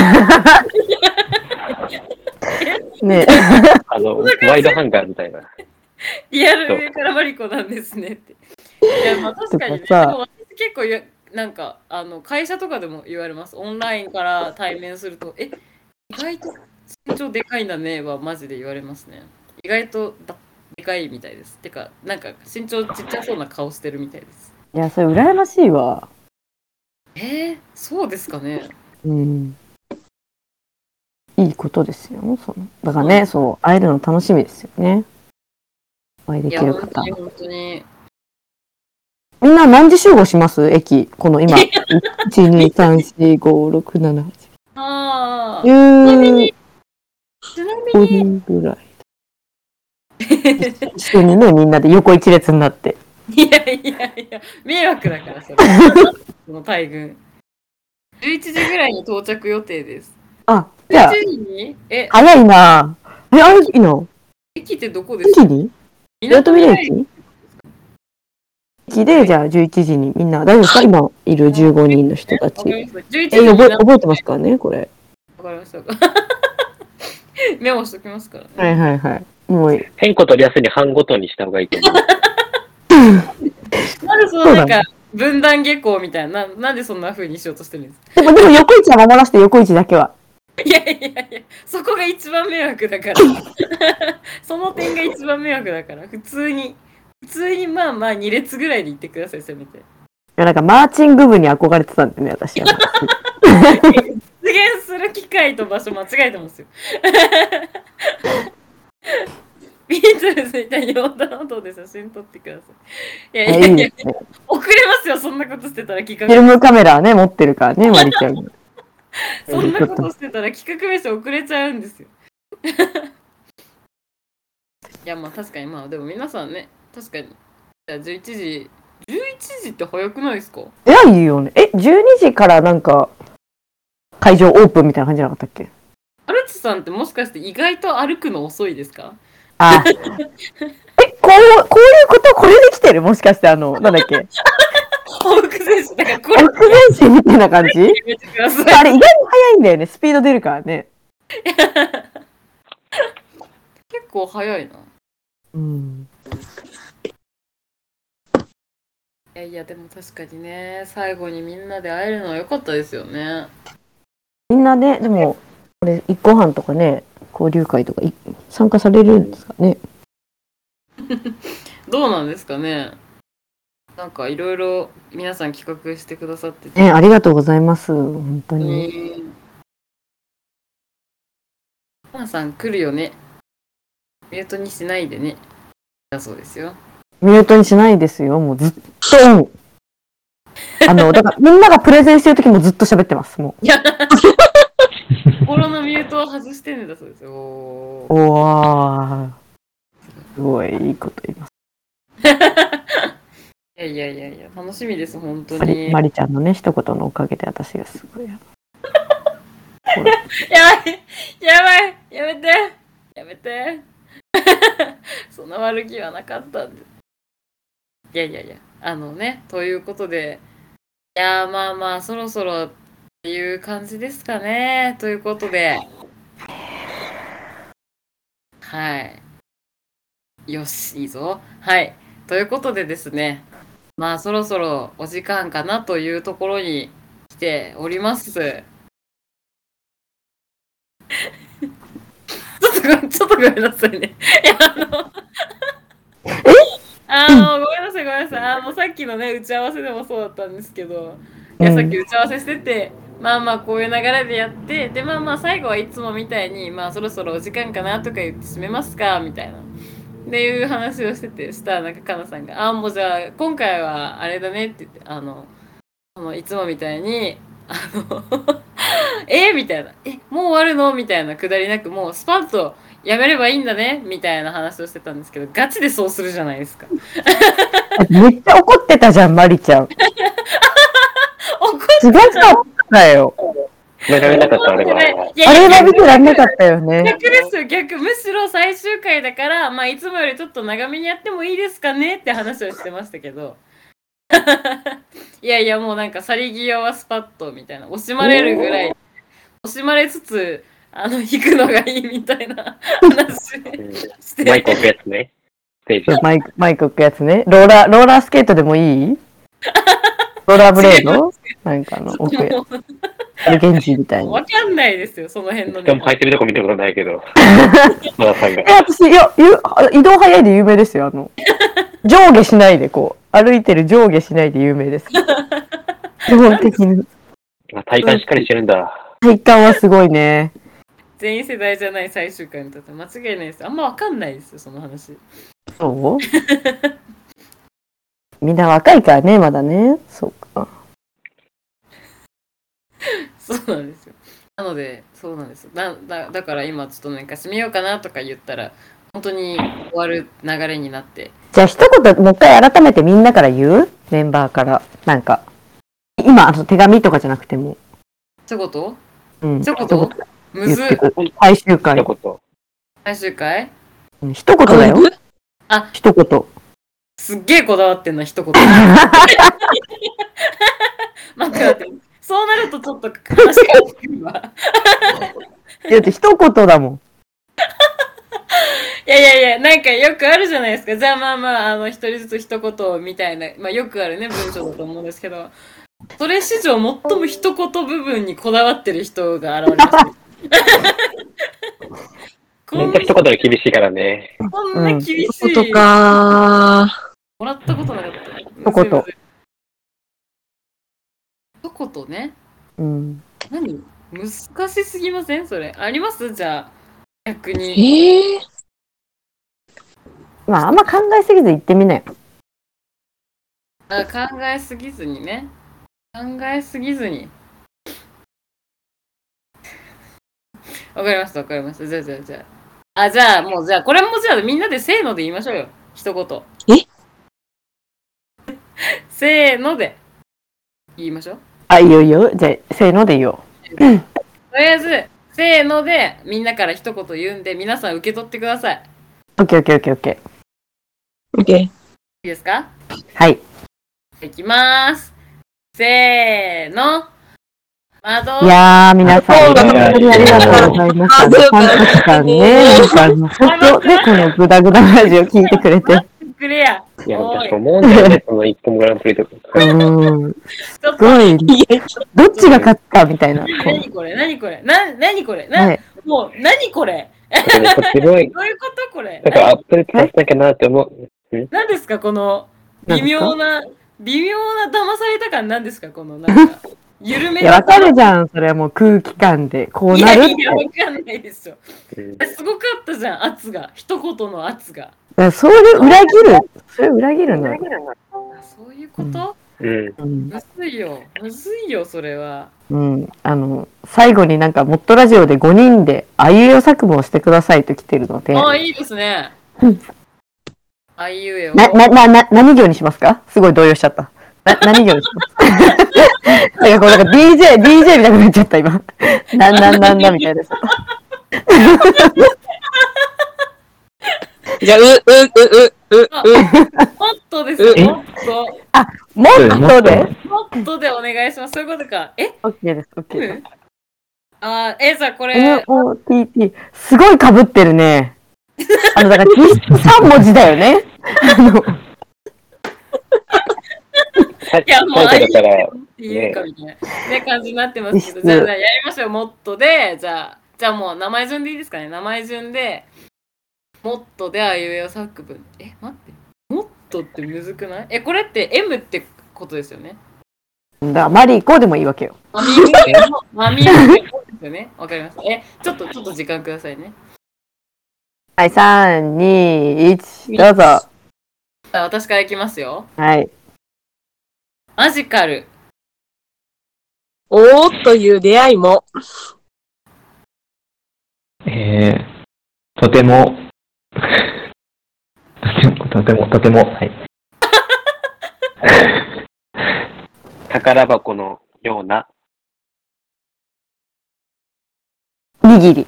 ねあの、ワイドハンガーみたいな。 リアル上からマリコなんですねって。いや、まあ確かにね。でとかさも私結構言うなんかあの会社とかでも言われます。オンラインから対面すると、え、意外と身長でかいんだねはマジで言われますね。意外とだでかいみたいです。てか、なんか身長ちっちゃそうな顔してるみたいです。 いや、それ羨ましいわ。 えー、そうですかね。 うん。いいことですよ。そのだからね、そう、会えるの楽しみですよね。お会いでいや、 きる方本当に。本当に。 みんな何時集合します駅。この今。いち、に、さん、よん、ご、ろく、なな、はち。 ああ。 じゅうちなみごに、 にんぐらい。一緒にね、みんなで横一列になって。 いやいやいや、迷惑だから、それ。その大群。じゅういちじぐらいに到着予定です。 あ、じゃあ、 じゅういちじにえ、 早いなぁ。え、あれ、いいの駅ってどこですか駅にみなとみらい駅駅で、じゃあじゅういちじにみんな、大丈夫ですか今いるじゅうごにんの人たち。 わかりました。じゅういちえ、 じに覚え、覚えてますからね、これ。 わかりました。メモしときますからね。 はいはいはい。もう、 変更取りやすいに半ごとにした方がいいと思う。 なんでそのなんか、分断下校みたいな、な、なんでそんな風にしようとしてるんですかでも、でも横位置は守らせて、横位置だけは。 いやいやいや、 そこが一番迷惑だからその点が一番迷惑だから普通に普通にまあまあに列ぐらいで行ってくださいせめて。 いやなんかマーチング部に憧れてたんでね、私は。 出現する機会と場所間違えてますよビートルズみたいに女の子で写真撮ってください。いやいやいや、遅れますよ、そんなことしてたら企画。 フィルムカメラね、持ってるからね、マリちゃん。 そんなことしてたら企画飯遅れちゃうんですよ。いや、まあ確かに、まあでも皆さんね、確かに。じゃあじゅういちじ、じゅういちじって早くないですか？ えらい言うよね。え、じゅうにじからなんか、会場オープンみたいな感じじゃなかったっけ？ アルツさんってもしかして意外と歩くの遅いですか？ あえ、こう、こういうことこれで来てる？もしかしてあの、なんだっけ？ 往復選手、だからこれ。 往復選手みたいな感じ？あれ意外に早いんだよね。スピード出るからね。 結構早いな。 うん。 いやいや、でも確かにね、最後にみんなで会えるのは良かったですよね。 みんなね、でも、これ、一個半とかね、交流会とかい参加されるんですかね。 どうなんですかね。なんかいろいろ皆さん企画してくださってて。 ね、ありがとうございます。本当に。 花さん来るよね。ミュートにしないでね。だそうですよ。 ミュートにしないですよ。もうずっと。あの、だからみんながプレゼンしてる時もずっと喋ってます。もう。 心のミュートを外してんだそうですよ。おー。わー。すごいいいこと言います。 いやいやいやいや、楽しみです、本当マリ、 に。 マリちゃんのね、一言のおかげで私がすごい。 やばいやばいやめてやめてそんな悪気はなかったんで。いやいやいや、あのね、ということで、いやまあまあ、そろそろっていう感じですかね。ということで、はい。よし、いいぞ。はい。ということでですね、まあそろそろお時間かなというところに来ております。ちょっとごめん、ちょっとごめんなさいね。いや、あの、あの、ごめんなさい、ごめんなさい。あの、さっきのね、打ち合わせでもそうだったんですけど、いや、さっき打ち合わせしてて、まあまあ、こういう流れでやって、で、まあまあ、最後はいつもみたいに、まあ、そろそろお時間かなとか言って締めますか、みたいな。っていう話をしてて、したらなんか、かなさんが、あ、もうじゃあ、今回はあれだねって言って、あの、あのいつもみたいに、あの、えみたいな、え、もう終わるのみたいなくだりなく、もうスパッとやめればいいんだねみたいな話をしてたんですけど、ガチでそうするじゃないですか。 めっちゃ怒ってたじゃん、マリちゃん。 怒ってすごかったよ。 見られなかった、あれは。 あれは見てらんなかったよね。 逆ですよ、逆。むしろ最終回だから、まあ、いつもよりちょっと長めにやってもいいですかねって話をしてましたけど。いやいや、もうなんか去り際はスパッとみたいな、惜しまれるぐらい、惜しまれつつ、あの、弾くのがいいみたいな話して。 マイク置くやつね。ステージ。 マイク、マイク置くやつね。ローラー、ローラースケートでもいい？ローラーブレードなんかの置くやつ。アルゲンジみたいに。 わかんないですよ、その辺のでも入ってるとこ見たことないけど。野田さんが。 え、私、いや、移動早いで有名ですよ。あの、上下しないでこう、歩いてる上下しないで有名です。基本的に。 体感しっかりしてるんだ。 体感はすごいね。 全員世代じゃない最終回にとって間違いないです。あんまわかんないですよ、その話。 そうみんな若いからね、まだね。そうか。 そうなんですよ。なので、そうなんですよ。だだだから今ちょっとなんか締めようかなとか言ったら、本当に終わる流れになって。 じゃあ一言もう一回改めてみんなから言う？メンバーから。なんか、今、あの手紙とかじゃなくても。 一言？ うん。 一言？むずっ。 最終回。 一言。 最終回？ 一言だよ。 あ、 一言。 すっげえこだわってんな、一言。待って待って。そうなるとちょっと話変わってくるわ。 いや、だって一言だもん。 いやいやいや、なんかよくあるじゃないですか。じゃあまあまあ、あの、一人ずつ一言みたいな、まあよくあるね、文章だと思うんですけど、それ史上最も一言部分にこだわってる人が現れました。 と一言で厳しいからね。 こんな厳しい。 ことかもらったことなかった。 一言。 一言ね。 うん。 何難しすぎませんそれ。ありますじゃあ、逆に。 ええまあ、あんま考えすぎず言ってみなよ。 あ考えすぎずにね。考えすぎずに。わかりました、わかりました。じゃあ、じゃあ、じゃあ。あ、じゃあ、もう、じゃあ、これもじゃあ、みんなでせーので言いましょうよ。一言。 えせーので言いましょう。 あ、いいよいいよ。じゃあ、せーので言おう。 とりあえず、せーのでみんなから一言言うんで、皆さん受け取ってください。 オッケーオッケーオッケーオッケー。 オッケー。 いいですか？ はい。 いきまーす。せーの。窓。 いやー、皆さん、 そうだ本当にありがとうございました。 あそうだパンタキさんね、なんかあの、本当で、このグダグダラジオ聞いてくれて。 クリア。 いや、 おい私思うんだよね、その一本グランプリとか。 うーん。すちょっとごい、 いや、 どっちが勝ったみたいな。こ何これ何これな何これな、 はいもう何これすごい、 どういうことこれなんかアップデートさせなきゃなって思う。 何ですかこの微何ですか妙な微妙な騙された感なんですかこのなんか緩めいや、わかるじゃん。それはもう空気感で、こういやなるって。 いやわかんないですようんすごかったじゃん圧が一言の圧がだからそれ裏切る。それ裏切るの。 あそういうこと、 うん。 うん。 むずいよむずいよそれはうん。あの、最後になんか、モットラジオでごにんで、あいうえお作文をしてくださいと来てるので、 ああいいですねうんあいうえおな、な、な、な、何行にしますか？すごい動揺しちゃった。な、何行にしますなんかこう、なんか ディージェー、ディージェー みたいになっちゃった、今。なんなんなんだみたいな。 じゃあ、う、う、う、う、う、 あう。 もっとですよえもっともっとでもっとでお願いします。そういうことか。え ?OK です、OK です。 あーえ、じゃあこれ、 エムオーティーティー、すごい被ってるね。あの、だから実質さん文字だよね。あの、 いやもう最後だから、 っていうかみたいな、ね、感じになってますけど、 実質じゃあ、じゃあやりましょう。もっとで、じゃあ、じゃあもう名前順でいいですかね。名前順で、もっとであいうえお作文。え、待って。もっとってむずくないえ、これって エム ってことですよね。 だからマリーコでもいいわけよ。 マミールも、マミールもですよね。わかりました。え、ちょっと、ちょっと時間くださいね。 はい、さん、に、いち、どうぞ。 あ私からいきますよ。 はい。 マジカル。 おーという出会いも。 えー、とても、とても、とても、とても、はい。 宝箱のような、 握り。 い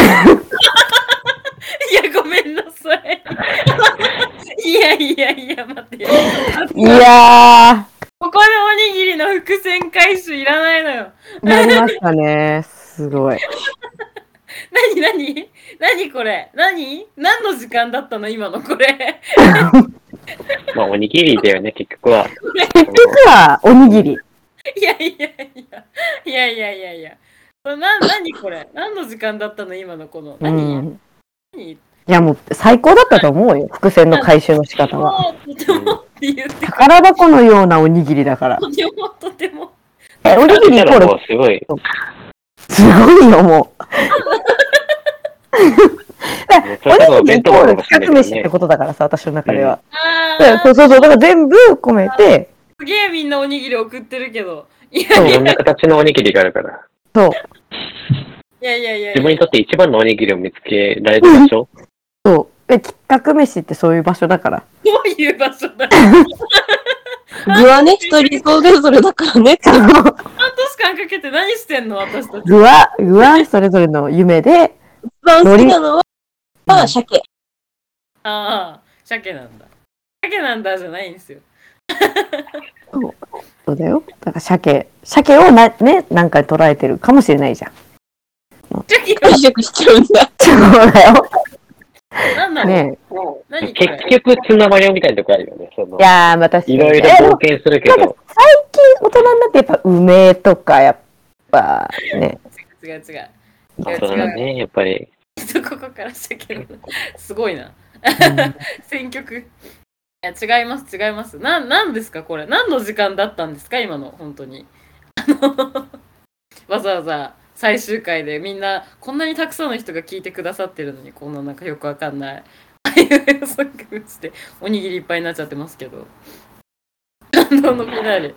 や、ごめんなさい。いやいやいや、待って。 いやここでおにぎりの伏線回収いらないのよ。 ー、なりましたね。すごい。 なになになにこれ何何の時間だったの今のこれ。 まあ、おにぎりだよね、結局は。 結局は、おにぎり。 いやいやいや。いやいやいやいや。な、なにこれ何の時間だったの今のこの。 う何、 ん。 何いや、もう、最高だったと思うよ。伏線の回収の仕方は。 もうとてもって言って宝箱のようなおにぎりだから。 とてもとても。 え、おにぎりイコールもう、すごい、 すごいよ、もう。 それこそおにぎりイ弁当箱コールかもしれないけどね企画飯って。ことだからさ、私の中では。 あーそうそうそう、だから全部込めて、 すげえみんなおにぎり送ってるけど。いやそういろんな形のおにぎりがあるから。 そう、 いやいやいやいや。 自分にとって一番のおにぎりを見つけられる場所。 そう。で、企画飯ってそういう場所だから。 どういう場所だ具はね、一人それぞれだからね。 半年間かけて何してんの私たち。 具は、具はそれぞれの夢で、 一番好きなのは、まあ、鮭。 ああ、鮭なんだ。鮭なんだじゃないんですよ。 そうだよ。だから鮭、鮭をな、ね、なんか捉えてるかもしれないじゃん。 鮭解釈しちゃうんだ。 そうだよ。 なんなの、 ね何こ結れ局、ツナマヨみたいなとこあるよね。そのいやー、また、 いろいろえ冒険するけなんかど、 最近大人になってやっぱ梅とかやっぱね、 違う違う違う。 まあそうだね、やっぱり。 とここからしたけど、すごいな。選曲。いや、違います、違います。な、なんですか、これ。何の時間だったんですか、今の、本当に。あの、わざわざ最終回でみんな、こんなにたくさんの人が聞いてくださってるのに、こんななんかよくわかんない。ああいう予測して、おにぎりいっぱいになっちゃってますけど。感動のフィナーレ。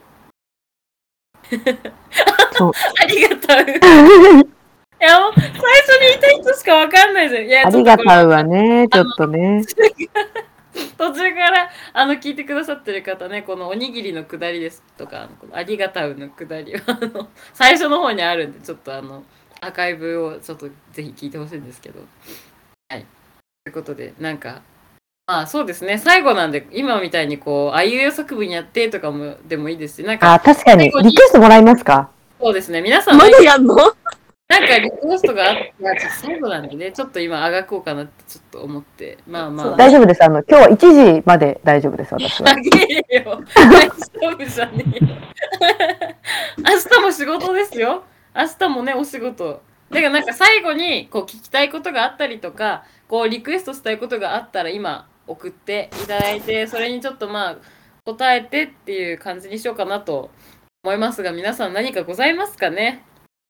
そうありがとう。いやもう最初に言いたい人しかわかんないじゃん。いやありがたうはね、ちょっとね。 途中からあの聞いてくださってる方ね、このおにぎりのくだりですとか、このありがたうのくだりはあの最初の方にあるんで、ちょっとあのアーカイブをちょっとぜひ聞いてほしいんですけど。はい。ということで、なんか、まあそうですね、最後なんで、今みたいにこう、あいうえお作文やってとかもでもいいですし、なんか、 あ、確かに。リクエストもらえますか？ そうですね、皆さん、 まだやんの？ なんかリクエストがあったら、ちょっと最後なんでね、ちょっと今、あがこうかなってちょっと思って、まあまあ。 大丈夫です。あの、今日はいちじまで大丈夫です、私は。 あげえよ。大丈夫じゃねえよ。明日も仕事ですよ。明日もね、お仕事。だからなんか最後にこう聞きたいことがあったりとか、こうリクエストしたいことがあったら今送っていただいて、それにちょっとまあ答えてっていう感じにしようかなと思いますが、皆さん何かございますかね？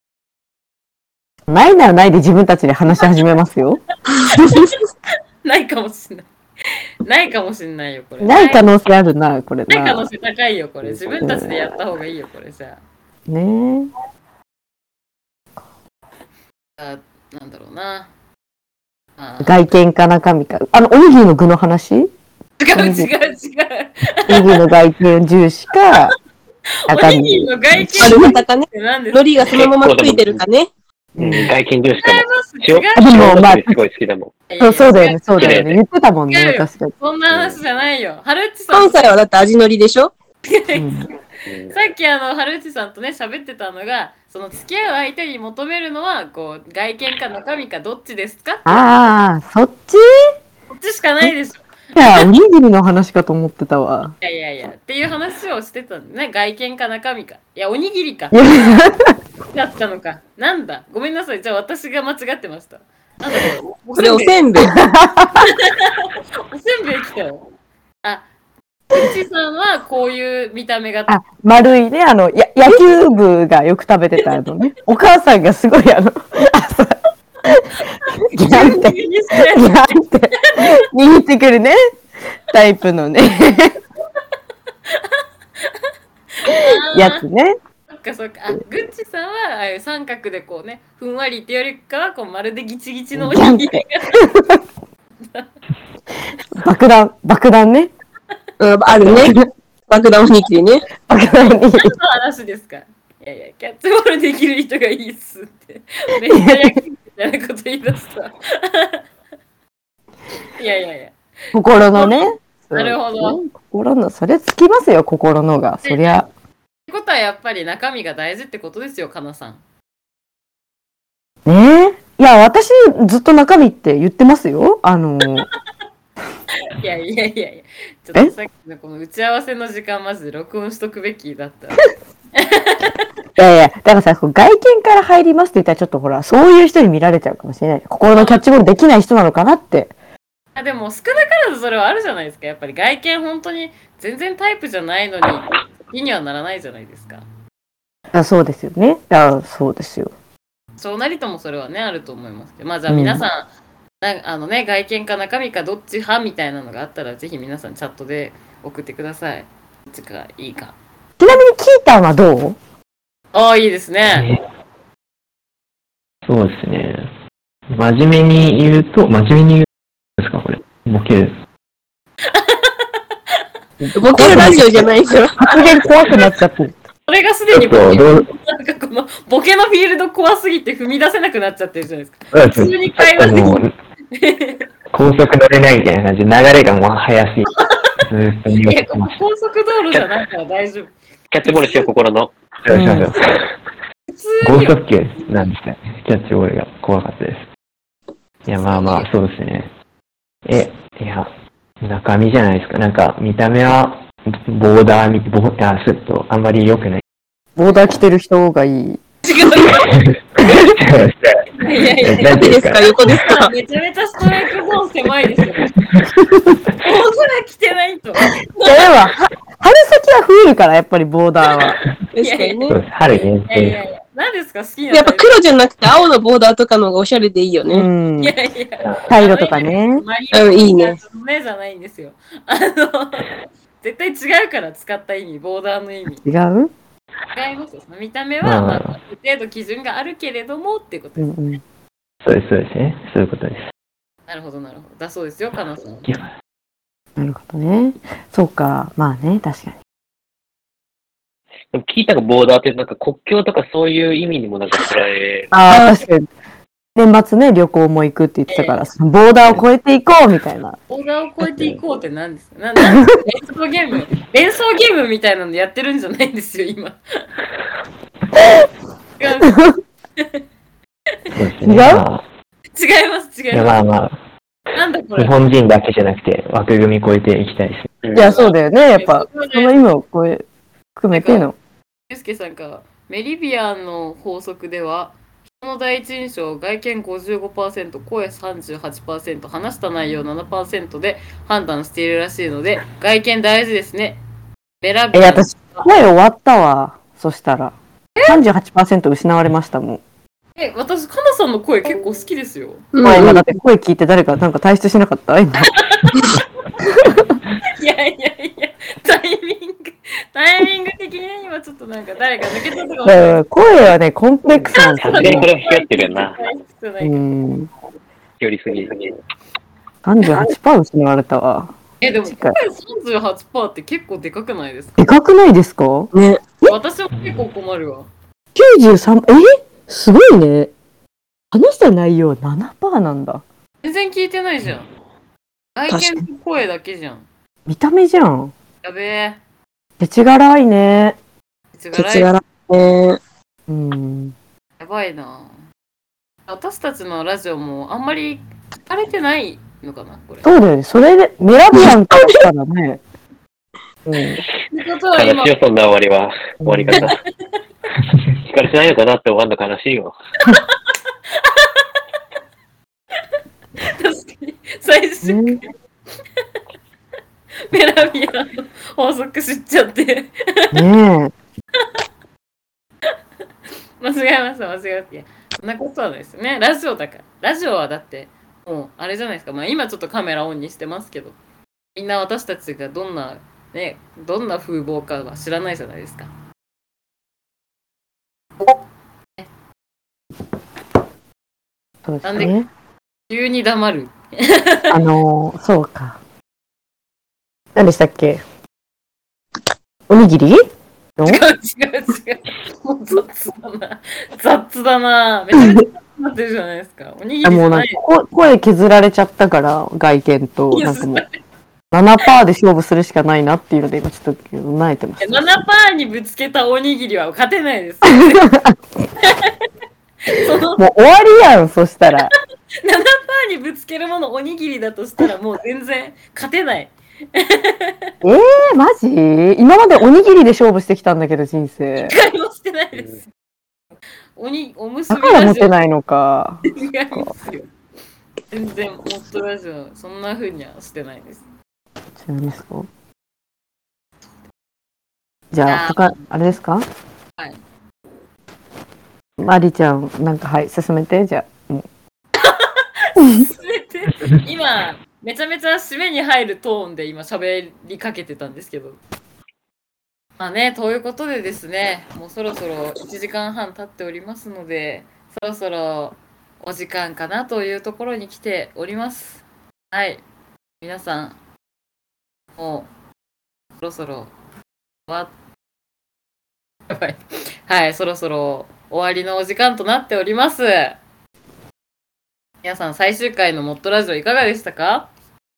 ないならないで自分たちで話し始めますよ。 ないかもしれない。ないかもしれないよ、これ。 ない可能性あるな、これな。 ない可能性高いよ、これ。自分たちでやった方がいいよ、これじゃあ。 ねあ、なんだろうな。あえ。外見か中身か。あの、おにぎりの具の話？ 違う違う違う。 おにぎりの外見重視か、 おにぎりの外見丸型かね。 なんです海苔がそのままついてるかね。 うん、外見重視かも。 違います。 塩、 でもまあ塩すごい好きだもん。 そうそうだよね、そうだよ。 よね。言ってたもんね、 違うよ確かに。 そんな話じゃないよ。はるっちさん。 関西はだって味のりでしょ？ うんさっきあの、はるっちさんとね、喋ってたのが、その付き合う相手に求めるのは、こう、外見か中身かどっちですか？ ああ、そっち？ こっちしかないでしょ。 いや、おにぎりの話かと思ってたわ。 いやいやいや、っていう話をしてたんだね。外見か中身か。いや、おにぎりか。 いやだったのか。なんだ。ごめんなさい。じゃあ私が間違ってました。なんだろう。 それおせんべい。 おせんべい来たよ。あ、うちさんはこういう見た目が。 あ、丸いね、あの、や野球部がよく食べてたのね。お母さんがすごいあの、朝、ギャンって、ギャンって握ってくるね、タイプのね、やつね。 そっかそっか。あ、グッチさんはああいう三角でこうね、ふんわりってよりかはこうまるでギチギチのおにぎりが。 爆弾、爆弾ね。 うん、あるね。爆弾おにぎりね。 爆弾に。 何の話ですか？いやいや、キャッチボールできる人がいいっすって。めっちゃ野球みたいなこと言い出した。いやいやいや。 心のね。 なるほど。 心の、それつきますよ、心のが。そりゃ。 ってことはやっぱり中身が大事ってことですよ、かなさん。 ねえ。いや、私、ずっと中身って言ってますよ。あのー、 いやいやいやいや、ちょっとさっきのこの打ち合わせの時間マジで録音しとくべきだった。 いやいや、だからさ、こう外見から入りますって言ったらちょっとほら、そういう人に見られちゃうかもしれない。心のキャッチボールできない人なのかなって。 あ、でも少なからずそれはあるじゃないですか。やっぱり外見本当に全然タイプじゃないのに気にはならないじゃないですか。 あ、そうですよね。あ、そうですよ。 そうなりともそれはね、あると思いますけど。まあじゃあ皆さん、うん、なあのね、外見か中身かどっち派みたいなのがあったら、ぜひ皆さんチャットで送ってください。どっちがいいか。 ちなみにキータンはどう？ ああ、いいですね。 そうですね。真面目に言うと、真面目に言うんですか、これ。ボケる。 ボケるラジオじゃないから。 発言怖くなっちゃってる。 それがすでにボそうケ、 どうなんかこのボケのフィールド怖すぎて踏み出せなくなっちゃってるじゃないですか。 普普通に会話できる。 高速乗れないみたいな感じで、流れがもう速すぎて、ずーっと見いや、 ようとしまし高速道路じゃないから大丈夫。 キャッチボールしよう、心の。 た。よしよしよし普通に。 剛速球なんですね。キャッチボールが怖かったです。いや、まあまあ、そうですね。え、いや、中身じゃないですか。なんか、見た目は、ボーダーみ、ボーダー、ちょっと、あんまり良くない。 ボーダー着てる人がいい。 違う。 いやいやいや、 なんていうか縦ですか、横ですか。 めちゃめちゃストライクゾーン狭いですよ。大空来てないと。 いやでも、は春先は冬からやっぱりボーダーは。 確かにそうね。 です。春限いやいや定。 いや、何ですか好きなやっぱ黒じゃなくて青のボーダーとかの方がおしゃれでいいようね。 んい。やいや、 茶色とかね。 マリうんいいねオねじゃないんですよ。あの、絶対違うから使った意味、ボーダーの意味。 違う違いますよ。その見た目は、 うんまあ、ある程度基準があるけれどもっていうことです。 うんうん。 そうです、そうですね。そういうことです。 なるほど、なるほど。だそうですよ、かなさん。 いやなるほどね。そうか。まあね、確かに。 でも聞いたがボーダーってなんか国境とかそういう意味にもなんか捉え、 ああ、確かに。年末ね、旅行も行くって言ってたから、そのボーダーを越えていこうみたいな。 ボーダーを越えていこうって何ですかななんですか連想ゲーム連想ゲームみたいなのやってるんじゃないんですよ、今。違うそうですね。 違うまあ違います、違いやいままあまあ、 す。なんだこ日れ。 本人だけじゃなくて枠組み超えていきたいですね。 いや、そうだよね。やっぱ、 そうだねその意味をこれ、含めての。 ゆうすけさんからメリビアンの法則では人の第一印象外見 ごじゅうごパーセント 声 さんじゅうはちパーセント 話した内容 ななパーセント で判断しているらしいので外見大事ですね。メラビえ、 アン私、声終わったわ。そしたら。さんじゅうはちパーセント 失われましたもん。 え私かなさんの声結構好きですよ。 うんまあ今だって声聞いて誰かなんか退出しなかった今。 いやいやいやタイミングタイミング的に今ちょっとなんか誰か抜けたとかだから声はね、コンプレックスなんですよね。 勝手にこれを引き合ってるよな。 うじゃないかん。 寄りすぎ。 さんじゅうはちパーセント 失われたわ。 えでも声近いさんじゅうはちパーセント って結構でかくないですか？ でかくないですか？ ね。 私も結構困るわ。 きゅうじゅうさん、えすごいね。話した内容 ななパーセント なんだ。 全然聞いてないじゃん。外見と声だけじゃん。 見た目じゃん。 やべえ。 手ちがらいね。 手手ちがらね。 うん。 やばいな。私たちのラジオもあんまり聞かれてないのかなこれ。 そうだよね。それで、メラビアンからしたらね。うん。 ということは今悲しいよ、そんな終わりは。終わり方。聞かれてないのかなって終わるの悲しいよ。 確かに最終ねメラビアンの法則知っちゃってねえ。 間違えました間違えました。そんなことはないですよね。ラジオだから。ラジオはだってもうあれじゃないですか。まあ今ちょっとカメラオンにしてますけど、みんな私たちがどんなねどんな風貌かは知らないじゃないですか。 そうですなんでね。 急に黙る。 あのー、そうか。何でしたっけ？おにぎりの違う違う違う。もう雑だな。雑だな。めちゃめちゃ雑になってるじゃないですか。おにぎりあもうなんかじゃない。 こ声削られちゃったから外見といやなんかもう ななパーセント で勝負するしかないなっていうので今ちょっと萎えてました。 ななパーセント にぶつけたおにぎりは勝てないです。そのもう終わりやんそしたら。 ななパーセント にぶつけるものおにぎりだとしたらもう全然勝てない。 えー、マジ？今までおにぎりで勝負してきたんだけど人生。 一回もしてないです。おにおむすだびからモテラジオないのか。 違いますよ。全然もっとラジオそんな風にはしてないです。 違いますか？じゃああー他あれですか？ はい。 マリちゃんなんかはい進めてじゃあ。もう全て今めちゃめちゃ締めに入るトーンで今喋りかけてたんですけど。まあね、ということでですね、もうそろそろいちじかんはん経っておりますので、そろそろお時間かなというところに来ております。はい。皆さん、もうそろそろ終わっやばい。はい、そろそろ終わりのお時間となっております。皆さん、最終回のモットラジオいかがでしたか？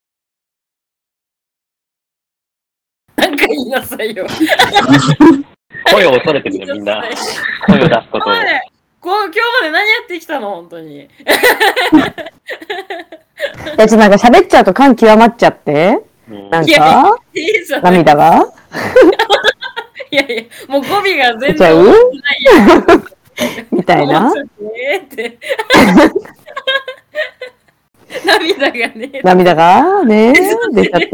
なんか言いなさいよ。 声を恐れてるよ、みんな。声を出すことを。 こう今日まで何やってきたの本当に。 いやちょっとなんか喋っちゃうと感極まっちゃってうんなんいやかいいじゃない。 涙がいやいや、もう語尾が全出ちゃう然ないよ。 みたいな。 えーって涙がね。 涙がね、出ちゃって。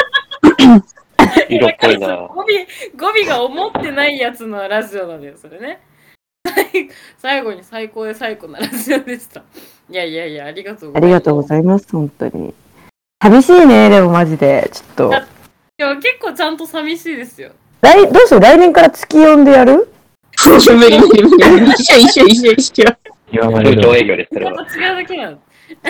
色っぽいな。 語尾、語尾が思ってないやつのラジオなんだよ、それね。最後に最高で最高なラジオでした。いやいやいや、ありがとうございます。 ありがとうございます、本当に。寂しいね、でもマジで、ちょっと。 いや、結構ちゃんと寂しいですよ。 来、どうしよう、来年から月よんでやる？ 無理無理無理。一緒一緒一緒一緒。 言われる。 風潮営業です、それは。 違うだけなの。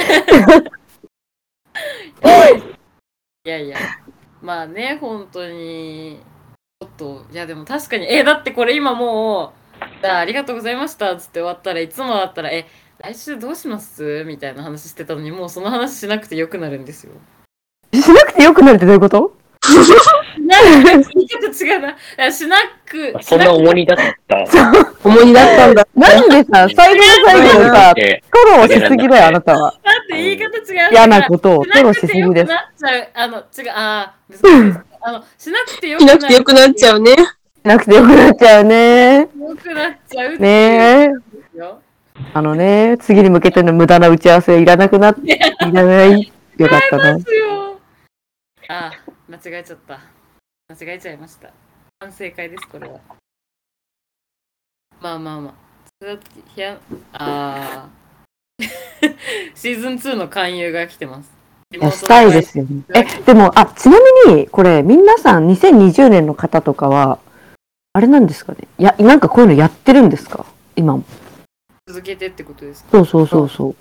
いやいや、まあね、本当に、ちょっと、いやでも確かに、え、だってこれ今もう、じゃあありがとうございましたっつって終わったらいつもだったら、え、来週どうしますみたいな話してたのに、もうその話しなくてよくなるんですよ。 しなくてよくなるってどういうこと？ なんか言い方違うな。いやしなく、 そんな重荷だった。 重荷だったんだ。 なんでさ、最後の最後にさ、フォローしすぎだよ、あなたは。 だって言い方違う。 嫌なことをフォローしすしなくてよくぎです。 なっちゃう。あの、違う、あー、難しいです。あの、しなくてよくしななくてよくなっちゃうね。 しなくてよくなっちゃうね。 よくなっちゃうってねえ。 いうんですよ。 あのね、次に向けての無駄な打ち合わせいらなくなって、いらない。よかったな。 ですよ。あー、間違えちゃった。間違えちゃいました。反省会です、これは。まあまあまあ。それだって部屋あーシーズンツーの勧誘が来てます。 いや、したいですよね。え、でも、あ、ちなみに、これ、皆さんにせんにじゅうねんの方とかは、あれなんですかね。いや、なんかこういうのやってるんですか？今も。 続けてってことですか？ そうそうそうそう。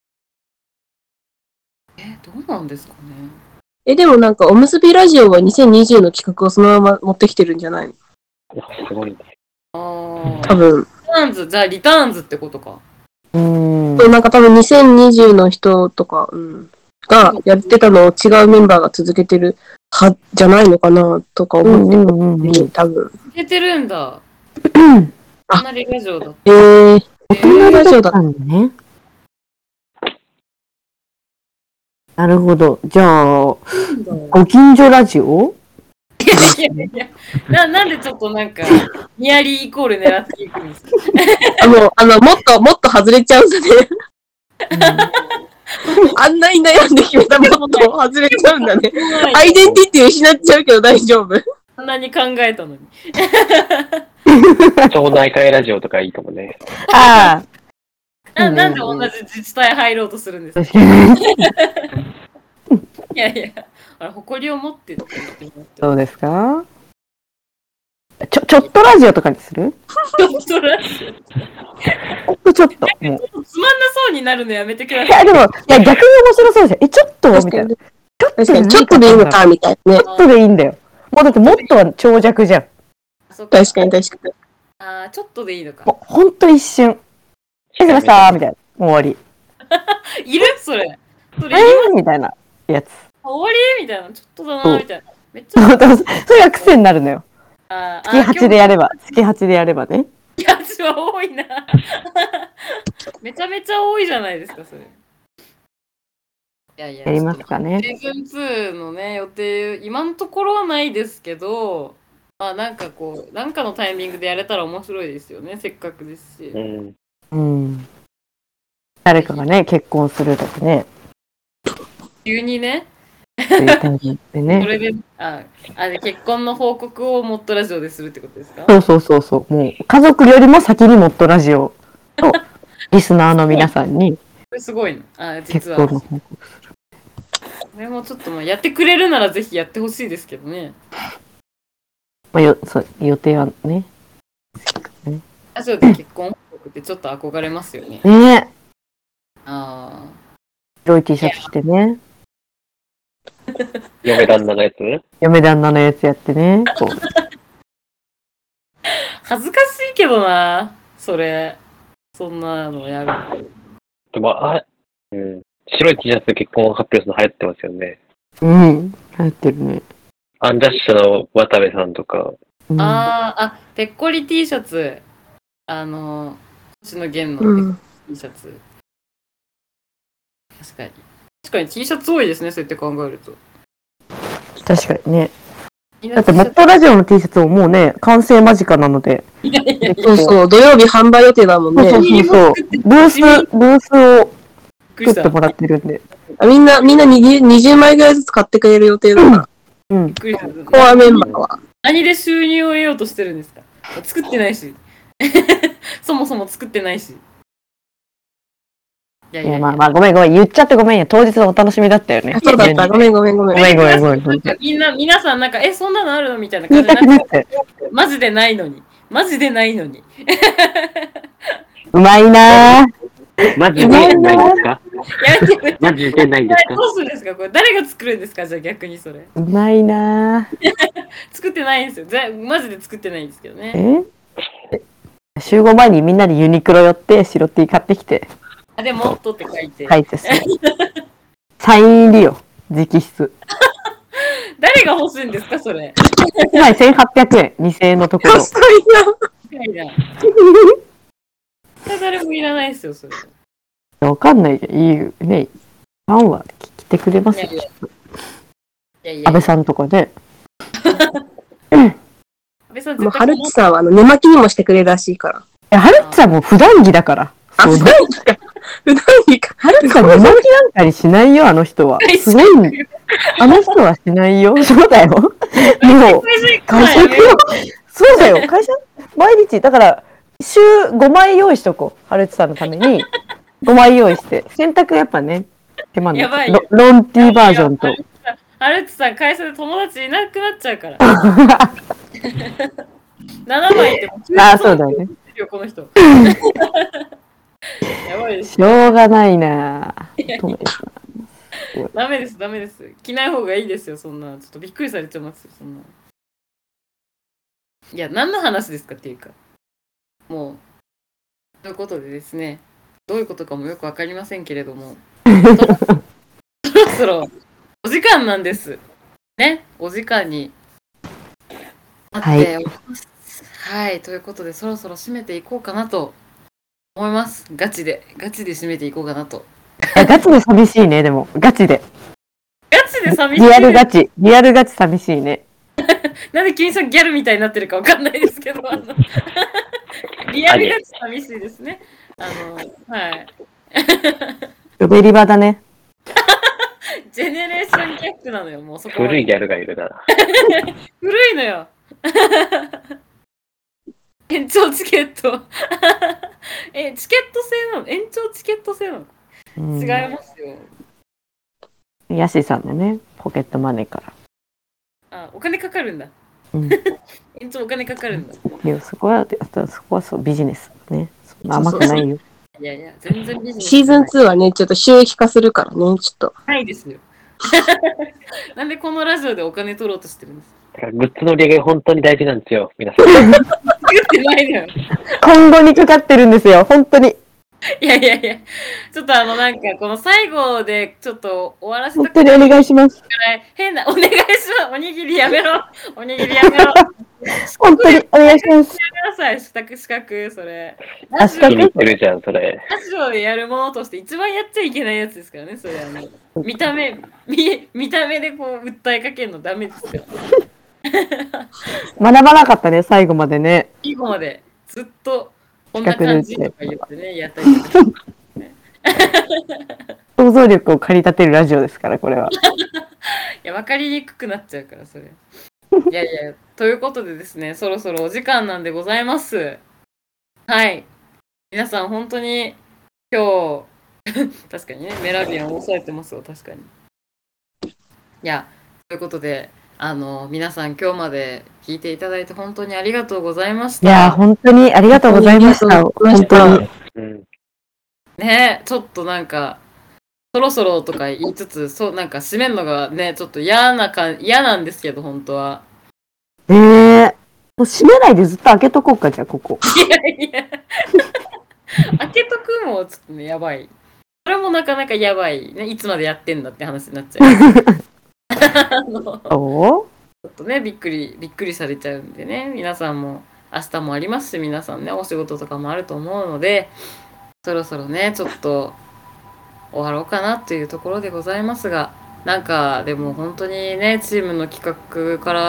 え、どうなんですかね。 え、でもなんか、おむすびラジオはにせんにじゅうの企画をそのまま持ってきてるんじゃないの？ すごいね。 ああ。 多分。 リターンズ、じゃあリターンズってことか。 うーん。 そう、なんか多分にせんにじゅうの人とか、うん、がやってたのを違うメンバーが続けてるは、じゃないのかな、とか思ってる。 うんうんうんうん。 多分。 いけてるんだ。 あかなりラジオだ。 えー、 大人ラジオだったんだね。なるほど。じゃあ、ご近所ラジオ？ いやいやいやな、なんでちょっとなんか、ニアリーイコール狙っていくんですか？ あの、あの、もっと、もっと外れちゃうんだね。あんなに悩んで決めたもっと外れちゃうんだね。アイデンティティ失っちゃうけど大丈夫。 あんなに考えたのに。 町内会ラジオとかいいかもね。 ああ。 ななんで同じ自治体入ろうとするんですか？ 確かに。 いやいや、あれ、誇りを持ってって言ってもらって。 どうですか？ちょ、ちょっとラジオとかにする？ ちょっとラジほんとちょっと。もう。 オつまんなそうになるのやめてくだいや、 さい。 でも、いや、逆に面白そうじゃん。え、ちょっとみたいな。ちょっ確かに、ちょっとでいいのか、みたいなね。 ちょっとでいいんだよ。もうだってもっとは長尺じゃん。 そっか確かに確かに。 あーちょっとでいいのか。 もうほんと一瞬。失礼しましたーみたいな。もう終わり。 いるそれ。それ、 え今ーみたいなやつ。 終わりみたいな。ちょっとだそうな、みたいな。めっちゃ。 それが癖になるのよ。 あー月はちでやれば。月はちでやればね。 いや、私は多いな。めちゃめちゃ多いじゃないですか、それ。いやいや、 やりますかね。 シーズンツーのね、予定、今のところはないですけど、まあなんかこう、なんかのタイミングでやれたら面白いですよね、せっかくですし。 うん。 うん。誰かがね、結婚するとかね。 急にね、 そういうタイミングでそね。 れで、あ、あで結婚の報告をモットラジオでするってことですか？ そうそうそうそう。もう、家族よりも先にもっとラジオを、リスナーの皆さんにこれすごいの。あ、実結は。 婚の報告する。 これもちょっとまあやってくれるならぜひやってほしいですけどね。 まあ、よそう予定はね。 ラジオで結婚報告ってちょっと憧れますよね。 ねえ。 ああ。 白い T シャツ着てね。 嫁旦那のやつ嫁旦那のやつやってね。こう恥ずかしいけどな、それ。そんなのやる。 でも、あ、うん。白い T シャツで結婚を発表するの流行ってますよね。 うん。流行ってるね。 アンジャッシュの渡部さんとか。 うん、 あーあ、ぺっこり T シャツ。あの、星野源のうん。 T シャツ。確かに。確かに T シャツ多いですね、そうやって考えると。 確かにね。 だって、モットラジオの T シャツももうね、完成間近なので。 いやいやいやそうそう、土曜日販売予定だもんそうそうね。 そうそう。ブース、ブースをびっくりした。 作ってもらってるんで。 みんな、みんなにじゅう、にじゅうまいぐらいずつ買ってくれる予定だから。 うんびっ。くりした。 コアメンバーは。 何で収入を得ようとしてるんですか？作ってないし。そもそも作ってないし。いやいやいや、まあまあ、ごめんごめん。言っちゃってごめんよ。当日のお楽しみだったよね。 そうだった。ごめんごめんごめん。 ごめんごめんごめん。 なんかみんな、皆さんなんか、え、そんなのあるのみたいな言感じでいたくなって。 マジでないのに。マジでないのに。 うまいなぁ。 マジでないんですか？ やめてくれ。 マジでないんですか？ どうするんですかこれ誰が作るんですかじゃあ逆にそれ。 うまいなぁ。 作ってないんですよ。ぜマジで作ってないんですけどね。 え集合前にみんなでユニクロ寄って白 T 買ってきてあ、でも、とって書いて。 書いてさサイン入りよ直筆誰が欲しいんですかそれ。 いちまいせんはっぴゃくえんにせんえんのところ安いな。 いやいや。誰もいらないですよそれ。 わかんないでいいよねファンは来てくれますよいやいやいやいや。 安倍さんとかね安倍さんもう、 絶対はるちさんは、あの、寝巻きにもしてくれるらしいから。 いやはるっちゃんも普段着だからあ、 そう普段着か。普段着か。 はるっちゃん寝巻きなんかにしないよあの人はすごいあの人はしないよそうだよもう会社行くよそうだよ会社毎日だから週ごまい用意しとこうはるちさんのためにごまい用意して洗濯やっぱね手間やばいのロロンティーバージョンとはるちさん会社で友達いなくなっちゃうからななまいってもうああそうだよねこの人やばいです。 しょうがないなぁダメですダメです着ない方がいいですよそんなちょっとびっくりされちゃいますよそんないや何の話ですかっていうかもうということでですねどういうことかもよくわかりませんけれどもそろそろお時間なんですねお時間になっておりますはい、はい、ということでそろそろ締めていこうかなと思いますガチでガチで締めていこうかなとガチで寂しいねでもガチでガチで寂しいリアルガチリアルガチ寂しいねなんで急にさギャルみたいになってるかわかんないですけどあのリアルガチ寂しいですねあのはいロベリバだねジェネレーションギャップなのよもうそこ古いギャルがいるな。 古いのよ延長チケットえチケット制なの延長チケット制なの、うん、違いますよヤシさんのねポケットマネーからあお金かかるんだ、うん、延長お金かかるんだいやそこはそこはそうビジネスねそんな甘くないよいやいや全然ビジネスシーズンツーはねちょっと収益化するからねちょっとないですよなんでこのラジオでお金取ろうとしてるんですかグッズの売り上げ本当に大事なんですよ皆さん作ってないのよ今後にかかってるんですよ本当にいやいやいやちょっとあのなんかこの最後でちょっと終わらせた本当にお願いします変なお願いしますおにぎりやめろおにぎりやめろ本当にお願いしますやめなさい四角四角それあ四角言ってるじゃんそれラジオでやるものとして一番やっちゃいけないやつですからねそれあの見た目見見た目でこう訴えかけるのダメですから学ばなかったね最後までね最後までずっとこんな感じとか言ってねやったりとか、ね、 想像力を駆り立てるラジオですからこれはいや分かりにくくなっちゃうからそれいやいやということでですねそろそろお時間なんでございますはい皆さん本当に今日確かにねメラビアン抑えてますよ確かにいやということであの皆さん今日まで聞いていただいて本当にありがとうございました。 いや本当にありがとうございました。本当に。 ねちょっとなんかそろそろとか言いつつそうなんか締めるのがねちょっと嫌なか嫌なんですけど本当は。 ええー、もう締めないでずっと開けとこうかじゃあここ。 いやいや開けとくもちょっとねやばい。それもなかなかやばいねいつまでやってんだって話になっちゃう。あのちょっとねびっくりびっくりされちゃうんでね皆さんも明日もありますし皆さんねお仕事とかもあると思うのでそろそろねちょっと終わろうかなというところでございますがなんかでも本当にねチームの企画から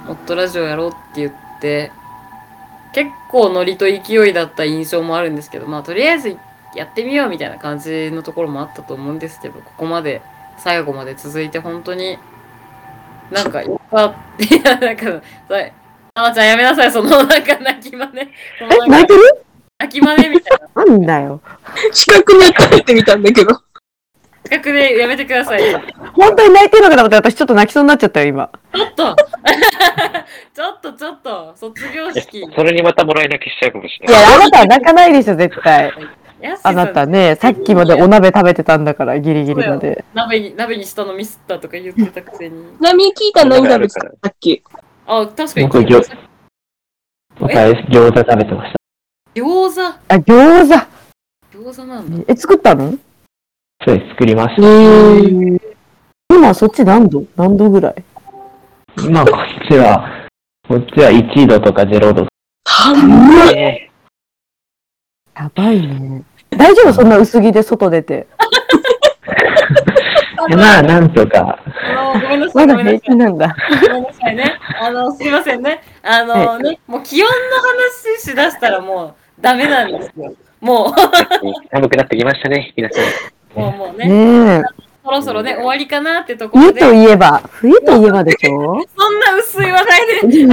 もっとラジオやろうって言って結構ノリと勢いだった印象もあるんですけど、まあとりあえずやってみようみたいな感じのところもあったと思うんですけど、ここまで最後まで続いて本当になんかよかったいやなんかさあまちゃんやめなさいそのなんか泣き真似そのえ、泣いてる？ 泣き真似みたいななんだよ。 近くに食べてみたんだけど。 近くでやめてください本当に泣いてるのかと思って私ちょっと泣きそうになっちゃったよ、今。 ちょっとちょっとちょっと卒業式それにまたもらい泣きしちゃうかもしれいない。 や、あなたは泣かないでしょ、絶対。 やすさんあなたね、さっきまでお鍋食べてたんだから、ギリギリまで。 鍋に鍋にしたのミスったとか言ってたくせにちなみに聞いた何食べてたさっき。 あ確かに僕餃子僕は餃子食べてました。 餃子あ、餃子。 餃子なんだえ、作ったの？ そうです、作りました。 今そっち何度？何度ぐらい？ 今こっちは、こっちはいちどとかぜろど。 えやばいね。大丈夫？そんな薄着で外出て。 まあ、なんとか。 あのごめんなさいまだごめんなさい平気なんだ。 ごめんなさいね。あの、すいませんね。あのね、もう気温の話しだしたらもうダメなんですよ。もー、寒くなってきましたね、皆さん。 う、もうもうね、 ねえ。 そろそろね、終わりかなってところ冬で、 といえば、冬といえばでしょ？ そんな薄い話題で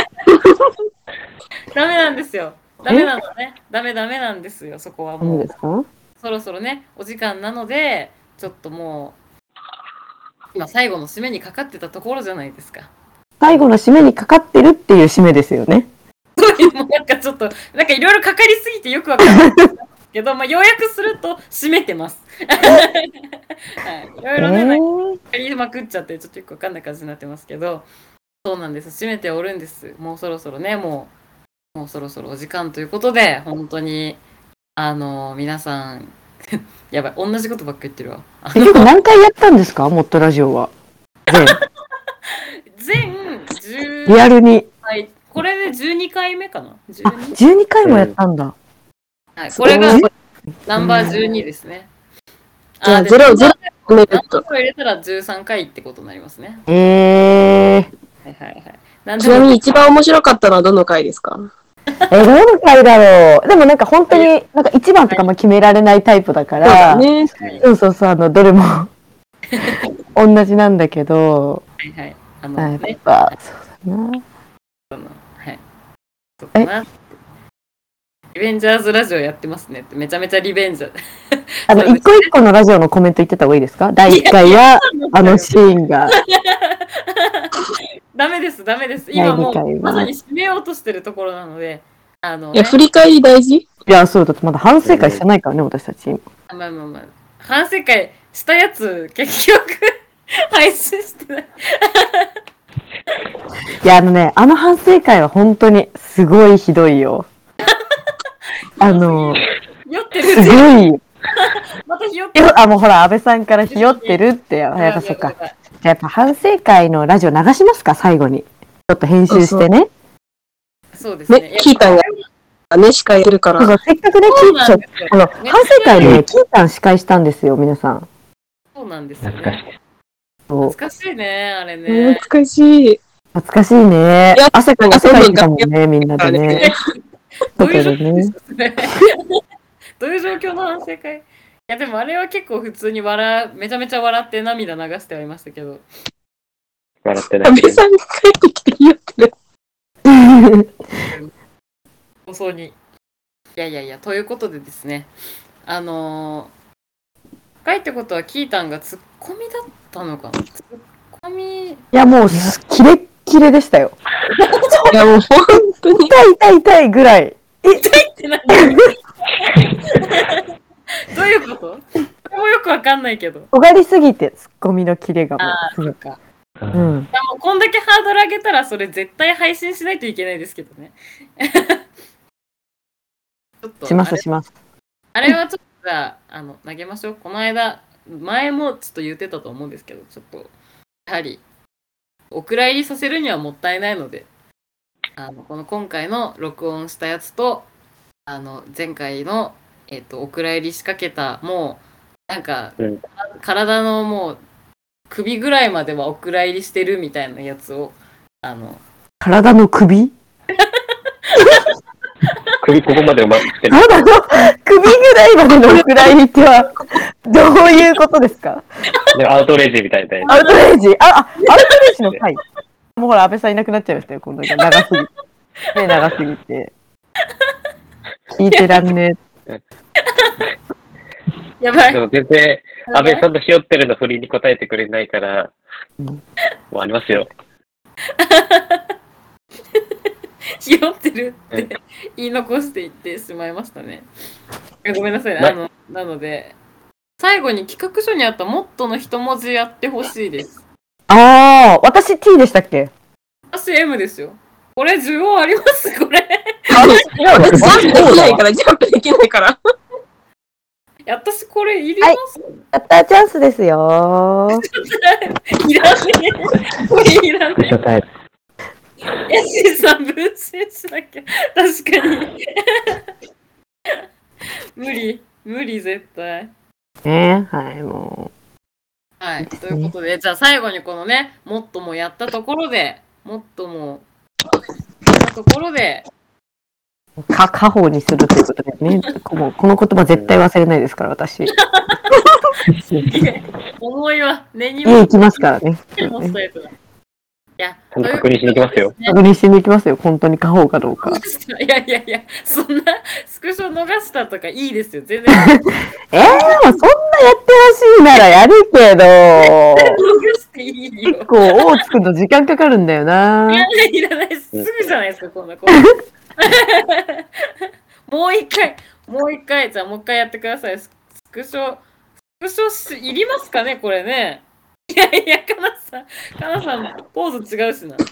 ダメなんですよ。ダメなのね。ダメダメなんですよ、そこはもう何です。か？ そろそろね、お時間なので、ちょっともう、今最後の締めにかかってたところじゃないですか。 最後の締めにかかってるっていう締めですよね。 もうなんかちょっと、なんかいろいろかかりすぎてよくわかんないんですけど、まあ、要約すると締めてます。はい、いろいろね、なんかー、 かかりまくっちゃって、ちょっとよくわかんない感じになってますけど、そうなんです。締めておるんです。もうそろそろね、もう、もうそろそろお時間ということで、本当に、あの、皆さん、やばい、同じことばっか言ってるわ。あ結局何回やったんですか？モットラジオは。全。 全じゅうリアルに。 はい、これでじゅうにかいめかな ?じゅうに? あ、じゅうにかいもやったんだ。 はい、これがナンバーじゅうにですね。 じゃあ、 でゼロ、ゼロ、 ナンバメリット。 ーを入れたらじゅうさんかいってことになりますね。 えー。 はいはいはい。なんちなみでもに一番面白かったのはどの回ですか？ え、どの回だろう。でもなんか本当に、なんか一番とかも決められないタイプだかそうだら、 ね。 そうそうそう、あの、どれも同じなんだけど、 はいはい。ああのやっね、 ぱ、そうだな。 はい。そうかな。リベンジャーズラジオやってますねって、めちゃめちゃリベンジャー。 あの、 そうです一個一個のラジオのコメント言ってた方がいいですか？だいいっかいは、あのシーンが。 ダメです、ダメです。今もう、 だいにかいはまさに締めようとしてるところなので、あの、 いや、 ね、 振り返り大事？ いや、そうだってまだ反省会してないからね、私たち。 まあまあまあ、反省会したやつ、結局、配信してない。 いや、あのね、あの反省会は本当にすごいひどいよ。あの、 酔ってるすごい。 またひよってる。 よあ、もうほら、安倍さんからひよってるって、やっぱそっか。じゃあやっぱ反省会のラジオ流しますか、最後に。ちょっと編集してね。 そうですね。 ね、キータンがね、司会するから。 そうそう、せっかくね、 そうキーなんですよあの、反省会ね、キータン司会したんですよ、皆さん。 そうなんですよね。 懐かしい。 そう懐かしいね、あれね。 懐かしい。 懐かしいねいや。 汗か汗かいてたもんね、みんなでね。 どういう状だけどね況ですかそれどういう状況の反省会？いやでもあれは結構普通に笑めちゃめちゃ笑って涙流してはいましたけど。 笑ってない安。倍さんが帰ってきて言ってる。 早々に。いやいやいや、ということでですね、あのー、深いってことはキータンがツッコミだったのかなツッコミ。 いや、もう、キレッキレでしたよ。 いや、もう本当に。 痛い痛い痛いぐらい。 痛いって何どういうことそれもよくわかんないけど。 尖りすぎて、ツッコミのキレがもああ、 う。 そっか。 うん。 でもこんだけハードル上げたらそれ絶対配信しないといけないですけどね。ちょっとしまあれすします。 あれはちょっとじゃあ、あの投げましょう。この間、前もちょっと言ってたと思うんですけど、ちょっと、やはり、お蔵入りさせるにはもったいないので、あのこの今回の録音したやつと、あの前回の、えっと、お蔵入り仕掛けた、もう、なんか、 うん体のもう、首ぐらいまではお蔵入りしてるみたいなやつを、あの、 体の首首ここまで埋まってる。 体の首ぐらいまでのくらいっては、どういうことですか？ でアウトレイジみたいな。 アウトレイジあ、あ、アウトレイジの回。もうほら、安倍さんいなくなっちゃいましたよ、今度。長すぎて。ね、長すぎて。聞いてらんねえ。 やばい。 でも全然、安倍さんのひよってるの振りに答えてくれないから、 うん、 もうありますよ。 ひよってるって言い残していってしまいましたね。ごめんなさいね。あの、なので、最後に企画書にあったもっとの一文字やってほしいです。 ああ、私 T でしたっけ？ 私 M ですよ。これ需要ありますこれ。 あ、違う、私ジャンプできないから、ジャンプできないから。 いや、私これいります、 はい、やったーチャンスですよー。いらねえ。これいらね初対え。ヤシさん分身しなきゃ。確かに。無理。無理絶対。 ね、はい、もう。はい。ということで、じゃあ最後にこのね、もっともやったところで、もっともやったところで、 か、家宝にするということでね、もうこの言葉絶対忘れないですから、私。 思いは根にも。行きますからね。 いや、 確認しに行きますよ。 確認しに行きますよ、本当に家宝かどうか。 いやいやいや、そんなスクショ逃したとかいいですよ、全然。 えー、でもそんなやってほしいならやるけど、 逃していいよ。 結構、大津くんと時間かかるんだよな。 いらない、いらないです。すぐじゃないですか、こんな子。もう一回、もう一回、じゃあもう一回やってください。スクショ、スクショいりますかね、これね。いやいや、かなさん、かなさん、ポーズ違うしな。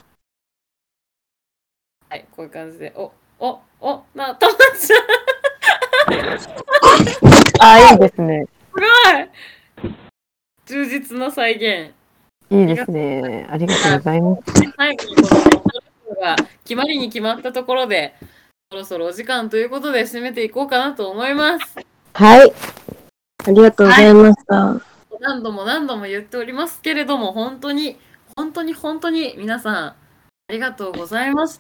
はい、こういう感じで。お、お、お、な、たまちゃん。 あ、いいですね。 すごい充実の再現。 いいですね。ありがとうございます。 最後にこのが決まりに決まったところで、そろそろお時間ということで締めていこうかなと思います。 はい。 ありがとうございました。はい、 何度も何度も言っておりますけれども、本当に、本当に本当に皆さん、ありがとうございました。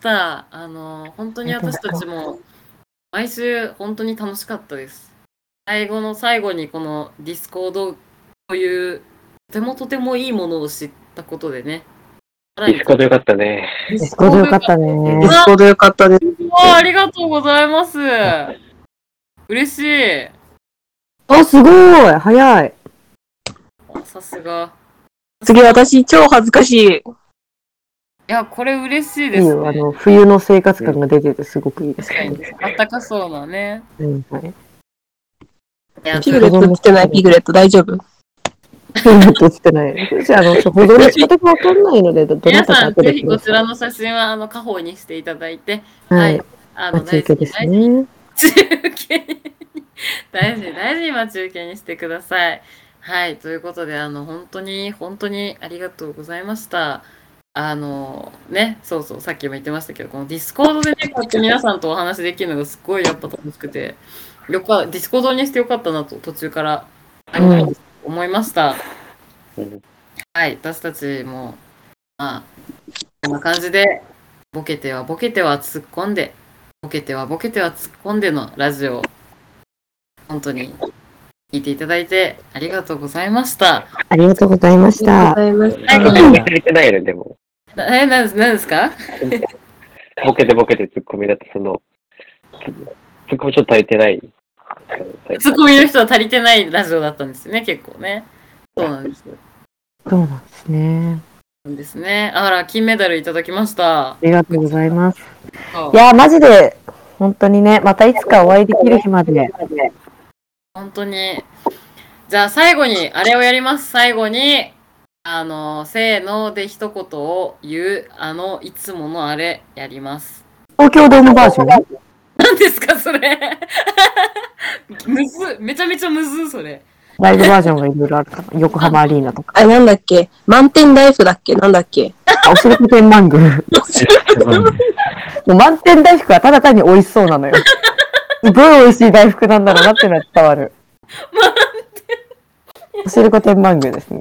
あの、本当に私たちも毎週本当に楽しかったです。最後の最後にこのディスコードというとてもとてもいいものを知ったことでね。 ディスコードよかったね。 ディスコードよかったね。 ディスコードよかったです。 あ、ありがとうございます。嬉しい。 あ、すごい早い。 さすが。 次、私、超恥ずかしい。 いや、これ嬉しいです、ね。 いいよ、あの、冬の生活感が出ててすごくいいですね。あったかそうなね。 うん、はい。 いや、 ピグレット来てない、ピグレット大丈夫？ ピグレット来てない。じゃあ、あの、保存の仕方がわかんないので、どなたか後で。 ぜひこちらの写真は、あの、家宝にしていただいて、 はい。 あの、 大事にですね。 中継に、大事に、大事に待ち受けにしてください。はい、ということで、あの、本当に、本当にありがとうございました。あの、ね、そうそう、さっきも言ってましたけど、このディスコードでね、こうやって皆さんとお話できるのがすごいやっぱ楽しくて、よか、ディスコードにしてよかったなと、途中から思いました。うん、はい、私たちも、まあ、こんな感じで、ボケてはボケては突っ込んで、ボケてはボケては突っ込んでのラジオ、本当に聞いていただいてありがとうございました。 ありがとうございました。 最後に足りてないよね、でも。 え、なんです、なんですか？ ボケてボケてツッコミだって、その、ツッコミちょっと足りてない。 ツッコミの人は足りてないラジオだったんですよね、結構ね。そうなんですよ。 そうなんですね。 そうですね。あら、金メダルいただきました。 ありがとうございます。いや、マジで、本当にね、またいつかお会いできる日まで。 本当に。じゃあ最後に、あれをやります。最後に、あの、せーので一言を言う、あの、いつものあれ、やります。 東京ドームバージョン？ 何ですか、それ。むず、めちゃめちゃむず、それ。 ライブバージョンがいろいろあるかな。横浜アリーナとか。 あれなんだっけ？満点大福だっけ？なんだっけ？ あ、おしるこ天満宮。もう満点大福はただ単に美味しそうなのよ。すごい美味しい大福なんだろうなっていうのは伝わる。 満点。 おしるこ天満宮ですね。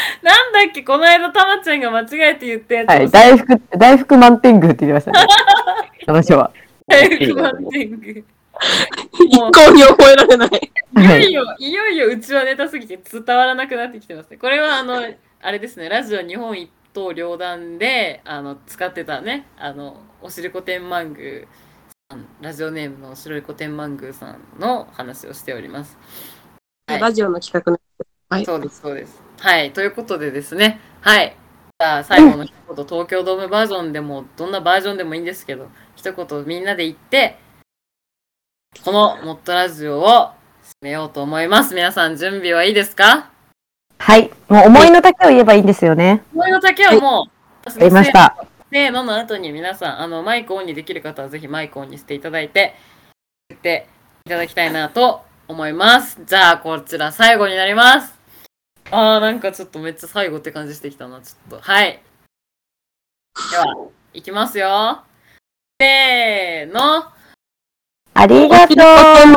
なんだっけ、この間たまちゃんが間違えて言ったやつ。 はい、大福、大福満天狗って言ってましたね。彼女は。 大福満天狗。 一向に覚えられない。 いよいよ、いよいようちはネタすぎて伝わらなくなってきてますね。これはあの、あれですね、ラジオ日本一刀両断であの使ってたね、あの、おしるこ天満宮さん、ラジオネームのおしるこ天満宮さんの話をしております。はい、 ラジオの企画の。はい。 そうです、そうです。はい、ということでですね、はい。じゃあ最後の一言、東京ドームバージョンでも、どんなバージョンでもいいんですけど、一言みんなで言って、このモットラジオを締めようと思います。皆さん準備はいいですか？ はい。もう思いの丈を言えばいいんですよね。 思いの丈はもう、 わかりました。 せーのの後に皆さん、あの、マイクオンにできる方はぜひマイクオンにしていただいて、言っていただきたいなと思います。じゃあ、こちら最後になります。あー、なんかちょっとめっちゃ最後って感じしてきたな、ちょっと。はい。では、いきますよ。せーの。 ありがとう。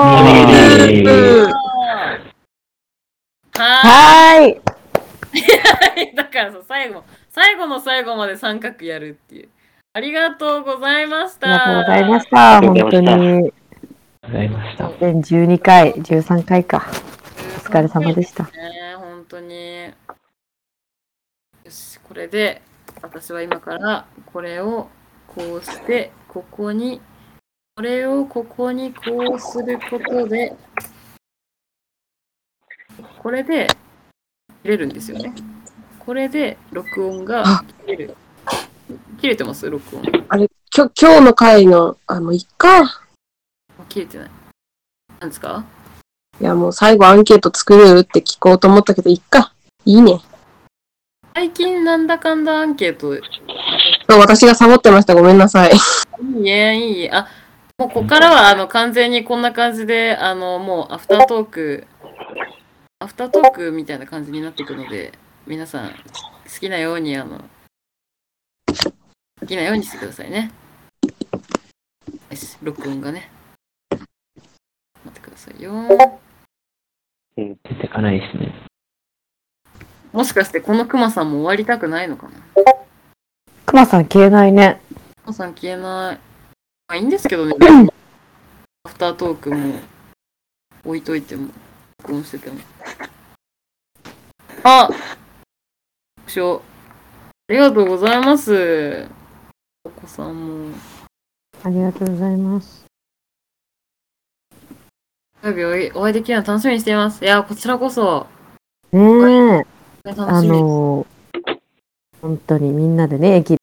はーい。 だからさ、最後、最後の最後まで三角やるっていう。ありがとうございました。 ありがとうございました。本当に。 ありがとうございました。 全じゅうにかい、じゅうさんかいか。お疲れ様でした。 ね、本当に。よし、これで、私は今からこれをこうして、ここに、これをここにこうすることで、これで切れるんですよね。これで録音が切れる。切れてます？録音。 あれ、きょ今日の回の、あ、もういっか。 切れてない。なんですか？ いや、もう最後アンケート作るって聞こうと思ったけど、いっか。いいね。 最近なんだかんだアンケート。 そう、私がサボってました。ごめんなさい。 いいえ、いいえ。あ、もうここからはあの完全にこんな感じで、あの、もうアフタートーク、アフタートークみたいな感じになっていくので、皆さん好きなように、あの、好きなようにしてくださいね。よし、録音がね。待ってくださいよ。 出てかないですね。 もしかしてこのクマさんも終わりたくないのかな？ クマさん消えないね。 クマさん消えない。まあいいんですけどね。アフタートークも置いといても、録音してても。あ、しょ。ありがとうございます。お子さんも。 ありがとうございます。 お会いできるの楽しみにしています。いや、こちらこそ。 ねえ。 楽しみです。 あのー、本当にみんなでね、駅